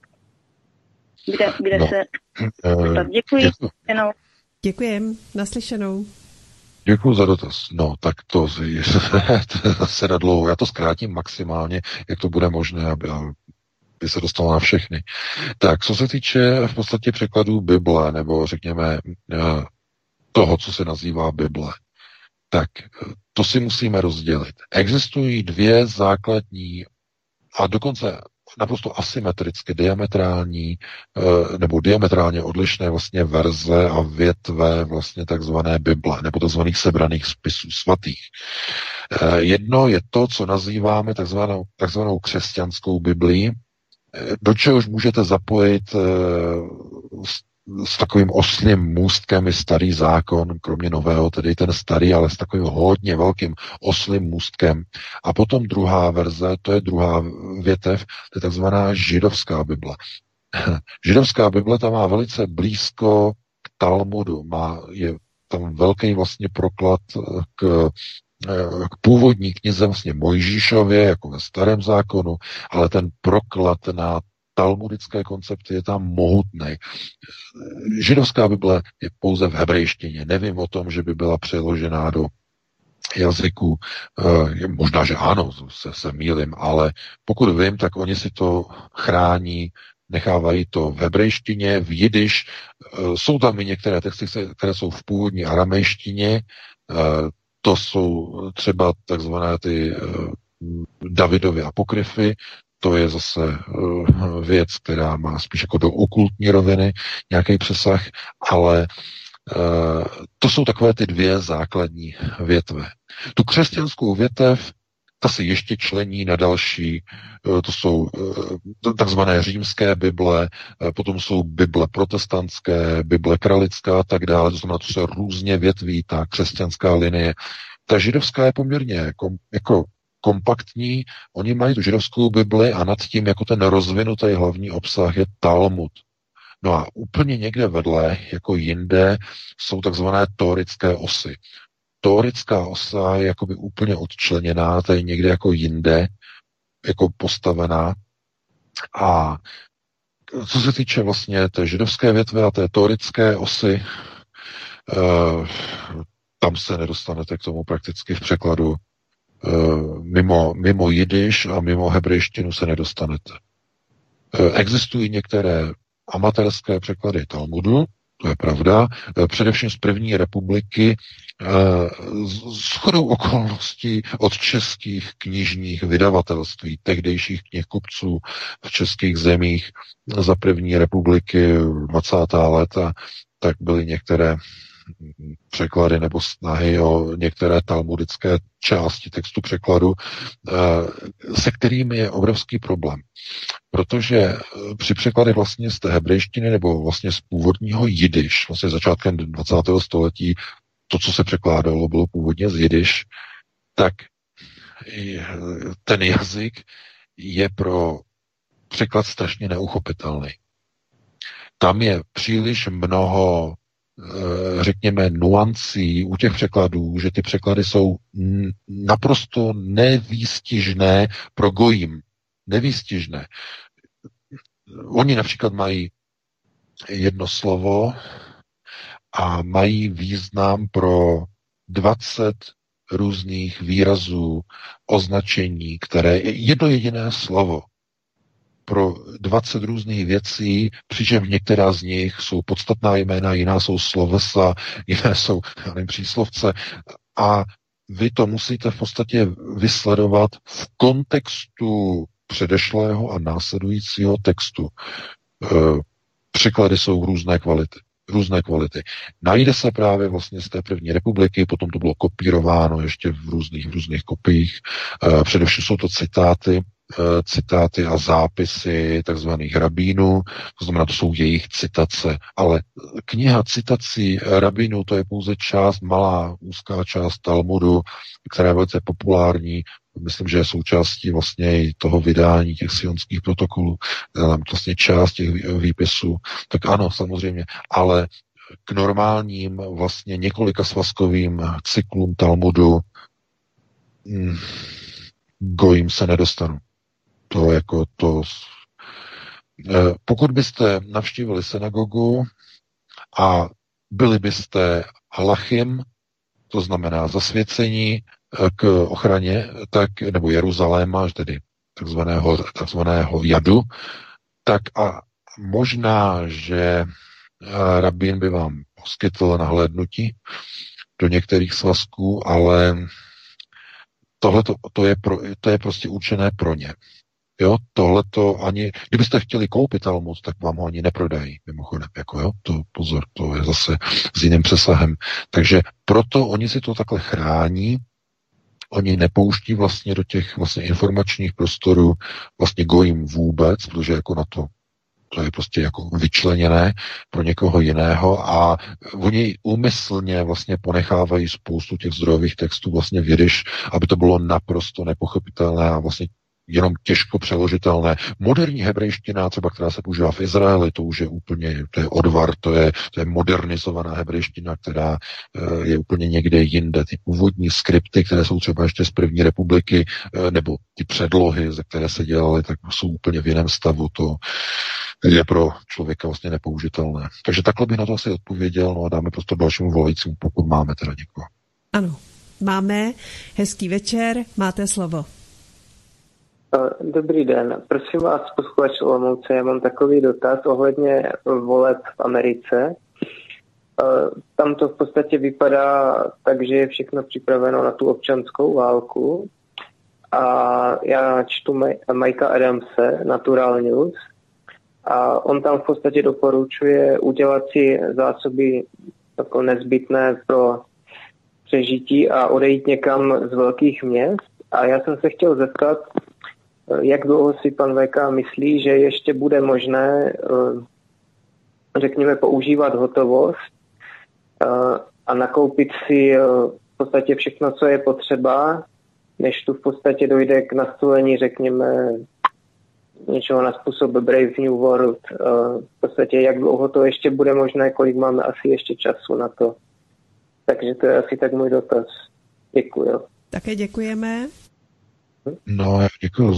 Kde, kde no. se... Uh, Děkuji. Děkuji. Děkujem. Naslyšenou. Děkuji za dotaz. No, tak to je zase na dlouho. Já to zkrátím maximálně, jak to bude možné, aby, aby se dostalo na všechny. Tak, co se týče v podstatě překladů Bible, nebo řekněme toho, co se nazývá Bible, tak to si musíme rozdělit. Existují dvě základní a dokonce naprosto asymetricky diametrální nebo diametrálně odlišné vlastně verze a větve vlastně takzvané Bible nebo takzvaných sebraných spisů svatých. Jedno je to, co nazýváme takzvanou, takzvanou křesťanskou Biblii, do čehož můžete zapojit s takovým oslým můstkem i starý zákon, kromě nového, tedy ten starý, ale s takovým hodně velkým oslým můstkem. A potom druhá verze, to je druhá větev, to je takzvaná židovská Bible. Židovská Bible ta má velice blízko k Talmudu, má, je tam velký vlastně proklad k, k původní knize vlastně Mojžíšově, jako ve starém zákonu, ale ten proklad na talmudické koncepty je tam mohutný. Židovská Bible je pouze v hebrejštině. Nevím o tom, že by byla přeložená do jazyku. Možná, že ano, se, se mýlim, ale pokud vím, tak oni si to chrání, nechávají to v hebrejštině, v jidiš. Jsou tam i některé texty, které jsou v původní aramejštině. To jsou třeba takzvané ty Davidovy apokryfy. To je zase uh, věc, která má spíš jako do okultní roviny nějaký přesah, ale uh, to jsou takové ty dvě základní větve. Tu křesťanskou větev, ta se ještě člení na další, uh, to jsou uh, takzvané římské Bible, uh, potom jsou Bible protestantské, Bible kralická a tak dále, to znamená, to se různě větví ta křesťanská linie. Ta židovská je poměrně kom, jako kompaktní, oni mají tu židovskou Bibli a nad tím jako ten rozvinutý hlavní obsah je Talmud. No a úplně někde vedle, jako jinde, jsou takzvané tórické osy. Tórická osa je jakoby úplně odčleněná, to je někde jako jinde, jako postavená. A co se týče vlastně té židovské větve a té tórické osy, eh, tam se nedostanete k tomu prakticky v překladu. Eh, mimo, mimo jidiš a mimo hebrejštinu se nedostanete. Eh, existují některé amatérské překlady Talmudu, to je pravda, eh, především z první republiky, s chodou okolností od českých knižních vydavatelství, tehdejších knihkupců v českých zemích za první republiky dvacátá léta, tak byly některé překlady nebo snahy o některé talmudické části textu překladu, se kterými je obrovský problém. Protože při překlady vlastně z té hebrejštiny nebo vlastně z původního jidiš, vlastně začátkem dvacátého století, to, co se překládalo, bylo původně z jidiš, tak ten jazyk je pro překlad strašně neuchopitelný. Tam je příliš mnoho, řekněme, nuancí u těch překladů, že ty překlady jsou naprosto nevýstižné pro gojím. Nevýstižné. Oni například mají jedno slovo a mají význam pro dvacet různých výrazů, označení, které je jedno jediné slovo pro dvacet různých věcí, přičemž některá z nich jsou podstatná jména, jiná jsou slovesa, jiné jsou nevím, příslovce a vy to musíte v podstatě vysledovat v kontextu předešlého a následujícího textu. Překlady jsou různé kvality. Různé kvality. Najde se právě vlastně z té první republiky, potom to bylo kopírováno ještě v různých, v různých kopiích. E, především jsou to citáty, e, citáty a zápisy takzvaných rabínů, to znamená, to jsou jejich citace, ale kniha citací rabínů, to je pouze část, malá, úzká část Talmudu, která je velice populární. Myslím, že je součástí vlastně i toho vydání těch sionských protokolů, vlastně část těch výpisů, tak ano, samozřejmě, ale k normálním vlastně několika svazkovým cyklům Talmudu hm, gojím se nedostanu. To jako to... Pokud byste navštívili synagogu a byli byste halachim, to znamená zasvěcení k ochraně, tak, nebo Jeruzaléma, tedy takzvaného, takzvaného jadu, tak a možná, že rabín by vám poskytl nahlédnutí do některých svazků, ale tohle to je, pro, to je prostě určené pro ně. Jo, tohleto ani, kdybyste chtěli koupit Talmud, tak vám ho ani neprodají, mimochodem, jako jo, to pozor, to je zase s jiným přesahem. Takže proto oni si to takhle chrání, oni nepouští vlastně do těch vlastně informačních prostorů vlastně gojím vůbec, protože jako na to to je prostě jako vyčleněné pro někoho jiného a oni úmyslně vlastně ponechávají spoustu těch zdrojových textů vlastně v jidiš, aby to bylo naprosto nepochopitelné a vlastně jenom těžko přeložitelné. Moderní hebrejština, třeba která se používá v Izraeli, to už je úplně, to je odvar, to je, to je modernizovaná hebrejština, která e, je úplně někde jinde. Ty původní skripty, které jsou třeba ještě z první republiky, e, nebo ty předlohy, ze které se dělaly, tak jsou úplně v jiném stavu. To je pro člověka vlastně nepoužitelné. Takže takhle bych na to asi odpověděl, no a dáme prostor dalšímu volajícímu, pokud máme teda někoho. Ano, máme. Hezký večer, máte slovo. Dobrý den. Prosím vás, posluchač Olomouce, já mám takový dotaz ohledně voleb v Americe. Tam to v podstatě vypadá tak, že je všechno připraveno na tu občanskou válku. A já čtu Mikea Adamse, Natural News, a on tam v podstatě doporučuje udělat si zásoby jako nezbytné pro přežití a odejít někam z velkých měst. A já jsem se chtěl zeptat, jak dlouho si pan V K myslí, že ještě bude možné, řekněme, používat hotovost a nakoupit si v podstatě všechno, co je potřeba, než tu v podstatě dojde k nastolení, řekněme, něčeho na způsob Brave New World. V podstatě, jak dlouho to ještě bude možné, kolik máme asi ještě času na to. Takže to je asi tak můj dotaz. Děkuji. Také děkujeme. No, děkuji.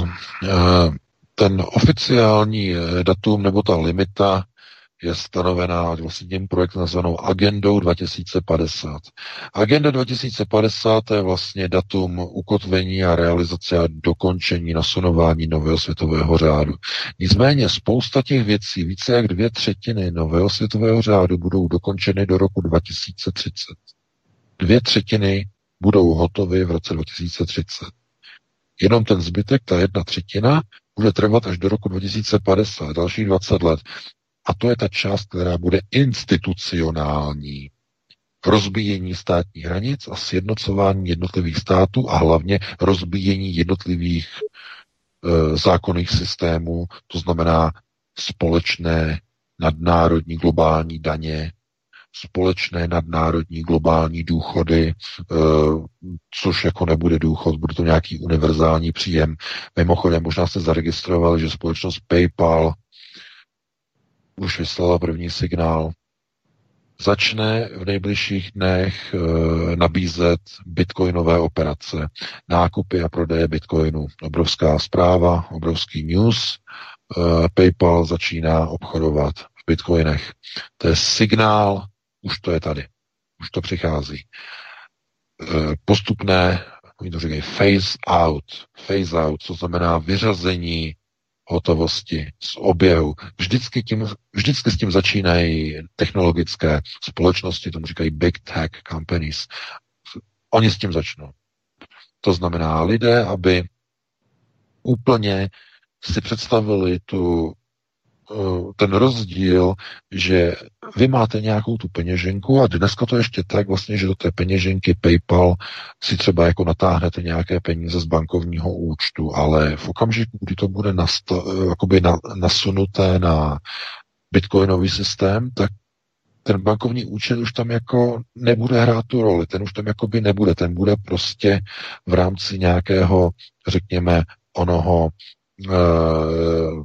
Ten oficiální datum nebo ta limita je stanovená vlastně tím projektem nazvanou Agendou dva tisíce padesát. Agenda dva tisíce padesát je vlastně datum ukotvení a realizace a dokončení nasunování nového světového řádu. Nicméně spousta těch věcí, více jak dvě třetiny nového světového řádu budou dokončeny do roku dva tisíce třicet. Dvě třetiny budou hotovy v roce dva tisíce třicet. Jenom ten zbytek, ta jedna třetina, bude trvat až do roku dva tisíce padesát, dalších dvacet let. A to je ta část, která bude institucionální. Rozbíjení státních hranic a sjednocování jednotlivých států a hlavně rozbíjení jednotlivých e, zákonných systémů, to znamená společné nadnárodní globální daně, společné nadnárodní globální důchody, e, což jako nebude důchod, bude to nějaký univerzální příjem. Mimochodem, možná jste zaregistrovali, že společnost PayPal už vyslala první signál. Začne v nejbližších dnech e, nabízet bitcoinové operace, nákupy a prodeje bitcoinu. Obrovská zpráva, obrovský news. E, PayPal začíná obchodovat v bitcoinech. To je signál, už to je tady. Už to přichází. E, postupné, oni to říkají, phase out. Phase out, co znamená vyřazení hotovosti, z oběhu. Vždycky, tím, vždycky s tím začínají technologické společnosti, tomu říkají big tech companies. Oni s tím začnou. To znamená lidé, aby úplně si představili tu, ten rozdíl, že vy máte nějakou tu peněženku a dneska to ještě tak vlastně, že do té peněženky PayPal si třeba jako natáhnete nějaké peníze z bankovního účtu, ale v okamžiku, kdy to bude nasto, jakoby na, nasunuté na bitcoinový systém, tak ten bankovní účet už tam jako nebude hrát tu roli, ten už tam jakoby nebude, ten bude prostě v rámci nějakého, řekněme, onoho uh,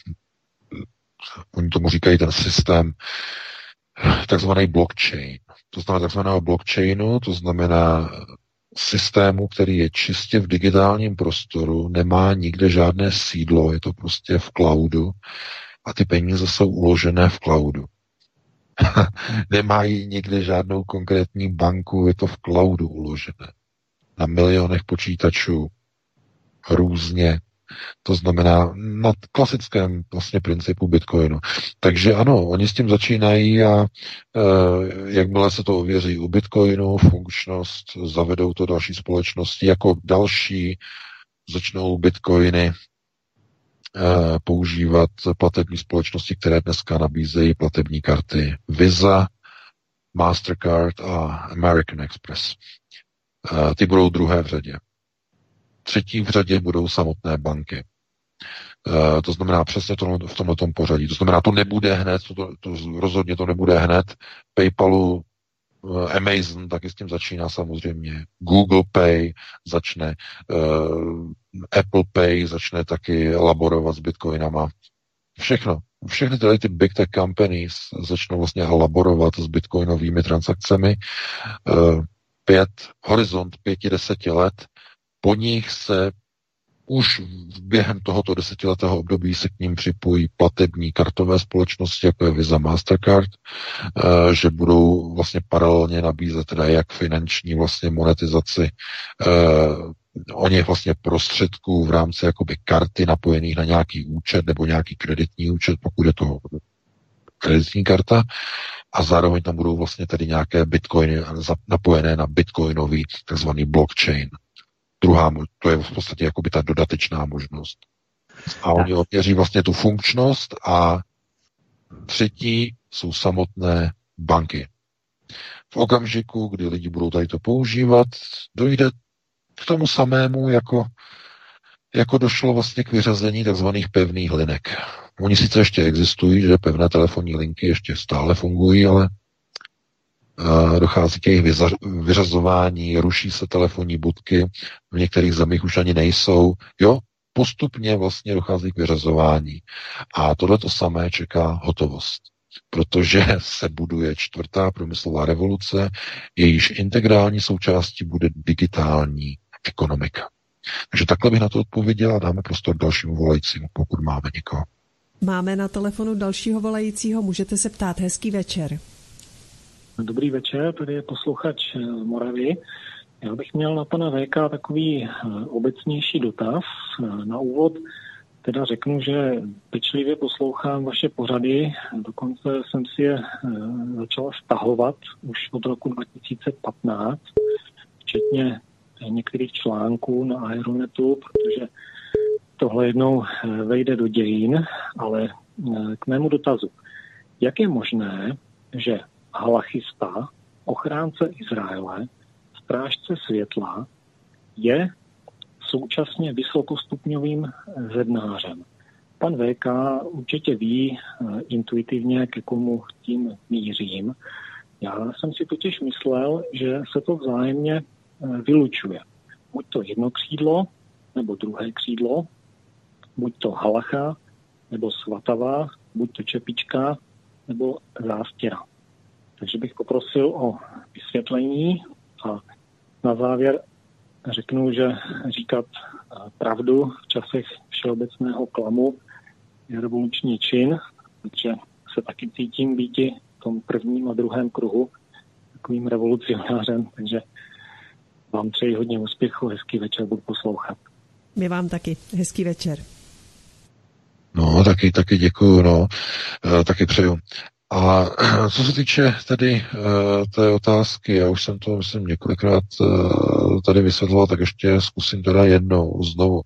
oni tomu říkají ten systém takzvaný blockchain. To znamená takzvaného blockchainu, to znamená systému, který je čistě v digitálním prostoru, nemá nikde žádné sídlo, je to prostě v cloudu a ty peníze jsou uložené v cloudu. Nemají nikde žádnou konkrétní banku, je to v cloudu uložené. Na milionech počítačů různě. To znamená na klasickém vlastně principu Bitcoinu. Takže ano, oni s tím začínají a e, jakmile se to ověří u Bitcoinu, funkčnost, zavedou to další společnosti, jako další začnou Bitcoiny e, používat platební společnosti, které dneska nabízejí platební karty Visa, Mastercard a American Express. E, ty budou druhé v řadě. Třetí v řadě budou samotné banky. E, to znamená přesně to, v tomto pořadí. To znamená, to nebude hned, to, to, rozhodně to nebude hned. PayPalu, e, Amazon taky s tím začíná samozřejmě. Google Pay začne, e, Apple Pay začne taky laborovat s bitcoinama. Všechno. Všechny tyhle ty big tech companies začnou vlastně laborovat s bitcoinovými transakcemi. E, pět, horizont pěti, deseti let. Po nich se už během tohoto desetiletého období se k ním připojí platební kartové společnosti, jako je Visa, Mastercard, že budou vlastně paralelně nabízet teda jak finanční vlastně monetizaci o něch vlastně prostředků v rámci jakoby karty napojených na nějaký účet nebo nějaký kreditní účet, pokud je to kreditní karta, a zároveň tam budou vlastně tedy nějaké bitcoiny napojené na bitcoinový takzvaný blockchain. Druhá, to je v podstatě jakoby ta dodatečná možnost. A oni ověří vlastně tu funkčnost a třetí jsou samotné banky. V okamžiku, kdy lidi budou tady to používat, dojde k tomu samému, jako, jako došlo vlastně k vyřazení takzvaných pevných linek. Oni sice ještě existují, že pevné telefonní linky ještě stále fungují, ale dochází k jejich vyřazování, ruší se telefonní budky, v některých zemích už ani nejsou. Jo, postupně vlastně dochází k vyřazování. A tohleto samé čeká hotovost. Protože se buduje čtvrtá průmyslová revoluce, jejíž integrální součástí bude digitální ekonomika. Takže takhle bych na to odpověděl a dáme prostor dalšímu volajícímu, pokud máme někoho. Máme na telefonu dalšího volajícího, můžete se ptát. Hezký večer. Dobrý večer, tady je posluchač z Moravy. Já bych měl na pana V K takový obecnější dotaz. Na úvod teda řeknu, že pečlivě poslouchám vaše pořady, dokonce jsem si je začal stahovat už od roku dva tisíce patnáct, včetně některých článků na Aeronetu, protože tohle jednou vejde do dějin, ale k mému dotazu. Jak je možné, že halachista, ochránce Izraele, strážce světla, je současně vysokostupňovým zednářem? Pan V K určitě ví intuitivně, ke komu tím mířím. Já jsem si totiž myslel, že se to vzájemně vylučuje. Buď to jedno křídlo, nebo druhé křídlo, buď to halacha, nebo svatava, buď to čepička, nebo zástěra. Takže bych poprosil o vysvětlení a na závěr řeknu, že říkat pravdu v časech všeobecného klamu je revoluční čin, protože se taky cítím býti v tom prvním a druhém kruhu takovým revolucionářem, takže vám přeji hodně úspěchu, hezký večer, budu poslouchat. My vám taky, hezký večer. No, taky, taky děkuju, no, e, taky přeju. A co se týče tedy uh, té otázky, já už jsem to, myslím, několikrát uh, tady vysvětloval, tak ještě zkusím teda jednou znovu.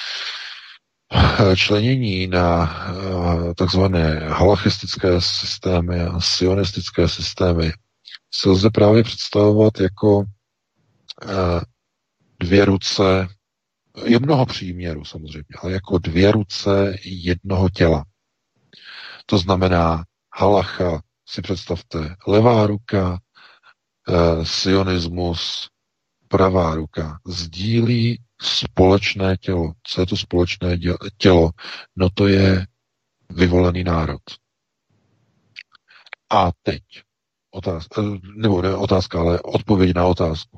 Členění na uh, takzvané halachistické systémy a sionistické systémy se lze právě představovat jako uh, dvě ruce, je mnoho příměrů samozřejmě, ale jako dvě ruce jednoho těla. To znamená, halacha, si představte, levá ruka, e, sionismus, pravá ruka, sdílí společné tělo. Co je to společné tělo? No to je vyvolený národ. A teď otázka, nebo ne otázka, ale odpověď na otázku.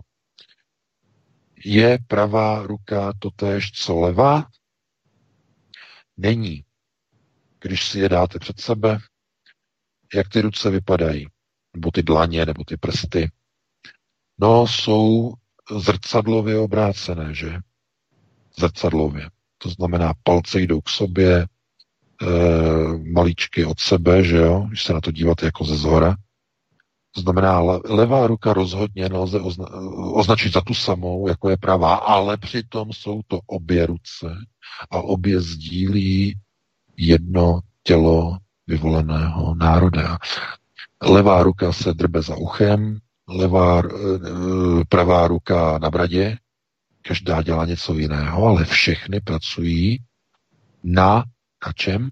Je pravá ruka totéž co levá? Není. Když si je dáte před sebe, jak ty ruce vypadají, nebo ty dlaně, nebo ty prsty. No, jsou zrcadlově obrácené, že? Zrcadlově. To znamená, palce jdou k sobě, e, malíčky od sebe, že jo? Když se na to díváte jako ze zhora. To znamená, levá ruka rozhodně nelze ozna- označit za tu samou, jako je pravá, ale přitom jsou to obě ruce a obě sdílí jedno tělo vyvoleného národa. Levá ruka se drbe za uchem, levá, pravá ruka na bradě, každá dělá něco jiného, ale všechny pracují na, na čem?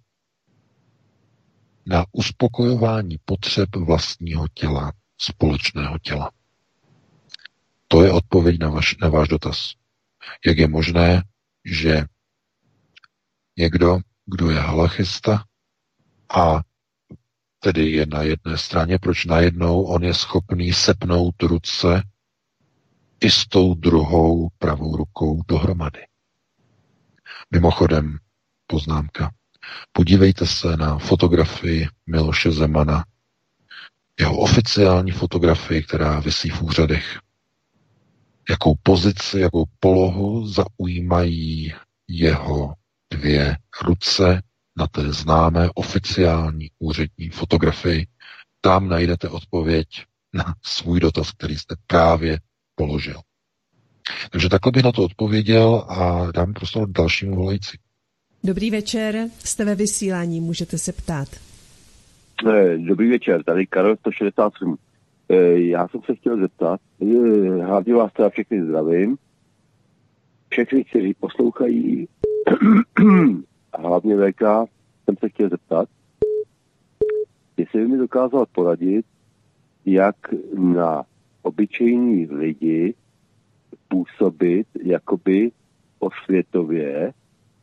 Na uspokojování potřeb vlastního těla, společného těla. To je odpověď na, vaš, na váš dotaz. Jak je možné, že někdo, kdo je halachista, a tedy je na jedné straně, proč najednou on je schopný sepnout ruce i s tou druhou pravou rukou dohromady. Mimochodem, poznámka. Podívejte se na fotografii Miloše Zemana, jeho oficiální fotografii, která visí v úřadech. Jakou pozici, jakou polohu zaujímají jeho dvě ruce na té známé oficiální úřední fotografii. Tam najdete odpověď na svůj dotaz, který jste právě položil. Takže takhle bych na to odpověděl a dám prostor dalšímu volající. Dobrý večer, jste ve vysílání, můžete se ptát. Dobrý večer, tady Karel sto šedesát sedm. Já jsem se chtěl zeptat, hlavně vás teda všechny zdravím, všechny, kteří poslouchají, a hlavně V K, jsem se chtěl zeptat, jestli by mi dokázal poradit, jak na obyčejní lidi působit jakoby osvětově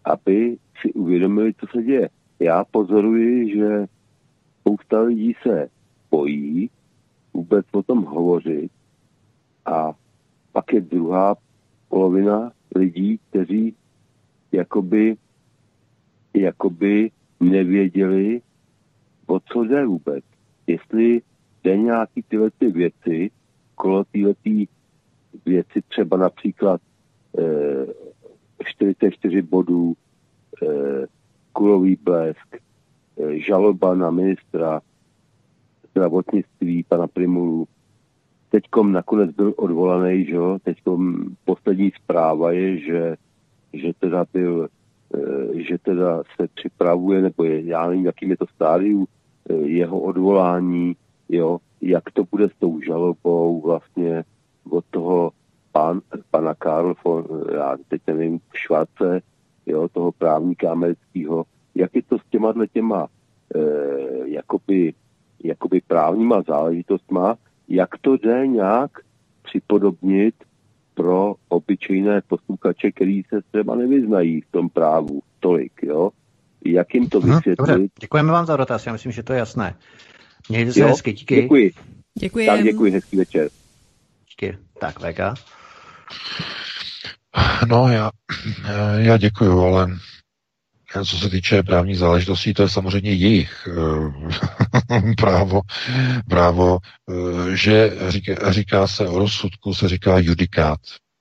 aby si uvědomili, co se děje. Já pozoruji, že spousta lidí se bojí vůbec o tom hovořit a pak je druhá polovina lidí, kteří jakoby, jakoby nevěděli, o co jde vůbec. Jestli jde nějaký tyhle ty věci, kolo tyhle ty věci, třeba například eh, čtyřicet čtyři bodů, eh, kulový blesk, eh, žaloba na ministra zdravotnictví, pana Prymulu. Teďkom nakonec byl odvolaný, že jo? Teďkom poslední zpráva je, že, že teda byl, eh, že teda se připravuje, nebo je, já nevím, jakým je to stádiu, eh, jeho odvolání, jo? Jak to bude s tou žalobou vlastně od toho pan, pana Karl von, já teď nevím, Schwarze, jo, toho právníka amerického, jak je to s těma těma e, jakoby, jakoby právníma záležitostma, jak to jde nějak připodobnit pro obyčejné posluchače, který se třeba nevyznají v tom právu tolik, jo? Jak jim to vysvětlit? Dobře, děkujeme vám za dotaz, já myslím, že to je jasné. Mějte se hezky, díky. Děkuji. Děkuji. Tak děkuji, hezký večer. Díky. Tak, V K. No, já, já děkuju, ale co se týče právních záležitostí, to je samozřejmě jejich právo, právo, že říká, říká se o rozsudku, se říká judikát.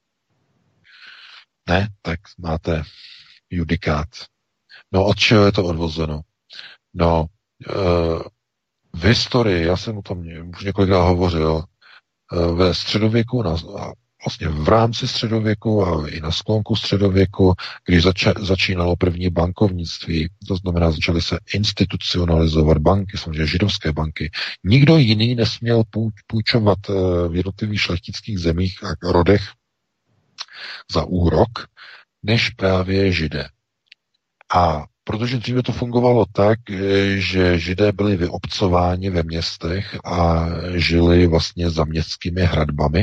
Ne? Tak máte judikát. No, od čeho je to odvozeno? No, v historii, já jsem o tom už několikrát hovořil, ve středověku, na, vlastně v rámci středověku a i na sklonku středověku, když zača, začínalo první bankovnictví, to znamená, začaly se institucionalizovat banky, samozřejmě židovské banky, nikdo jiný nesměl půjčovat v jednotlivých šlechtických zemích a rodech za úrok, než právě Židé. A protože dříve to fungovalo tak, že Židé byli vyobcováni ve městech a žili vlastně za městskými hradbami.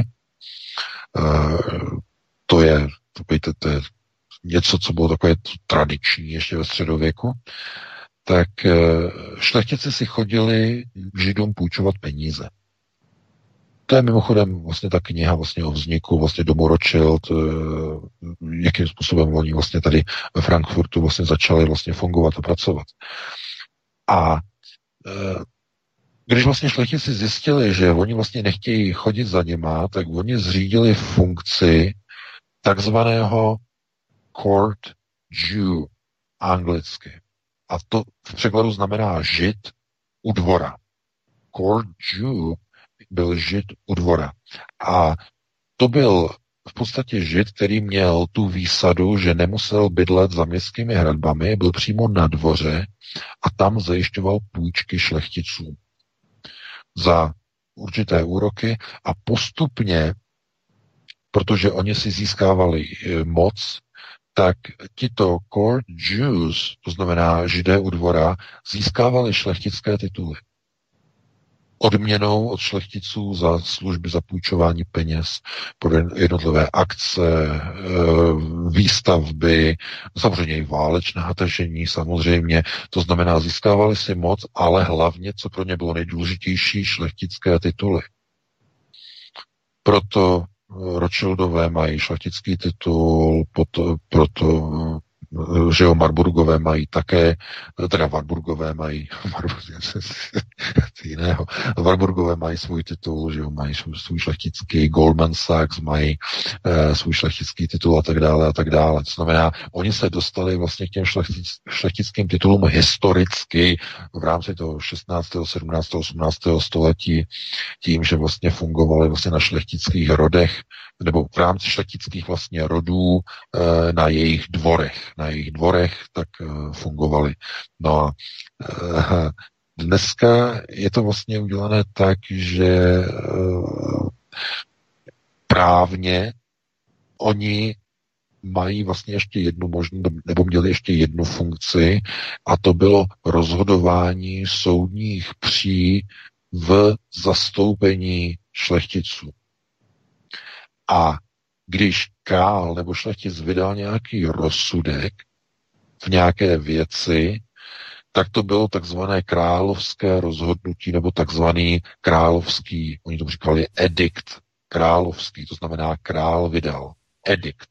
To je, to, to je něco, co bylo takové tradiční ještě ve středověku. Tak šlechtici si chodili k Židům půjčovat peníze. To je mimochodem vlastně ta kniha vlastně o vzniku vlastně domu Rothschild, jakým způsobem oni vlastně tady ve Frankfurtu vlastně začali vlastně fungovat a pracovat. A když vlastně šlechtici zjistili, že oni vlastně nechtějí chodit za nima, tak oni zřídili funkci takzvaného court Jew anglicky. A to v překladu znamená žid u dvora. Court Jew byl žid u dvora. A to byl v podstatě žid, který měl tu výsadu, že nemusel bydlet za městskými hradbami, byl přímo na dvoře a tam zajišťoval půjčky šlechticů za určité úroky a postupně, protože oni si získávali moc, tak tito court Jews, to znamená židé u dvora, získávali šlechtické tituly. Odměnou od šlechticů za služby za půjčování peněz pro jednotlivé akce, výstavby, samozřejmě i válečná tažení, samozřejmě. To znamená, získávali si moc, ale hlavně, co pro ně bylo nejdůležitější, šlechtické tituly. Proto Rothschildové mají šlechtický titul, proto, proto že jo, Marburgové mají také, teda Warburgové mají, jiného, Warburgové mají svůj titul, že jo, mají svůj šlechtický, Goldman Sachs mají eh, svůj šlechtický titul a tak dále a tak dále. To znamená, oni se dostali vlastně k těm šlechtic, šlechtickým titulům historicky v rámci toho šestnáctého, sedmnáctého, osmnáctého století tím, že vlastně fungovali vlastně na šlechtických rodech nebo v rámci šlechtických vlastně rodů e, na jejich dvorech. Na jejich dvorech tak e, fungovaly. No a e, dneska je to vlastně udělané tak, že e, právně oni mají vlastně ještě jednu možnost, nebo měli ještě jednu funkci a to bylo rozhodování soudních pří v zastoupení šlechticů. A když král nebo šlechtic vydal nějaký rozsudek, v nějaké věci, tak to bylo takzvané královské rozhodnutí nebo takzvaný královský, oni tomu říkali edikt, královský, to znamená král vydal, edikt.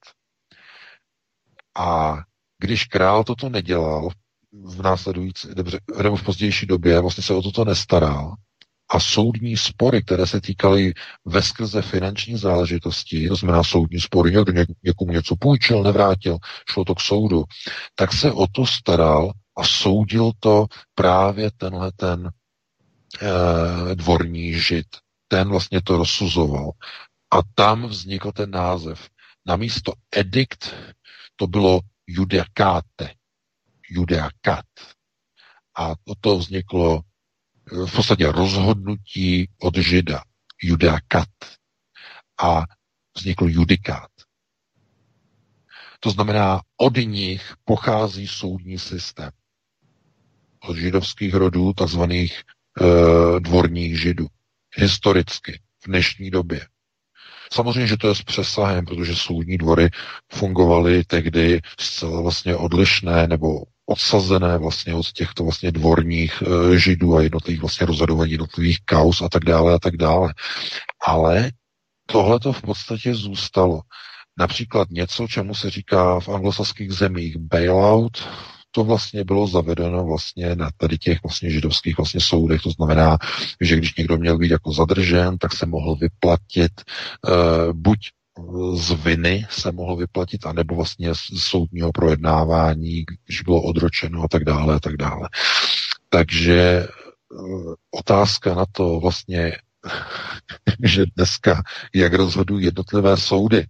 A když král toto nedělal v následující, nebo v pozdější době, vlastně se o toto nestaral, a soudní spory, které se týkaly veskrze finanční záležitosti, to znamená soudní spory, někdo někomu něco půjčil, nevrátil, šlo to k soudu, tak se o to staral a soudil to právě tenhle ten eh, dvorní žid. Ten vlastně to rozsuzoval. A tam vznikl ten název. Namísto edikt to bylo judekáte. Judeakát. A to vzniklo v podstatě rozhodnutí od žida. Judeakat. A vznikl judikát. To znamená, od nich pochází soudní systém. Od židovských rodů, takzvaných e, dvorních židů. Historicky, v dnešní době. Samozřejmě, že to je s přesahem, protože soudní dvory fungovaly tehdy zcela vlastně odlišné nebo odsazené vlastně od těchto vlastně dvorních e, židů a jednotlivých vlastně rozhodování jednotlivých kauz a tak dále a tak dále. Ale tohle to v podstatě zůstalo. Například něco, čemu se říká v anglosaských zemích bailout, to vlastně bylo zavedeno vlastně na tady těch vlastně židovských vlastně soudech. To znamená, že když někdo měl být jako zadržen, tak se mohl vyplatit uh, buď z viny se mohl vyplatit, anebo vlastně z soudního projednávání, když bylo odročeno a tak dále a tak dále. Takže uh, otázka na to vlastně, že dneska, jak rozhodují jednotlivé soudy,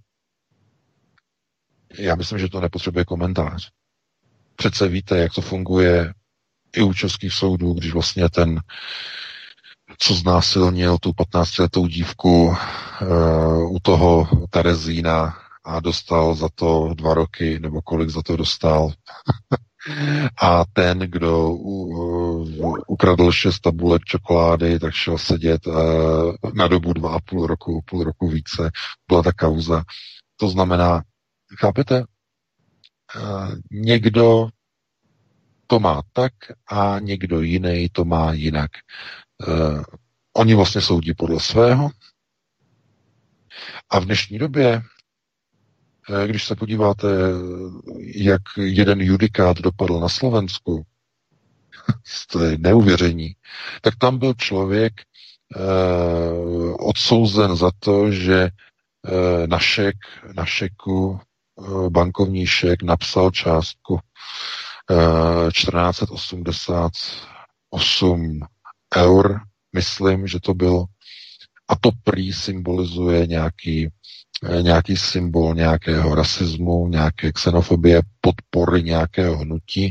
já myslím, že to nepotřebuje komentář. Přece víte, jak to funguje i u českých soudů, když vlastně ten, co znásilnil tu patnáctiletou dívku uh, u toho Terezína a dostal za to dva roky, nebo kolik za to dostal. A ten, kdo uh, ukradl šest tabulek čokolády, tak šel sedět uh, na dobu dva a půl roku, půl roku více. Byla ta kauza. To znamená, chápete? Uh, někdo to má tak a někdo jiný to má jinak. Uh, oni vlastně soudí podle svého. A v dnešní době, uh, když se podíváte, jak jeden judikát dopadl na Slovensku, to je neuvěření, tak tam byl člověk uh, odsouzen za to, že uh, na šek, na šeku bankovní šek napsal částku čtrnáct set osmdesát osm eur, myslím, že to bylo. A to prý symbolizuje nějaký, nějaký symbol nějakého rasismu, nějaké xenofobie, podpory nějakého hnutí.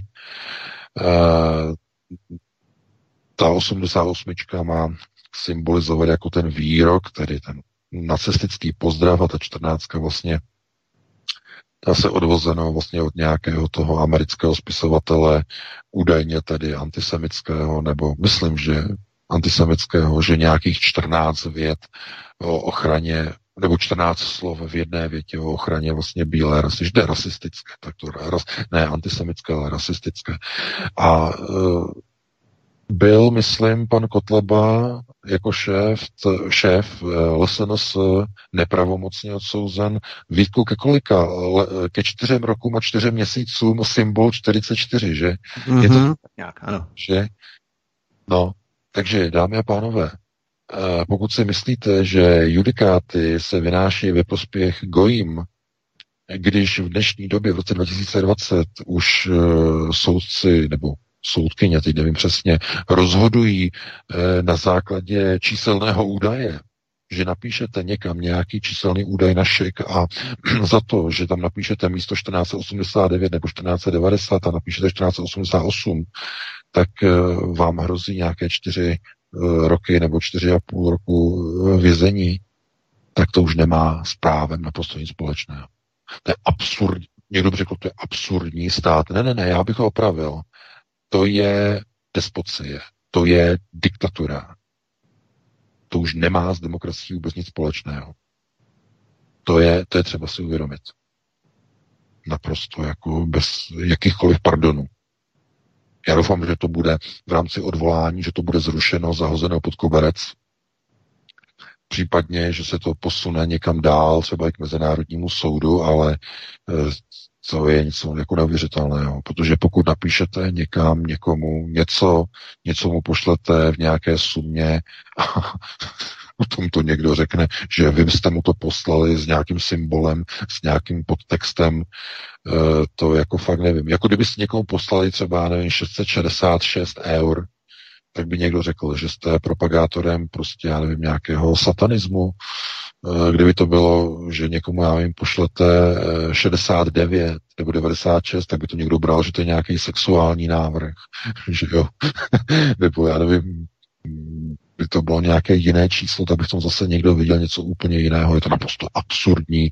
Ta osmdesát osm má symbolizovat jako ten výrok, tedy ten nacistický pozdrav, a ta čtrnáctka vlastně se odvozeno vlastně od nějakého toho amerického spisovatele, údajně tedy antisemického, nebo myslím, že antisemického, že nějakých čtrnáct vět o ochraně, nebo čtrnáct slov v jedné větě o ochraně vlastně bílé rasy, že je rasistické, tak to ras, ne antisemické, ale rasistické. A e, byl, myslím, pan Kotleba jako šéf, t, šéf L S N S nepravomocně odsouzen. Vítku, ke kolika? Le, ke čtyřem rokům a čtyřem měsícům symbol čtyřicet čtyři, že? Mm-hmm. Je to Jak, ano. Že? No, takže, dámy a pánové, pokud si myslíte, že judikáty se vynáší ve prospěch gojím, když v dnešní době, v roce dva tisíce dvacet, už soudci nebo soudkyně, teď nevím přesně, rozhodují na základě číselného údaje, že napíšete někam nějaký číselný údaj na šek a za to, že tam napíšete místo čtrnáct set osmdesát devět nebo čtrnáct set devadesát a napíšete čtrnáct set osmdesát osm, tak vám hrozí nějaké čtyři roky nebo čtyři a půl roku vězení, tak to už nemá s právem naprosto nic společného. To je absurdní. Někdo by řekl, to je absurdní stát. Ne, ne, ne, já bych ho opravil. To je despocie, to je diktatura. To už nemá s demokracií vůbec nic společného. To je, to je třeba si uvědomit. naprosto jako bez jakýchkoliv pardonů. Já doufám, že to bude v rámci odvolání, že to bude zrušeno, zahozeno pod koberec. Případně, že se to posune někam dál, třeba i k Mezinárodnímu soudu, ale to je něco jako neuvěřitelného, protože pokud napíšete někam někomu něco, něco mu pošlete v nějaké sumě a potom to někdo řekne, že vy jste mu to poslali s nějakým symbolem, s nějakým podtextem, to jako fakt nevím. Jako kdybyste někomu poslali třeba, nevím, šest set šedesát šest eur, tak by někdo řekl, že jste propagátorem prostě, já nevím, nějakého satanismu. Kdyby to bylo, že někomu, já nevím, pošlete šedesát devět nebo devadesát šest, tak by to někdo bral, že to je nějaký sexuální návrh, že jo. Nebo já nevím, by to bylo nějaké jiné číslo, tak by v tom zase někdo viděl něco úplně jiného. Je to naprosto absurdní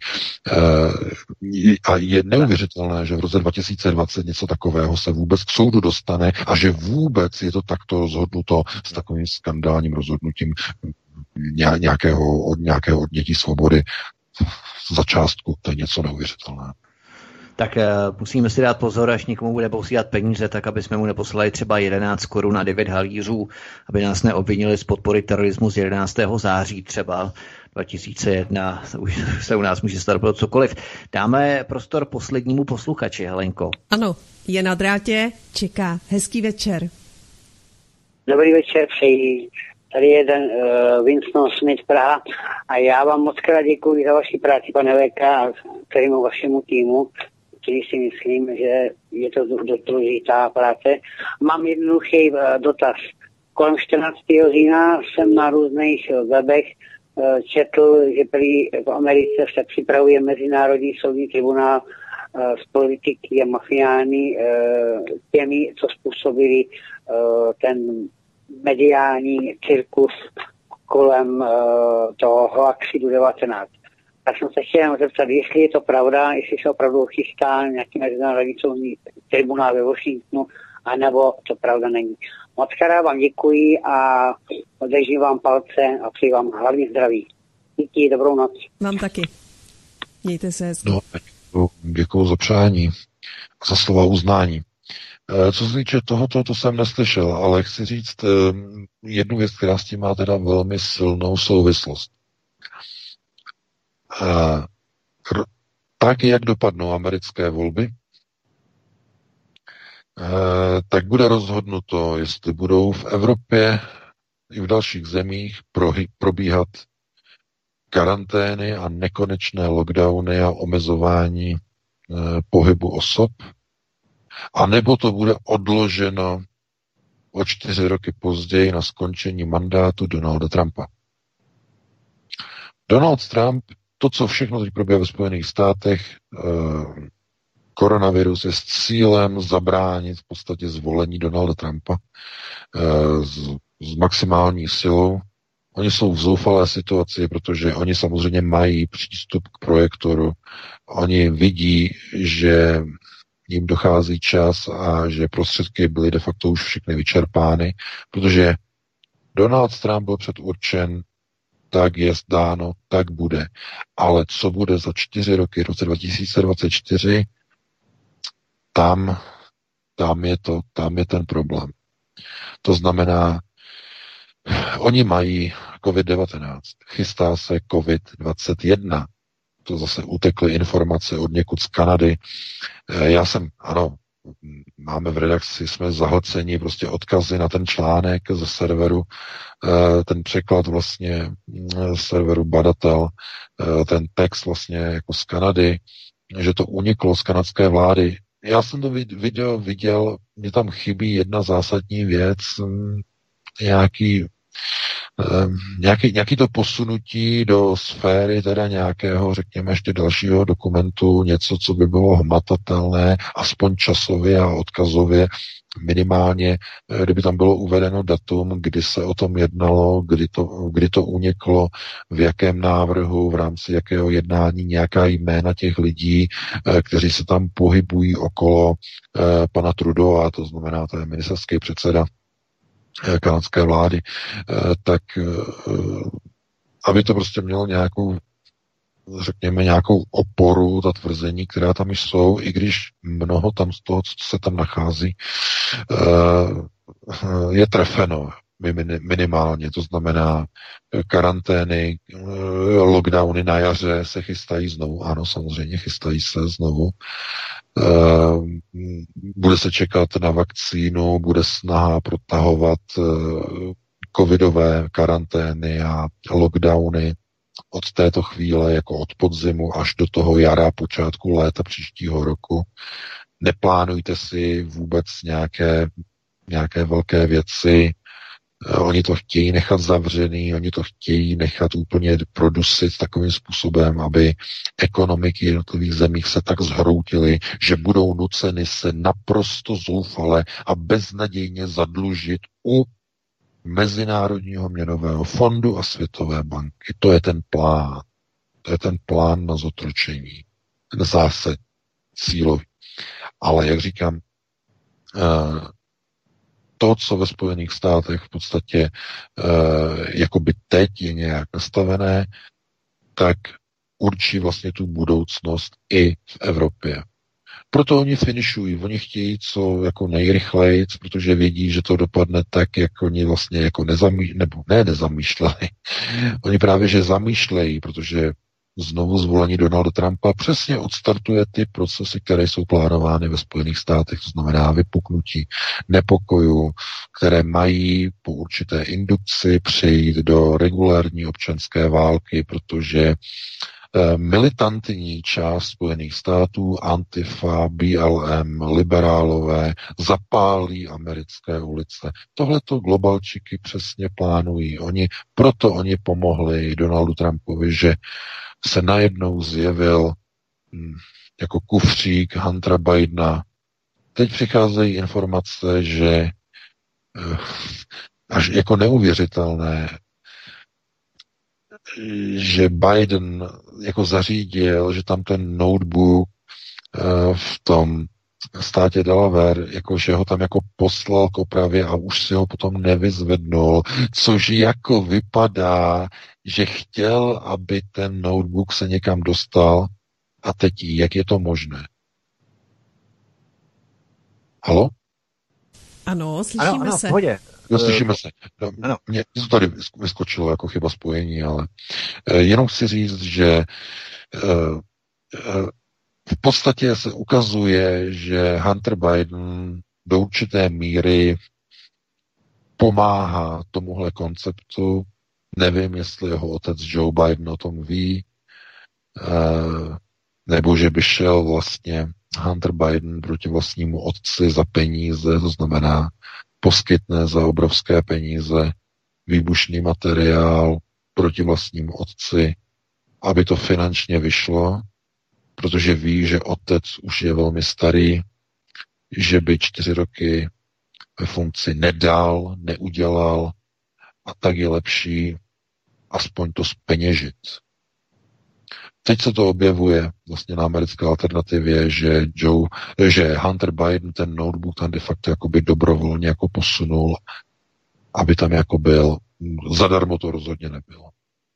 a je neuvěřitelné, že v roce dva tisíce dvacet něco takového se vůbec k soudu dostane a že vůbec je to takto rozhodnuto s takovým skandálním rozhodnutím nějakého, od nějakého odnětí svobody za částku. To je něco neuvěřitelného. Tak uh, musíme si dát pozor, až někomu bude posílat peníze, tak aby jsme mu neposlali třeba jedenáct korun a devět halířů, aby nás neobvinili z podpory terorismu z jedenáctého září třeba dva tisíce jedna, už se u nás může stát bylo cokoliv. Dáme prostor poslednímu posluchači, Helenko. Ano, je na drátě, čeká. Hezký večer. Dobrý večer, přeji. Tady je jeden uh, Winston Smith Praha a já vám moc krát děkuji za vaši práci, pane V K, a celému vašemu týmu, který si myslím, že je to dost důležitá práce. Mám jednoduchý uh, dotaz. Kolem čtrnáctého října jsem na různých webech uh, četl, že prý v Americe se připravuje Mezinárodní soudní tribunál uh, z politiky a mafiány uh, těmi, co způsobili uh, ten mediální cirkus kolem uh, toho Hoaxidu devatenáct. Tak jsem se chtěl zeptat, jestli je to pravda, jestli se opravdu chystá nějaký mezinárodní soudní tribunál ve Washingtonu, anebo to pravda není. Moc krát vám děkuji a držím vám palce a přeji vám hlavně zdraví. Díky, dobrou noc. Vám taky. Mějte se hezky. No, děkuji za přání a za slova uznání. Co se týče tohoto, to jsem neslyšel, ale chci říct jednu věc, která s tím má teda velmi silnou souvislost. Tak, jak dopadnou americké volby, tak bude rozhodnuto, jestli budou v Evropě i v dalších zemích probíhat karantény a nekonečné lockdowny a omezování pohybu osob, a nebo to bude odloženo o čtyři roky později na skončení mandátu Donalda Trumpa. Donald Trump, to, co všechno teď probíhá ve Spojených státech, eh, koronavirus je s cílem zabránit v podstatě zvolení Donalda Trumpa eh, s, s maximální silou. Oni jsou v zoufalé situaci, protože oni samozřejmě mají přístup k projektoru. Oni vidí, že jim dochází čas a že prostředky byly de facto už všechny vyčerpány, protože Donald Trump byl předurčen, tak je zdáno, tak bude. Ale co bude za čtyři roky, v roce dva tisíce dvacet čtyři, tam, tam je to, tam je ten problém. To znamená, oni mají covid devatenáct, chystá se covid dvacet jedna, to zase utekly informace od někud z Kanady. Já jsem, ano, máme v redakci, jsme zahlceni prostě odkazy na ten článek ze serveru, ten překlad vlastně z serveru Badatel, ten text vlastně jako z Kanady, že to uniklo z kanadské vlády. Já jsem to video viděl, mě tam chybí jedna zásadní věc, nějaký Nějaký, nějaký to posunutí do sféry teda nějakého, řekněme, ještě dalšího dokumentu, něco, co by bylo hmatatelné, aspoň časově a odkazově minimálně, kdyby tam bylo uvedeno datum, kdy se o tom jednalo, kdy to, kdy to uniklo, v jakém návrhu, v rámci jakého jednání, nějaká jména těch lidí, kteří se tam pohybují okolo pana Trudeau, a to znamená, to je ministerský předseda kanadské vlády, tak aby to prostě mělo nějakou řekněme, nějakou oporu, ta tvrzení, která tam jsou, i když mnoho tam z toho, co se tam nachází, je trefeno minimálně, to znamená karantény, lockdowny na jaře se chystají znovu, ano, samozřejmě chystají se znovu. Bude se čekat na vakcínu, bude snaha protahovat covidové karantény a lockdowny od této chvíle, jako od podzimu až do toho jara, počátku léta příštího roku. Neplánujte si vůbec nějaké, nějaké velké věci. Oni to chtějí nechat zavřený, oni to chtějí nechat úplně produsit takovým způsobem, aby ekonomiky jednotlivých zemích se tak zhroutily, že budou nuceny se naprosto zoufale a beznadějně zadlužit u Mezinárodního měnového fondu a Světové banky. To je ten plán. To je ten plán na zotročení. Ten zásad cílový. Ale jak říkám, to, co ve Spojených státech v podstatě jakoby teď je nějak nastavené, tak určí vlastně tu budoucnost i v Evropě. Proto oni finišují, oni chtějí co jako nejrychleji, protože vědí, že to dopadne tak, jak oni vlastně jako nezamýšleli, nebo ne nezamýšleli. Oni právě, že zamýšlejí, protože znovu zvolení Donalda Trumpa přesně odstartuje ty procesy, které jsou plánovány ve Spojených státech, to znamená vypuknutí nepokojů, které mají po určité indukci přejít do regulární občanské války, protože militantní část Spojených států, Antifa, B L M, liberálové, zapálí americké ulice. Tohleto globalčiky přesně plánují. Oni, proto oni pomohli Donaldu Trumpovi, že se najednou zjevil hm, jako kufřík Huntera Bidena. Teď přicházejí informace, že až jako neuvěřitelné, že Biden jako zařídil, že tam ten notebook v tom státě Delaware, jako že ho tam jako poslal k opravě a už si ho potom nevyzvednul, což jako vypadá, že chtěl, aby ten notebook se někam dostal a teď jak je to možné? Halo? Ano, slyšíme ano, ano, se. V pohodě. No, slyšíme se. No, mě to tady vyskočilo jako chyba spojení, ale uh, jenom chci říct, že uh, uh, v podstatě se ukazuje, že Hunter Biden do určité míry pomáhá tomuhle konceptu. Nevím, jestli jeho otec Joe Biden o tom ví, uh, nebo že by šel vlastně Hunter Biden proti vlastnímu otci za peníze, to znamená poskytne za obrovské peníze výbušný materiál proti vlastnímu otci, aby to finančně vyšlo, protože ví, že otec už je velmi starý, že by čtyři roky ve funkci nedal, neudělal a tak je lepší aspoň to zpeněžit. Teď se to objevuje vlastně na americké alternativě, že Joe, že Hunter Biden ten notebook tam de facto jakoby dobrovolně jako posunul, aby tam jako byl. Zadarmo to rozhodně nebylo.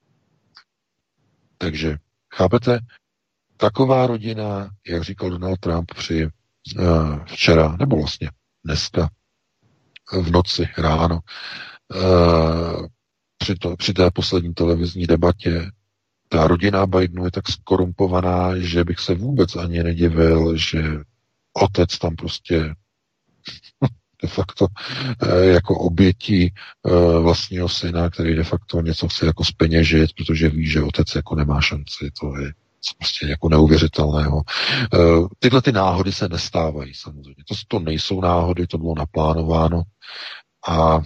Takže, chápete, taková rodina, jak říkal Donald Trump při uh, včera, nebo vlastně dneska, v noci, ráno, uh, při, to, při té poslední televizní debatě, ta rodina Bidenu je tak skorumpovaná, že bych se vůbec ani nedivil, že otec tam prostě de facto jako obětí vlastního syna, který de facto něco chce jako zpeněžit, protože ví, že otec jako nemá šanci. To je prostě jako neuvěřitelného. Tyhle ty náhody se nestávají samozřejmě. To, to nejsou náhody, to bylo naplánováno a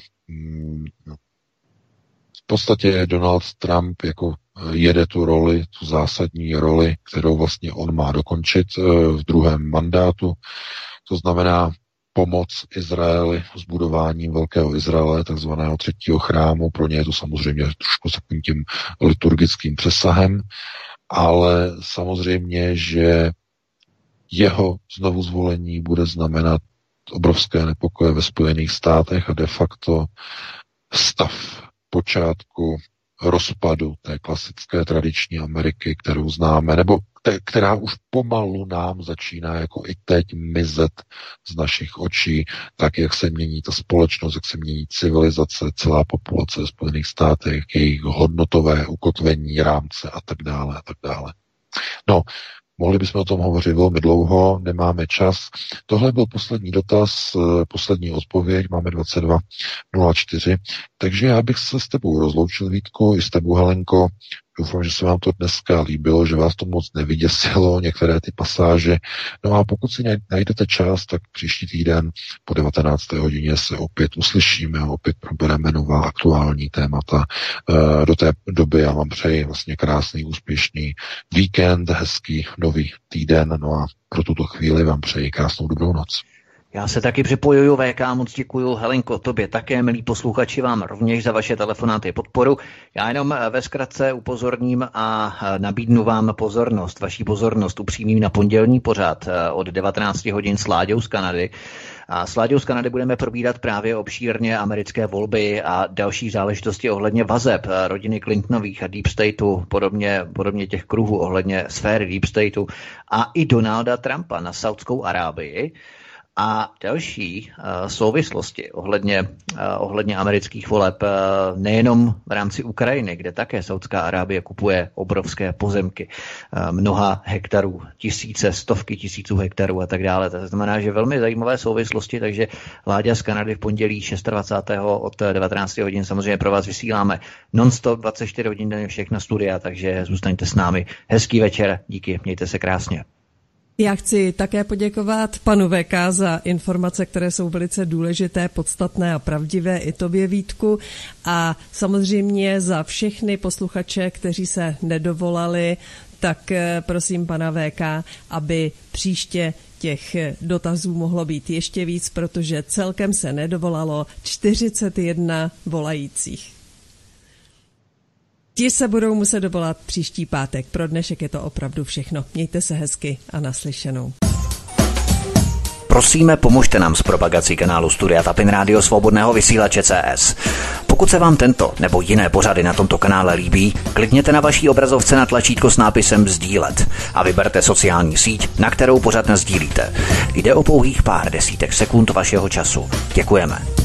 v podstatě Donald Trump jako jede tu roli, tu zásadní roli, kterou vlastně on má dokončit v druhém mandátu. To znamená pomoc Izraeli s budováním Velkého Izraele, takzvaného třetího chrámu. Pro ně je to samozřejmě trošku takovým tím liturgickým přesahem, ale samozřejmě, že jeho znovu zvolení bude znamenat obrovské nepokoje ve Spojených státech a de facto stav počátku rozpadu té klasické tradiční Ameriky, kterou známe, nebo te, která už pomalu nám začíná jako i teď mizet z našich očí, tak jak se mění ta společnost, jak se mění civilizace, celá populace v Spojených státech, jejich hodnotové ukotvení, rámce a tak dále a tak dále. No, mohli bychom o tom hovořit velmi dlouho, nemáme čas. Tohle byl poslední dotaz, poslední odpověď, máme dvacet dva nula čtyři, takže já bych se s tebou rozloučil, Vítku, i s tebou, Helenko. Doufám, že se vám to dneska líbilo, že vás to moc nevyděsilo, některé ty pasáže. No a pokud si najdete čas, tak příští týden po devatenácté hodině se opět uslyšíme a opět probereme nová aktuální témata. Do té doby já vám přeji vlastně krásný, úspěšný víkend, hezký nový týden, no a pro tuto chvíli vám přeji krásnou dobrou noc. Já se taky připojuju, V K, moc děkuju, Helenko, tobě také, milí posluchači, vám rovněž za vaše telefonáty podporu. Já jenom ve zkratce upozorním a nabídnu vám pozornost, vaší pozornost upřímím na pondělní pořad od devatenáct hodin s Láďou z Kanady. A s Láďou z Kanady budeme probírat právě obšírně americké volby a další záležitosti ohledně vazeb rodiny Clintonových a Deep Stateu, podobně, podobně těch kruhů ohledně sféry Deep Stateu a i Donalda Trumpa na Saudskou Arábii. A další uh, souvislosti ohledně, uh, ohledně amerických voleb, uh, nejenom v rámci Ukrajiny, kde také Saudská Arábie kupuje obrovské pozemky, uh, mnoha hektarů, tisíce, stovky tisíců hektarů a tak dále. To znamená, že velmi zajímavé souvislosti, takže Láďa z Kanady v pondělí dvacátého šestého od devatenáct hodin samozřejmě pro vás vysíláme non-stop dvacet čtyři hodin denně všechna studia, takže zůstaňte s námi. Hezký večer, díky, mějte se krásně. Já chci také poděkovat panu V K za informace, které jsou velice důležité, podstatné a pravdivé, i tobě, Vítku, a samozřejmě za všechny posluchače, kteří se nedovolali, tak prosím pana V K, aby příště těch dotazů mohlo být ještě víc, protože celkem se nedovolalo čtyřicet jedna volajících. Ti se budou muset dovolat příští pátek. Pro dnešek je to opravdu všechno. Mějte se hezky a naslyšenou. Prosíme, pomožte nám s propagací kanálu Studia Tapin Rádio Svobodného vysílače C S. Pokud se vám tento nebo jiné pořady na tomto kanále líbí, klikněte na vaší obrazovce na tlačítko s nápisem sdílet a vyberte sociální síť, na kterou pořad nasdílíte. Jde o pouhých pár desítek sekund vašeho času. Děkujeme.